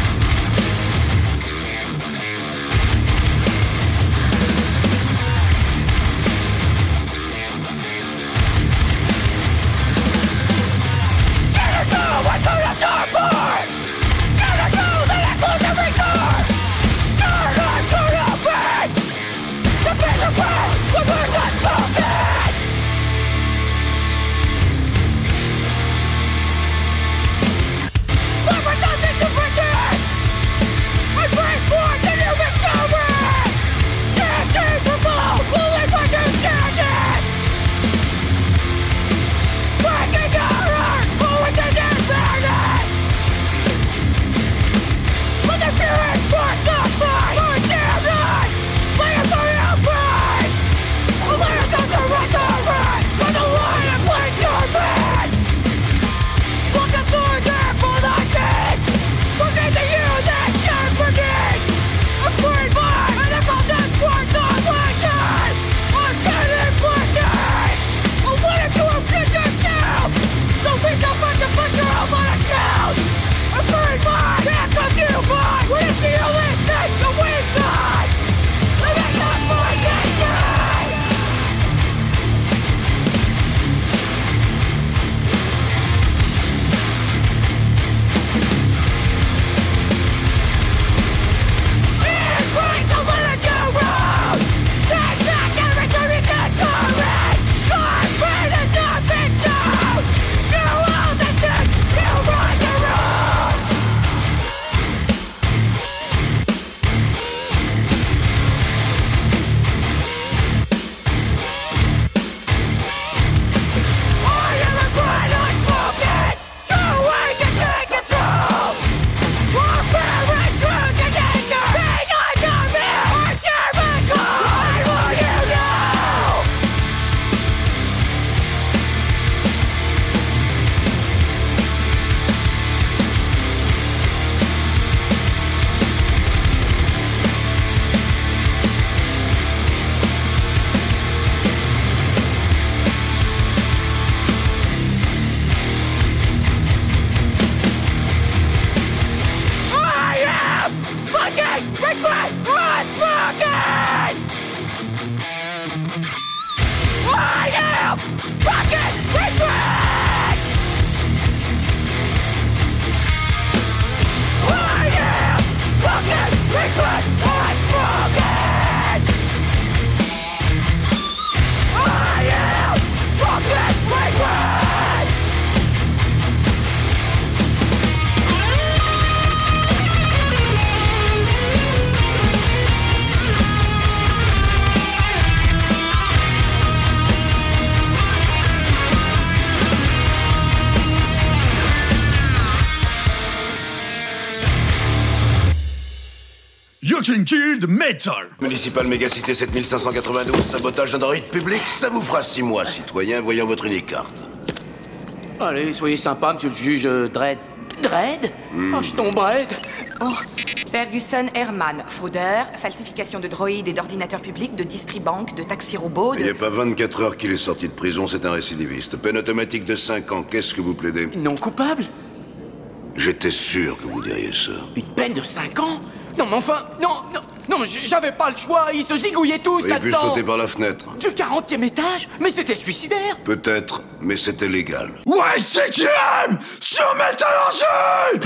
You can kill the metal. Municipal Mégacité sept mille cinq cent quatre-vingt-douze, sabotage d'un droïde public, ça vous fera six mois, citoyen, voyant votre unicarte. Allez, soyez sympa, monsieur le juge euh, Dredd. Dredd Mm. Oh, je tomberai. Oh. Ferguson Herman, fraudeur, falsification de droïdes et d'ordinateurs publics, de distribank, de taxi robot, Il n'y de... a pas vingt-quatre heures qu'il est sorti de prison, c'est un récidiviste. Peine automatique de cinq ans, qu'est-ce que vous plaidez? Non coupable? J'étais sûr que vous diriez ça. Une peine de cinq ans? Non mais enfin, non, non, non mais j- j'avais pas le choix, ils se zigouillaient tous Vous auriez pu là-dedans. sauter par la fenêtre. Du quarantième étage? Mais c'était suicidaire. Peut-être, mais c'était légal. Y C K M sur Métallurgie.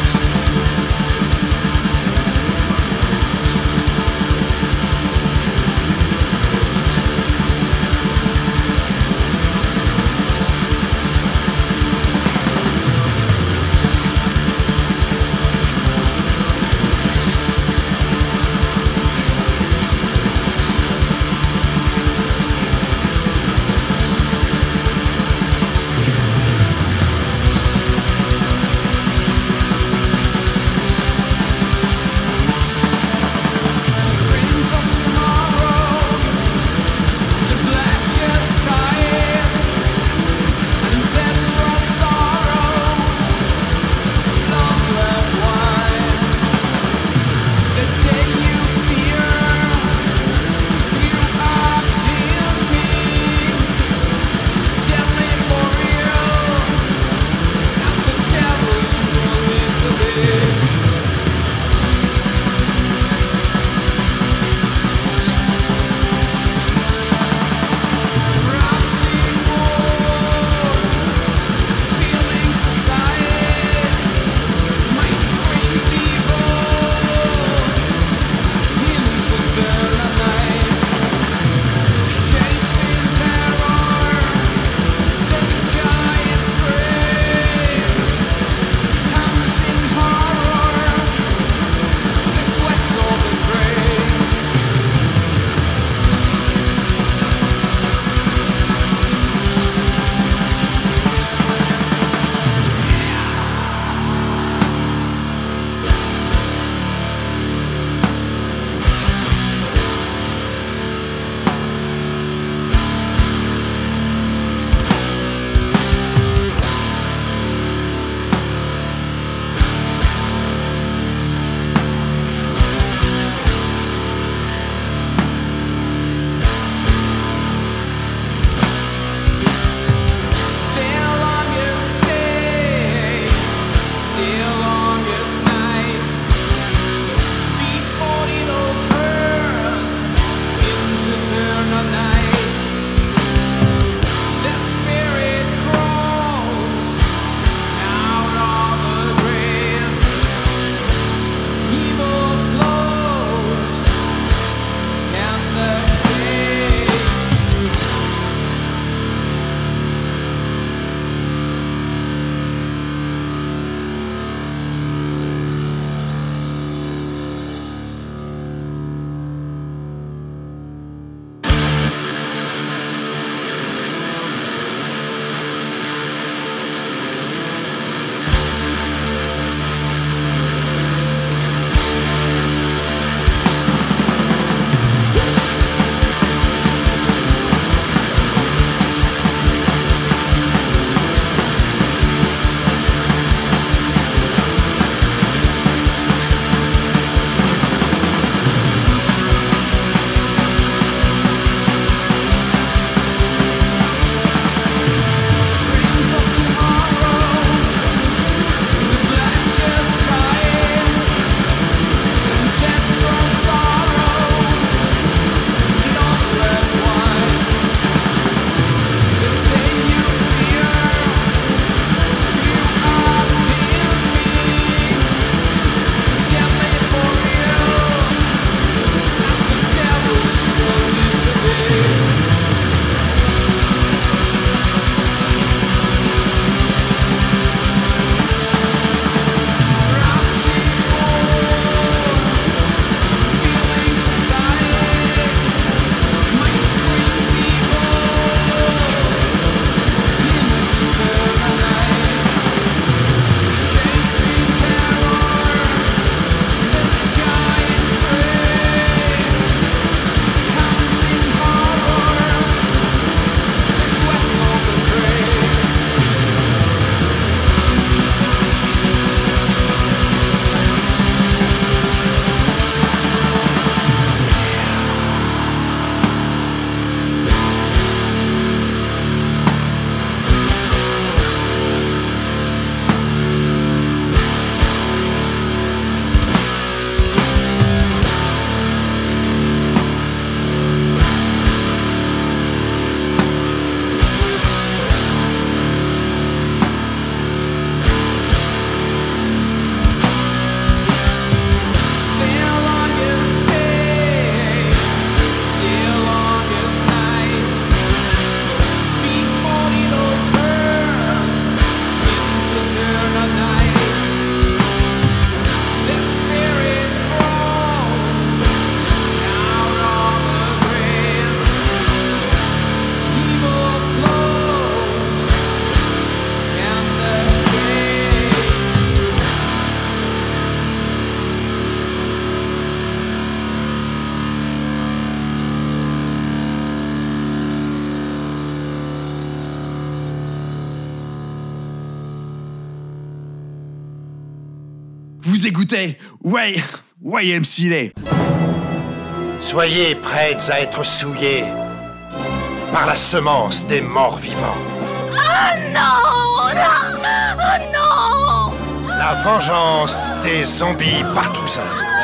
Vous écoutez Ouais, Y M C A. Soyez prêtes à être souillés par la semence des morts vivants. Oh non, non, oh non. La vengeance des zombies partouzins.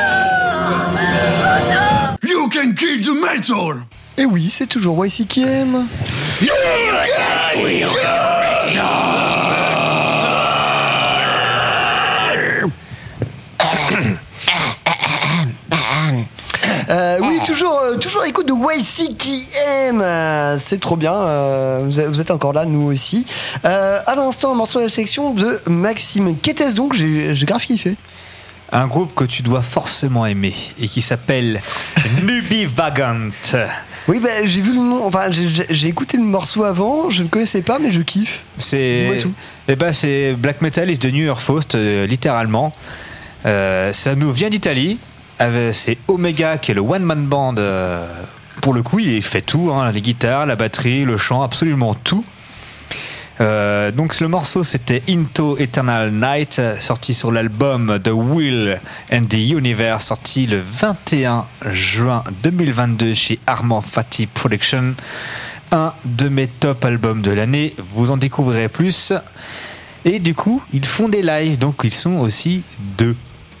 You can kill the metal. Et oui, c'est toujours Y C K M. Euh, oui, toujours, euh, toujours à l'écoute de Y C K M. Euh, c'est trop bien. Euh, vous, êtes, vous êtes encore là, nous aussi. Euh, à l'instant, un morceau de la sélection de Maxime. Qu'était-ce donc? J'ai, j'ai grave kiffé. Un groupe que tu dois forcément aimer et qui s'appelle Nubi Vagant. Oui, bah, j'ai vu le nom. Enfin, j'ai, j'ai écouté le morceau avant. Je ne connaissais pas, mais je kiffe. C'est. Dis-moi tout. Eh ben, c'est Black Metal is the New York Faust, euh, littéralement. Euh, ça nous vient d'Italie. Avec- C'est Omega qui est le one man band. euh, pour le coup, il fait tout, hein, les guitares, la batterie, le chant, absolument tout. Euh, donc le morceau c'était Into Eternal Night, sorti sur l'album The Will and the Universe, sorti le vingt et un juin deux mille vingt-deux chez Armand Fati Production. Un de mes top albums de l'année, vous en découvrirez plus. Et du coup, ils font des lives, donc ils sont aussi deux.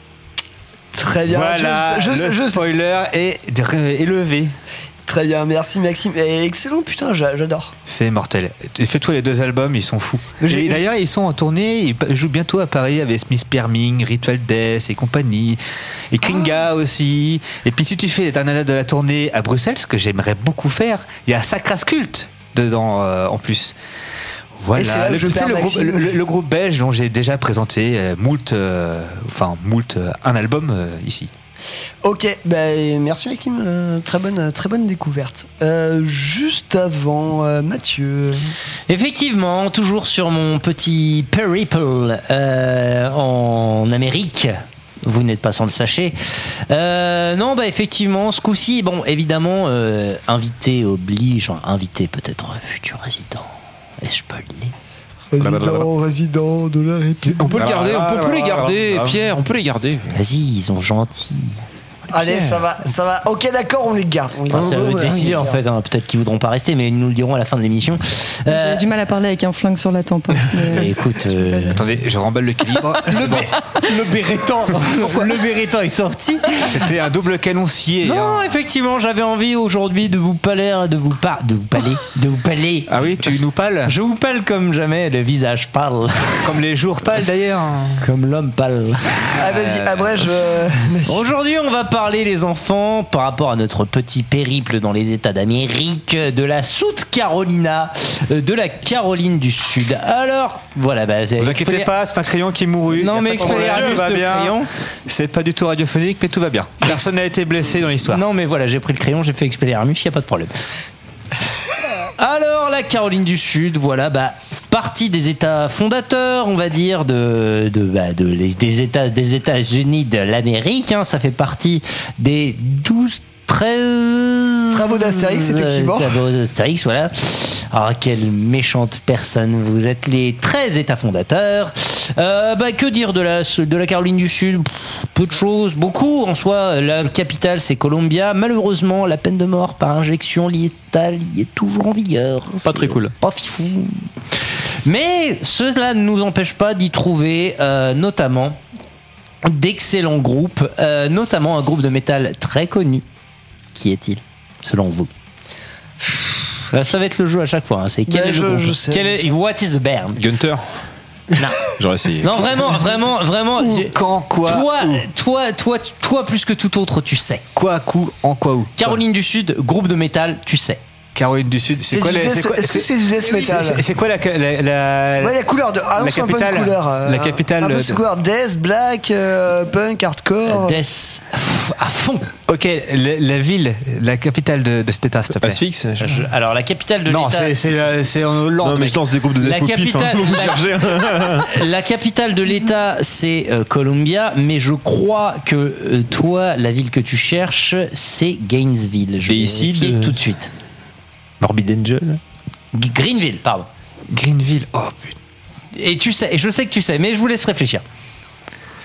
Très bien. Voilà, Je- je- le je- spoiler est élevé. Très bien, merci Maxime. Eh, excellent, putain, j'a- j'adore. C'est mortel. Et fais-toi les deux albums, ils sont fous. Mais j'ai- Et d'ailleurs, ils sont en tournée, ils pa- jouent bientôt à Paris avec Smith Perming, Ritual Death et compagnie. Et Kringa Ah. aussi. Et puis si tu fais les dernières dates de la tournée à Bruxelles, ce que j'aimerais beaucoup faire, il y a Sacras Cult dedans euh, en plus. Et c'est Voilà, là que le, je tu sais, perds le, groupe, Maxime. le- le groupe belge dont j'ai déjà présenté euh, moult, euh, enfin moult, euh, un album euh, ici. Ok, bah, merci Maxime, euh, très bonne, très bonne découverte. Euh, juste avant, euh, Mathieu. Effectivement, toujours sur mon petit périple euh, en Amérique. Vous n'êtes pas sans le sachet. Euh, non, bah effectivement, ce coup-ci, bon, évidemment, euh, invité oblige, enfin, invité peut-être un futur résident. Est-ce que je peux le dire? Résident, résident de la République. On peut le garder, on peut, on peut les garder, Pierre, on peut les garder. Vas-y, ils sont gentils. Allez, ça va, ça va. Ok, d'accord, on les garde. On les Enfin, c'est à eux de Ouais, décider on en les fait. hein. Peut-être qu'ils voudront pas rester, mais ils nous le diront à la fin de l'émission. Euh, J'avais du mal à parler avec un flingue sur la tempe. hein. Mais- écoute, euh, Attendez, je remballe le calibre. le, bé- le Bérétan, le Bérétan est sorti. C'était un double canon scié. Non, hein. effectivement, j'avais envie aujourd'hui de vous parler, de vous par, de vous parler, de vous parler. Ah oui, tu nous pâles. Je vous parle comme jamais, le visage pâle, Comme les jours pâles d'ailleurs. comme l'homme pâle. Ah, vas-y, abrège. euh, Mathieu. Aujourd'hui, on va parler, les enfants, par rapport à notre petit périple dans les États d'Amérique, de la South Carolina, euh, de la Caroline du Sud. Alors, voilà, bah, Vous inquiétez pas, c'est un crayon qui est mouru. Non, Y a mais pas de problème, expédiez tout va juste le bien. crayon. C'est pas du tout radiophonique, mais tout va bien. Personne n'a été blessé dans l'histoire. Non, mais voilà, j'ai pris le crayon, j'ai fait expeller Armus, il n'y a pas de problème. Alors, la Caroline du Sud, voilà, bah, partie des États fondateurs, on va dire, de, de, bah, de les- des États des États-Unis de l'Amérique. Hein, ça fait partie des douze, treize Travaux d'Astérix, effectivement. euh, travaux d'Astérix, voilà. Ah, quelle méchante personne. Vous êtes les treize États fondateurs. Euh, bah, que dire de la, de la Caroline du Sud? Pff, peu de choses, beaucoup en soi. La capitale, c'est Columbia. Malheureusement, la peine de mort par injection létale y est toujours en vigueur. Pas C'est très cool. Pas fifou. Mais cela ne nous empêche pas d'y trouver euh, notamment d'excellents groupes, euh, notamment un groupe de métal très connu. Qui est-il, selon vous? Pff, Ça va être le jeu à chaque fois. hein. C'est quel Ouais, est le je- groupe je sais, Quel je est- sais. What is the band? Gunter. Non. J'aurais essayé. Non, vraiment, vraiment, vraiment. Où, j'ai- quand, quoi, Toi, où toi, toi, toi, plus que tout autre, tu sais. Quoi, coup, en quoi, où Caroline du Sud, groupe de métal, tu sais. Caroline du Sud, c'est C'est quoi du les- death- c'est quoi- Est-ce que c'est du death c'est- metal? c'est- C'est quoi la, la, la- Ouais, la couleur de. Ah, non, la c'est un peu une capitale- couleur. euh, la capitale Un peu de- ce couleur. Death, black, euh, punk, hardcore. Death pff, à fond. Ok, la, la ville, la capitale de, de cet état, s'il te plaît. Asphyx. Je- alors, la capitale de Non, l'État. c'est- c'est euh, c'est en Hollande. Non, mais mec. je lance des groupes de La death au pif, hein. capitale, Vous la- cherchez. la capitale de l'État, c'est euh, Columbia, mais je crois que euh, toi, la ville que tu cherches, c'est Gainesville. Je vais ici, vérifier de- tout de suite. Morbid Angel. G- Greenville, pardon. Greenville, oh putain. Et tu sais, et je sais que tu sais, mais je vous laisse réfléchir.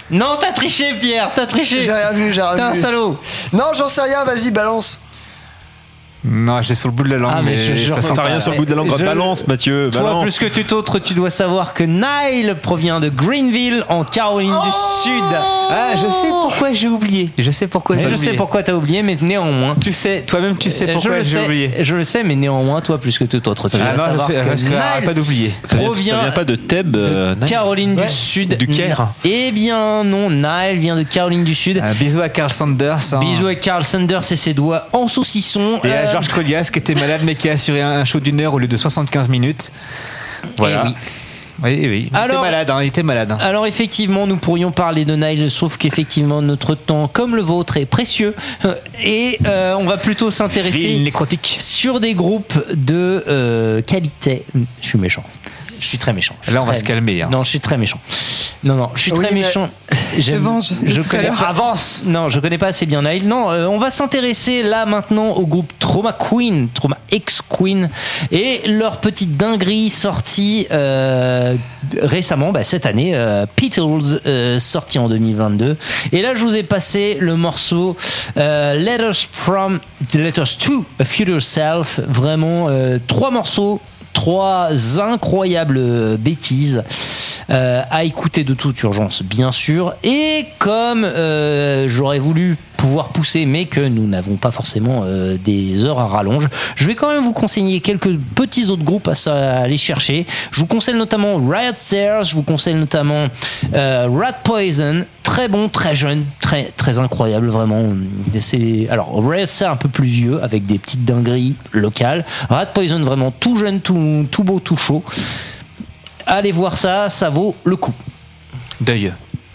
Non, t'as triché, Pierre, t'as triché. J'ai rien vu, j'ai rien vu. T'es un salaud. Non, j'en sais rien, vas-y, balance. Non, je l'ai sur le bout de la langue, Ah, mais mais, je- je ça sent T'as pas. rien sur le bout de la langue. Je- Balance, Mathieu. Toi, Balance. plus que tout autre, tu dois savoir que Nile provient de Greenville, en Caroline du Sud. Ah, je sais pourquoi j'ai oublié. Je sais pourquoi Mais j'ai je oublié. sais pourquoi t'as oublié, mais néanmoins. Tu sais, toi-même, tu sais Euh, pourquoi je le j'ai sais, oublié. Je le sais, mais néanmoins, toi, plus que tout autre, tu Ah dois non, je savoir sais, que parce que Nile arrête pas d'oublier. Ça vient, provient ça vient pas de Thèbes, euh, de Nile Caroline Ouais. du Sud. Du Caire. Eh bien non, Nile vient de Caroline du Sud. Un bisou à Carl Sanders. hein. Bisous à Carl Sanders et ses doigts en saucisson. Et à Euh, Georges Collias qui était malade mais qui a assuré un un show d'une heure au lieu de soixante-quinze minutes. Voilà. eh oui. Oui, oui. Il Alors- était malade, hein, il était malade. hein. Alors effectivement, nous pourrions parler de Nile, sauf qu'effectivement notre temps, comme le vôtre, est précieux et euh, on va plutôt s'intéresser Ville nécrotique. sur des groupes de euh, qualité. Je suis méchant. Je suis très méchant. Je suis Là, on va très- se calmer. hein. Non, je suis très méchant. Non, non, je suis Oui, très mais- méchant. Se venge de Je tout à connais l'heure. avance. Non, je connais pas assez bien Nile. Non, euh, on va s'intéresser là maintenant au groupe Trauma Queen, Trauma X Queen, et leur petite dinguerie sortie euh, récemment, bah, cette année, euh, Beatles, euh, sorti en deux mille vingt-deux. Et là, je vous ai passé le morceau euh, Letters from, Letters to a Future Self. Vraiment, euh, trois morceaux. Trois incroyables bêtises euh, à écouter de toute urgence, bien sûr. Et comme euh, j'aurais voulu pouvoir pousser, mais que nous n'avons pas forcément euh, des heures à rallonge, je vais quand même vous conseiller quelques petits autres groupes à, à aller chercher. Je vous conseille notamment Riot Stairs, je vous conseille notamment euh, Rat Poison. Très bon, très jeune, très, très incroyable, vraiment. C'est, alors, Riot Stairs un peu plus vieux, avec des petites dingueries locales. Rat Poison, vraiment tout jeune, tout, tout beau, tout chaud. Allez voir ça, ça vaut le coup. Deuil.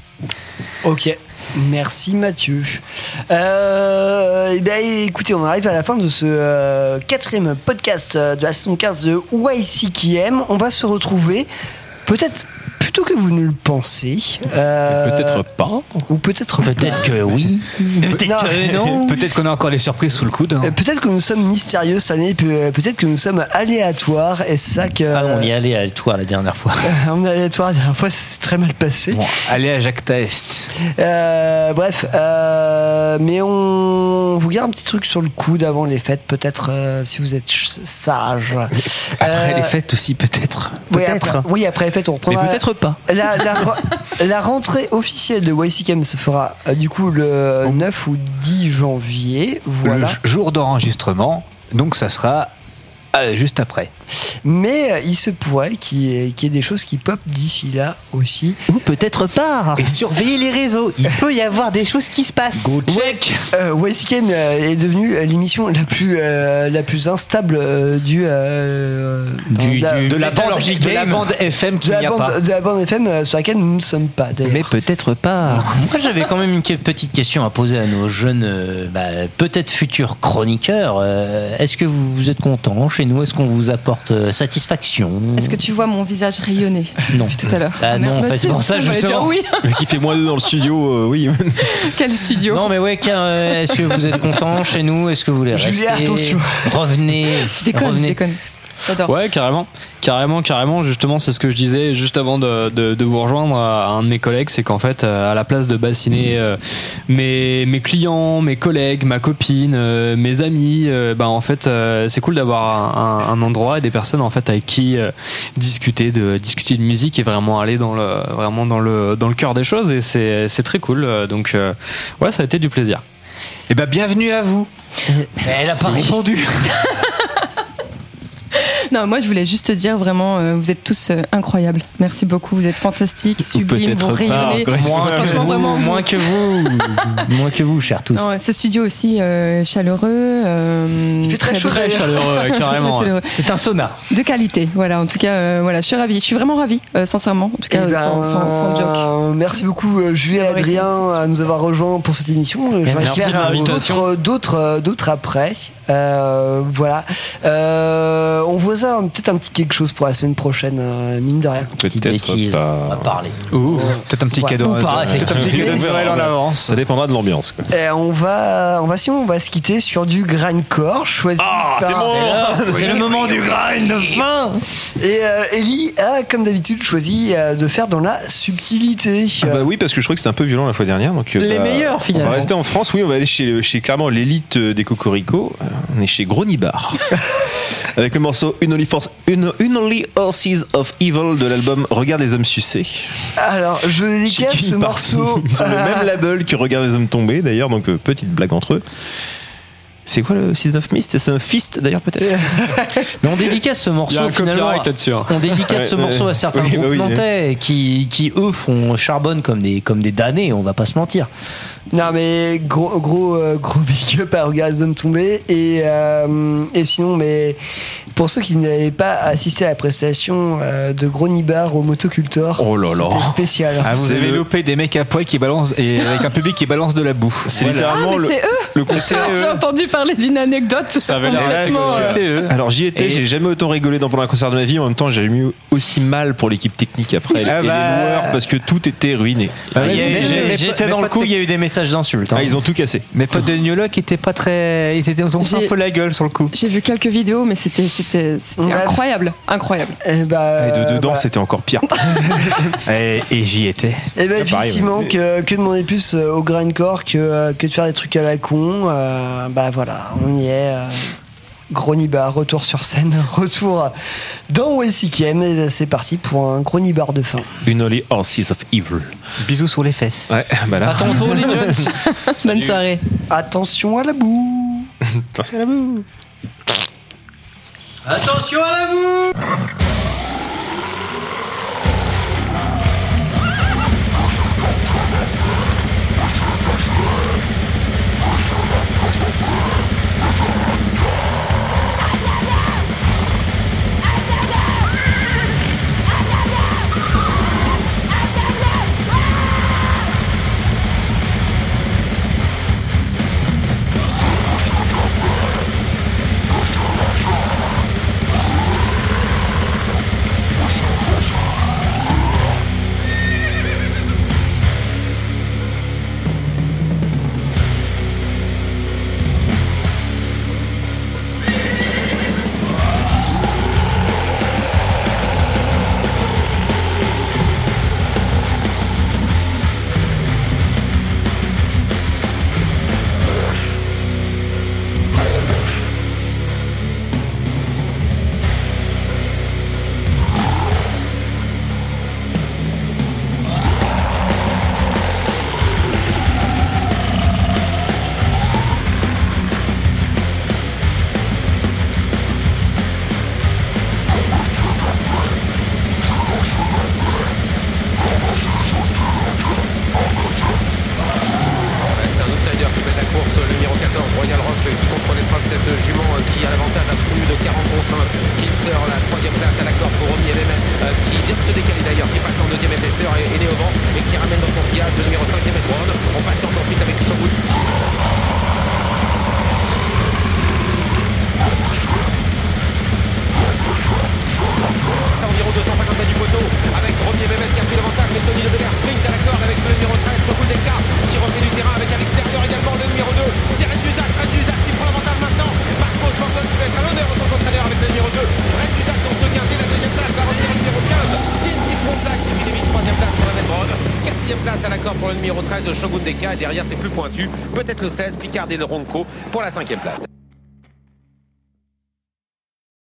Ok. Merci Mathieu. Euh, eh bien, écoutez, on arrive à la fin de ce euh, quatrième podcast euh, de la saison quinze de Y C K M. On va se retrouver peut-être plutôt que vous ne le pensez. Euh, Peut-être pas. Ou peut-être Peut-être que oui. Peut-être Non. que non. Peut-être qu'on a encore les surprises sous le coude. hein. Euh, Peut-être que nous sommes mystérieux cette année, peut- peut-être que nous sommes aléatoires, et c'est ça que. Ah non, on y allait à toi la dernière fois. on est aléatoire la dernière fois, c'est très mal passé. Bon, allez à Jacques Taest. Euh, bref, euh, mais on vous garde un petit truc sur le coude avant les fêtes, peut-être euh, si vous êtes ch- sage. Après Euh, les fêtes aussi, peut-être. Oui Peut-être. après, oui, après les fêtes, on Mais reprendra. peut-être pas. La, la, re- la rentrée officielle de Y C K M se fera euh, du coup le neuf ou dix janvier. Voilà. Le j- jour d'enregistrement, donc ça sera euh, juste après. Mais euh, il se pourrait qu'il y, ait- qu'il y ait des choses qui pop d'ici là aussi. Ou peut-être pas. Et surveillez les réseaux, il peut y avoir des choses qui se passent. Go check. Euh, Y C K M euh, est devenue euh, l'émission la plus euh, la plus instable euh, du, euh, Du- de la, du- De la, bande, Metallurgy de la Game. bande F M de qu'il la n'y a bande, pas. de la bande F M euh, sur laquelle nous ne sommes pas d'ailleurs. Mais peut-être pas. Moi, j'avais quand même une que- petite question à poser à nos jeunes, euh, bah, peut-être futurs chroniqueurs. Euh, est-ce que vous, vous êtes contents chez nous? Est-ce qu'on vous apporte euh, satisfaction? Est-ce que tu vois mon visage rayonner Non. depuis tout à l'heure? Ah non, en fait, c'est pour ça, on va dire justement. oui. Vu qu'il fait moins deux dans le studio, euh, oui. Quel studio? Non, mais ouais, car, euh, est-ce que vous êtes contents chez nous? Est-ce que vous voulez Julien, rester? attention. Revenez. Je déconne, revenez. je déconne. J'adore. Ouais, carrément. Carrément, carrément. Justement, c'est ce que je disais juste avant de, de, de vous rejoindre à un de mes collègues. C'est qu'en fait, euh, à la place de bassiner euh, mes, mes clients, mes collègues, ma copine, euh, mes amis, euh, bah, en fait, euh, c'est cool d'avoir un, un endroit et des personnes en fait avec qui euh, discuter de discuter de musique et vraiment aller dans le vraiment dans le dans le cœur des choses. Et c'est c'est très cool. Donc, euh, ouais, ça a été du plaisir. Eh ben, bienvenue à vous. Elle a pas répondu. Non, moi je voulais juste te dire vraiment, euh, vous êtes tous euh, incroyables. Merci beaucoup, vous êtes fantastiques, sublimes, vous rayonnez. Moins que Franchement, vous, vraiment, vous- moins que vous, moins que vous, chers tous. Non, ce studio aussi euh, chaleureux. euh, Il fait très chaud, Très d'ailleurs. chaleureux, euh, carrément. Très ouais. chaleureux. C'est un sauna. De qualité, voilà. En tout cas, euh, voilà, je suis ravie. Je suis vraiment ravie, euh, sincèrement. En tout cas, Eh ben, sans, sans, sans joke. euh, merci beaucoup euh, Julie et D'avoir été Adrien à nous avoir rejoints pour cette émission. Je vais Merci faire de euh, l'invitation. d'autres, d'autres, euh, d'autres après. Euh, voilà. Euh, on voit ça peut-être un petit quelque chose pour la semaine prochaine, euh, mine de rien. Petite bêtise, on va parler. Ouh, peut-être un petit Ouais. cadeau. Ou pas, euh, peut-être un petit cadeau de Noël en avance. Ça dépendra de l'ambiance. quoi. Et on va, on va, si on va se quitter sur du grindcore choisi Ah, par. c'est bon. C'est, là, c'est le moment du grind de fin. Et euh, Ellie a, comme d'habitude, choisi euh, de faire dans la subtilité. Ah bah oui, parce que je crois que c'était un peu violent la fois dernière. Donc, euh, Les bah, meilleurs, finalement. On va rester en France, oui, on va aller chez, chez clairement l'élite des Cocorico. On est chez Gronibar. Avec le morceau Une Only, Force, Une, Une Only Horses of Evil de l'album Regarde les hommes sucés. Alors, je dédicace ce morceau. Sur le même label que Regarde les hommes tombés, d'ailleurs, donc euh, petite blague entre eux. C'est quoi le Season of Mist? C'est un Fist d'ailleurs peut-être. Mais on dédicace ce morceau Il y a un finalement. copyright là-dessus, hein. On dédicace ce Ouais, morceau ouais. à certains Oui, groupes bah oui. nantais qui, qui eux font charbonne comme des comme des damnés. On va pas se mentir. Non mais gros gros euh, gros big up à Regarde les hommes tombés et euh, et sinon mais pour ceux qui n'avaient pas assisté à la prestation euh, de Gronibar au Motocultor, Oh là là. c'était spécial. Ah, vous C'est avez le- loupé des mecs à poil qui balancent et avec un public qui balance de la boue. C'est Voilà. littéralement Ah, mais le, c'est eux le concert. J'ai entendu parler d'une anecdote. Ça avait l'air assez complètement, cool. euh, C'était eux. Alors j'y étais, Et- j'ai jamais autant rigolé dans pendant un concert de ma vie. En même temps, j'ai eu aussi mal pour l'équipe technique après Ah et bah. les loueurs parce que tout était ruiné. Ah Il y a mais- eu- mais- j'ai- mais- J'étais mais dans pas le coup. de Il y a eu des messages d'insultes. hein. Ah, ils ont tout cassé. Mes potes de New Look étaient pas très. Ils étaient, ils ont fait J'ai- un peu la gueule sur le coup. J'ai vu quelques vidéos, mais c'était c'était c'était Ouais. incroyable, incroyable. Et bah, Et de dedans, voilà. c'était encore pire. Et, et j'y étais. Et ben Ah, pareil, effectivement, ouais. que, que demander plus euh, au grindcore que, euh, que de faire des trucs à la con, euh, bah voilà, on y est. Euh, Gronibar, retour sur scène, retour dans W C K M, et ben, c'est parti pour un Gronibar de fin. Une Only Horses of Evil. Bisous sur les fesses. Ouais, bah là. À ton tour, les Jones. Bonne soirée. Attention à la boue. Attention à la boue. Attention à la boue. Reste un outsider qui mène la course, le numéro quatorze, Royal Rock, qui contrôle l'épreuve, cette jument euh, qui a l'avantage à plus de quarante contre un. Kinser, la troisième place à la corde pour Romy M S, euh, qui vient de se décaler d'ailleurs, qui passe en deuxième épaisseur et, et Néo vent, et qui ramène dans son sillage le numéro cinquième Edward. On patiente ensuite avec Shogun. Environ deux cent cinquante mètres du poteau, avec Romy M S qui a pris l'avantage, mais Tony Lebelair sprint à la corde avec le numéro treize, Shogun Deka, qui refait du terrain avec à l'extérieur également le numéro deux, c'est Red Duzac, Red Duzac qui prend l'avantage maintenant, Marcos Morgan qui va être à l'honneur en tant qu'entraîneur avec le numéro deux, Red Duzac dans ce quintet, la deuxième place va revenir au numéro quinze, Kinsey Frontenac qui finit vite, troisième place pour la Medrod, quatrième place à la corde pour le numéro treize, Shogun Deka, et derrière c'est plus pointu, peut-être le seize, Picard et le Ronco pour la cinquième place.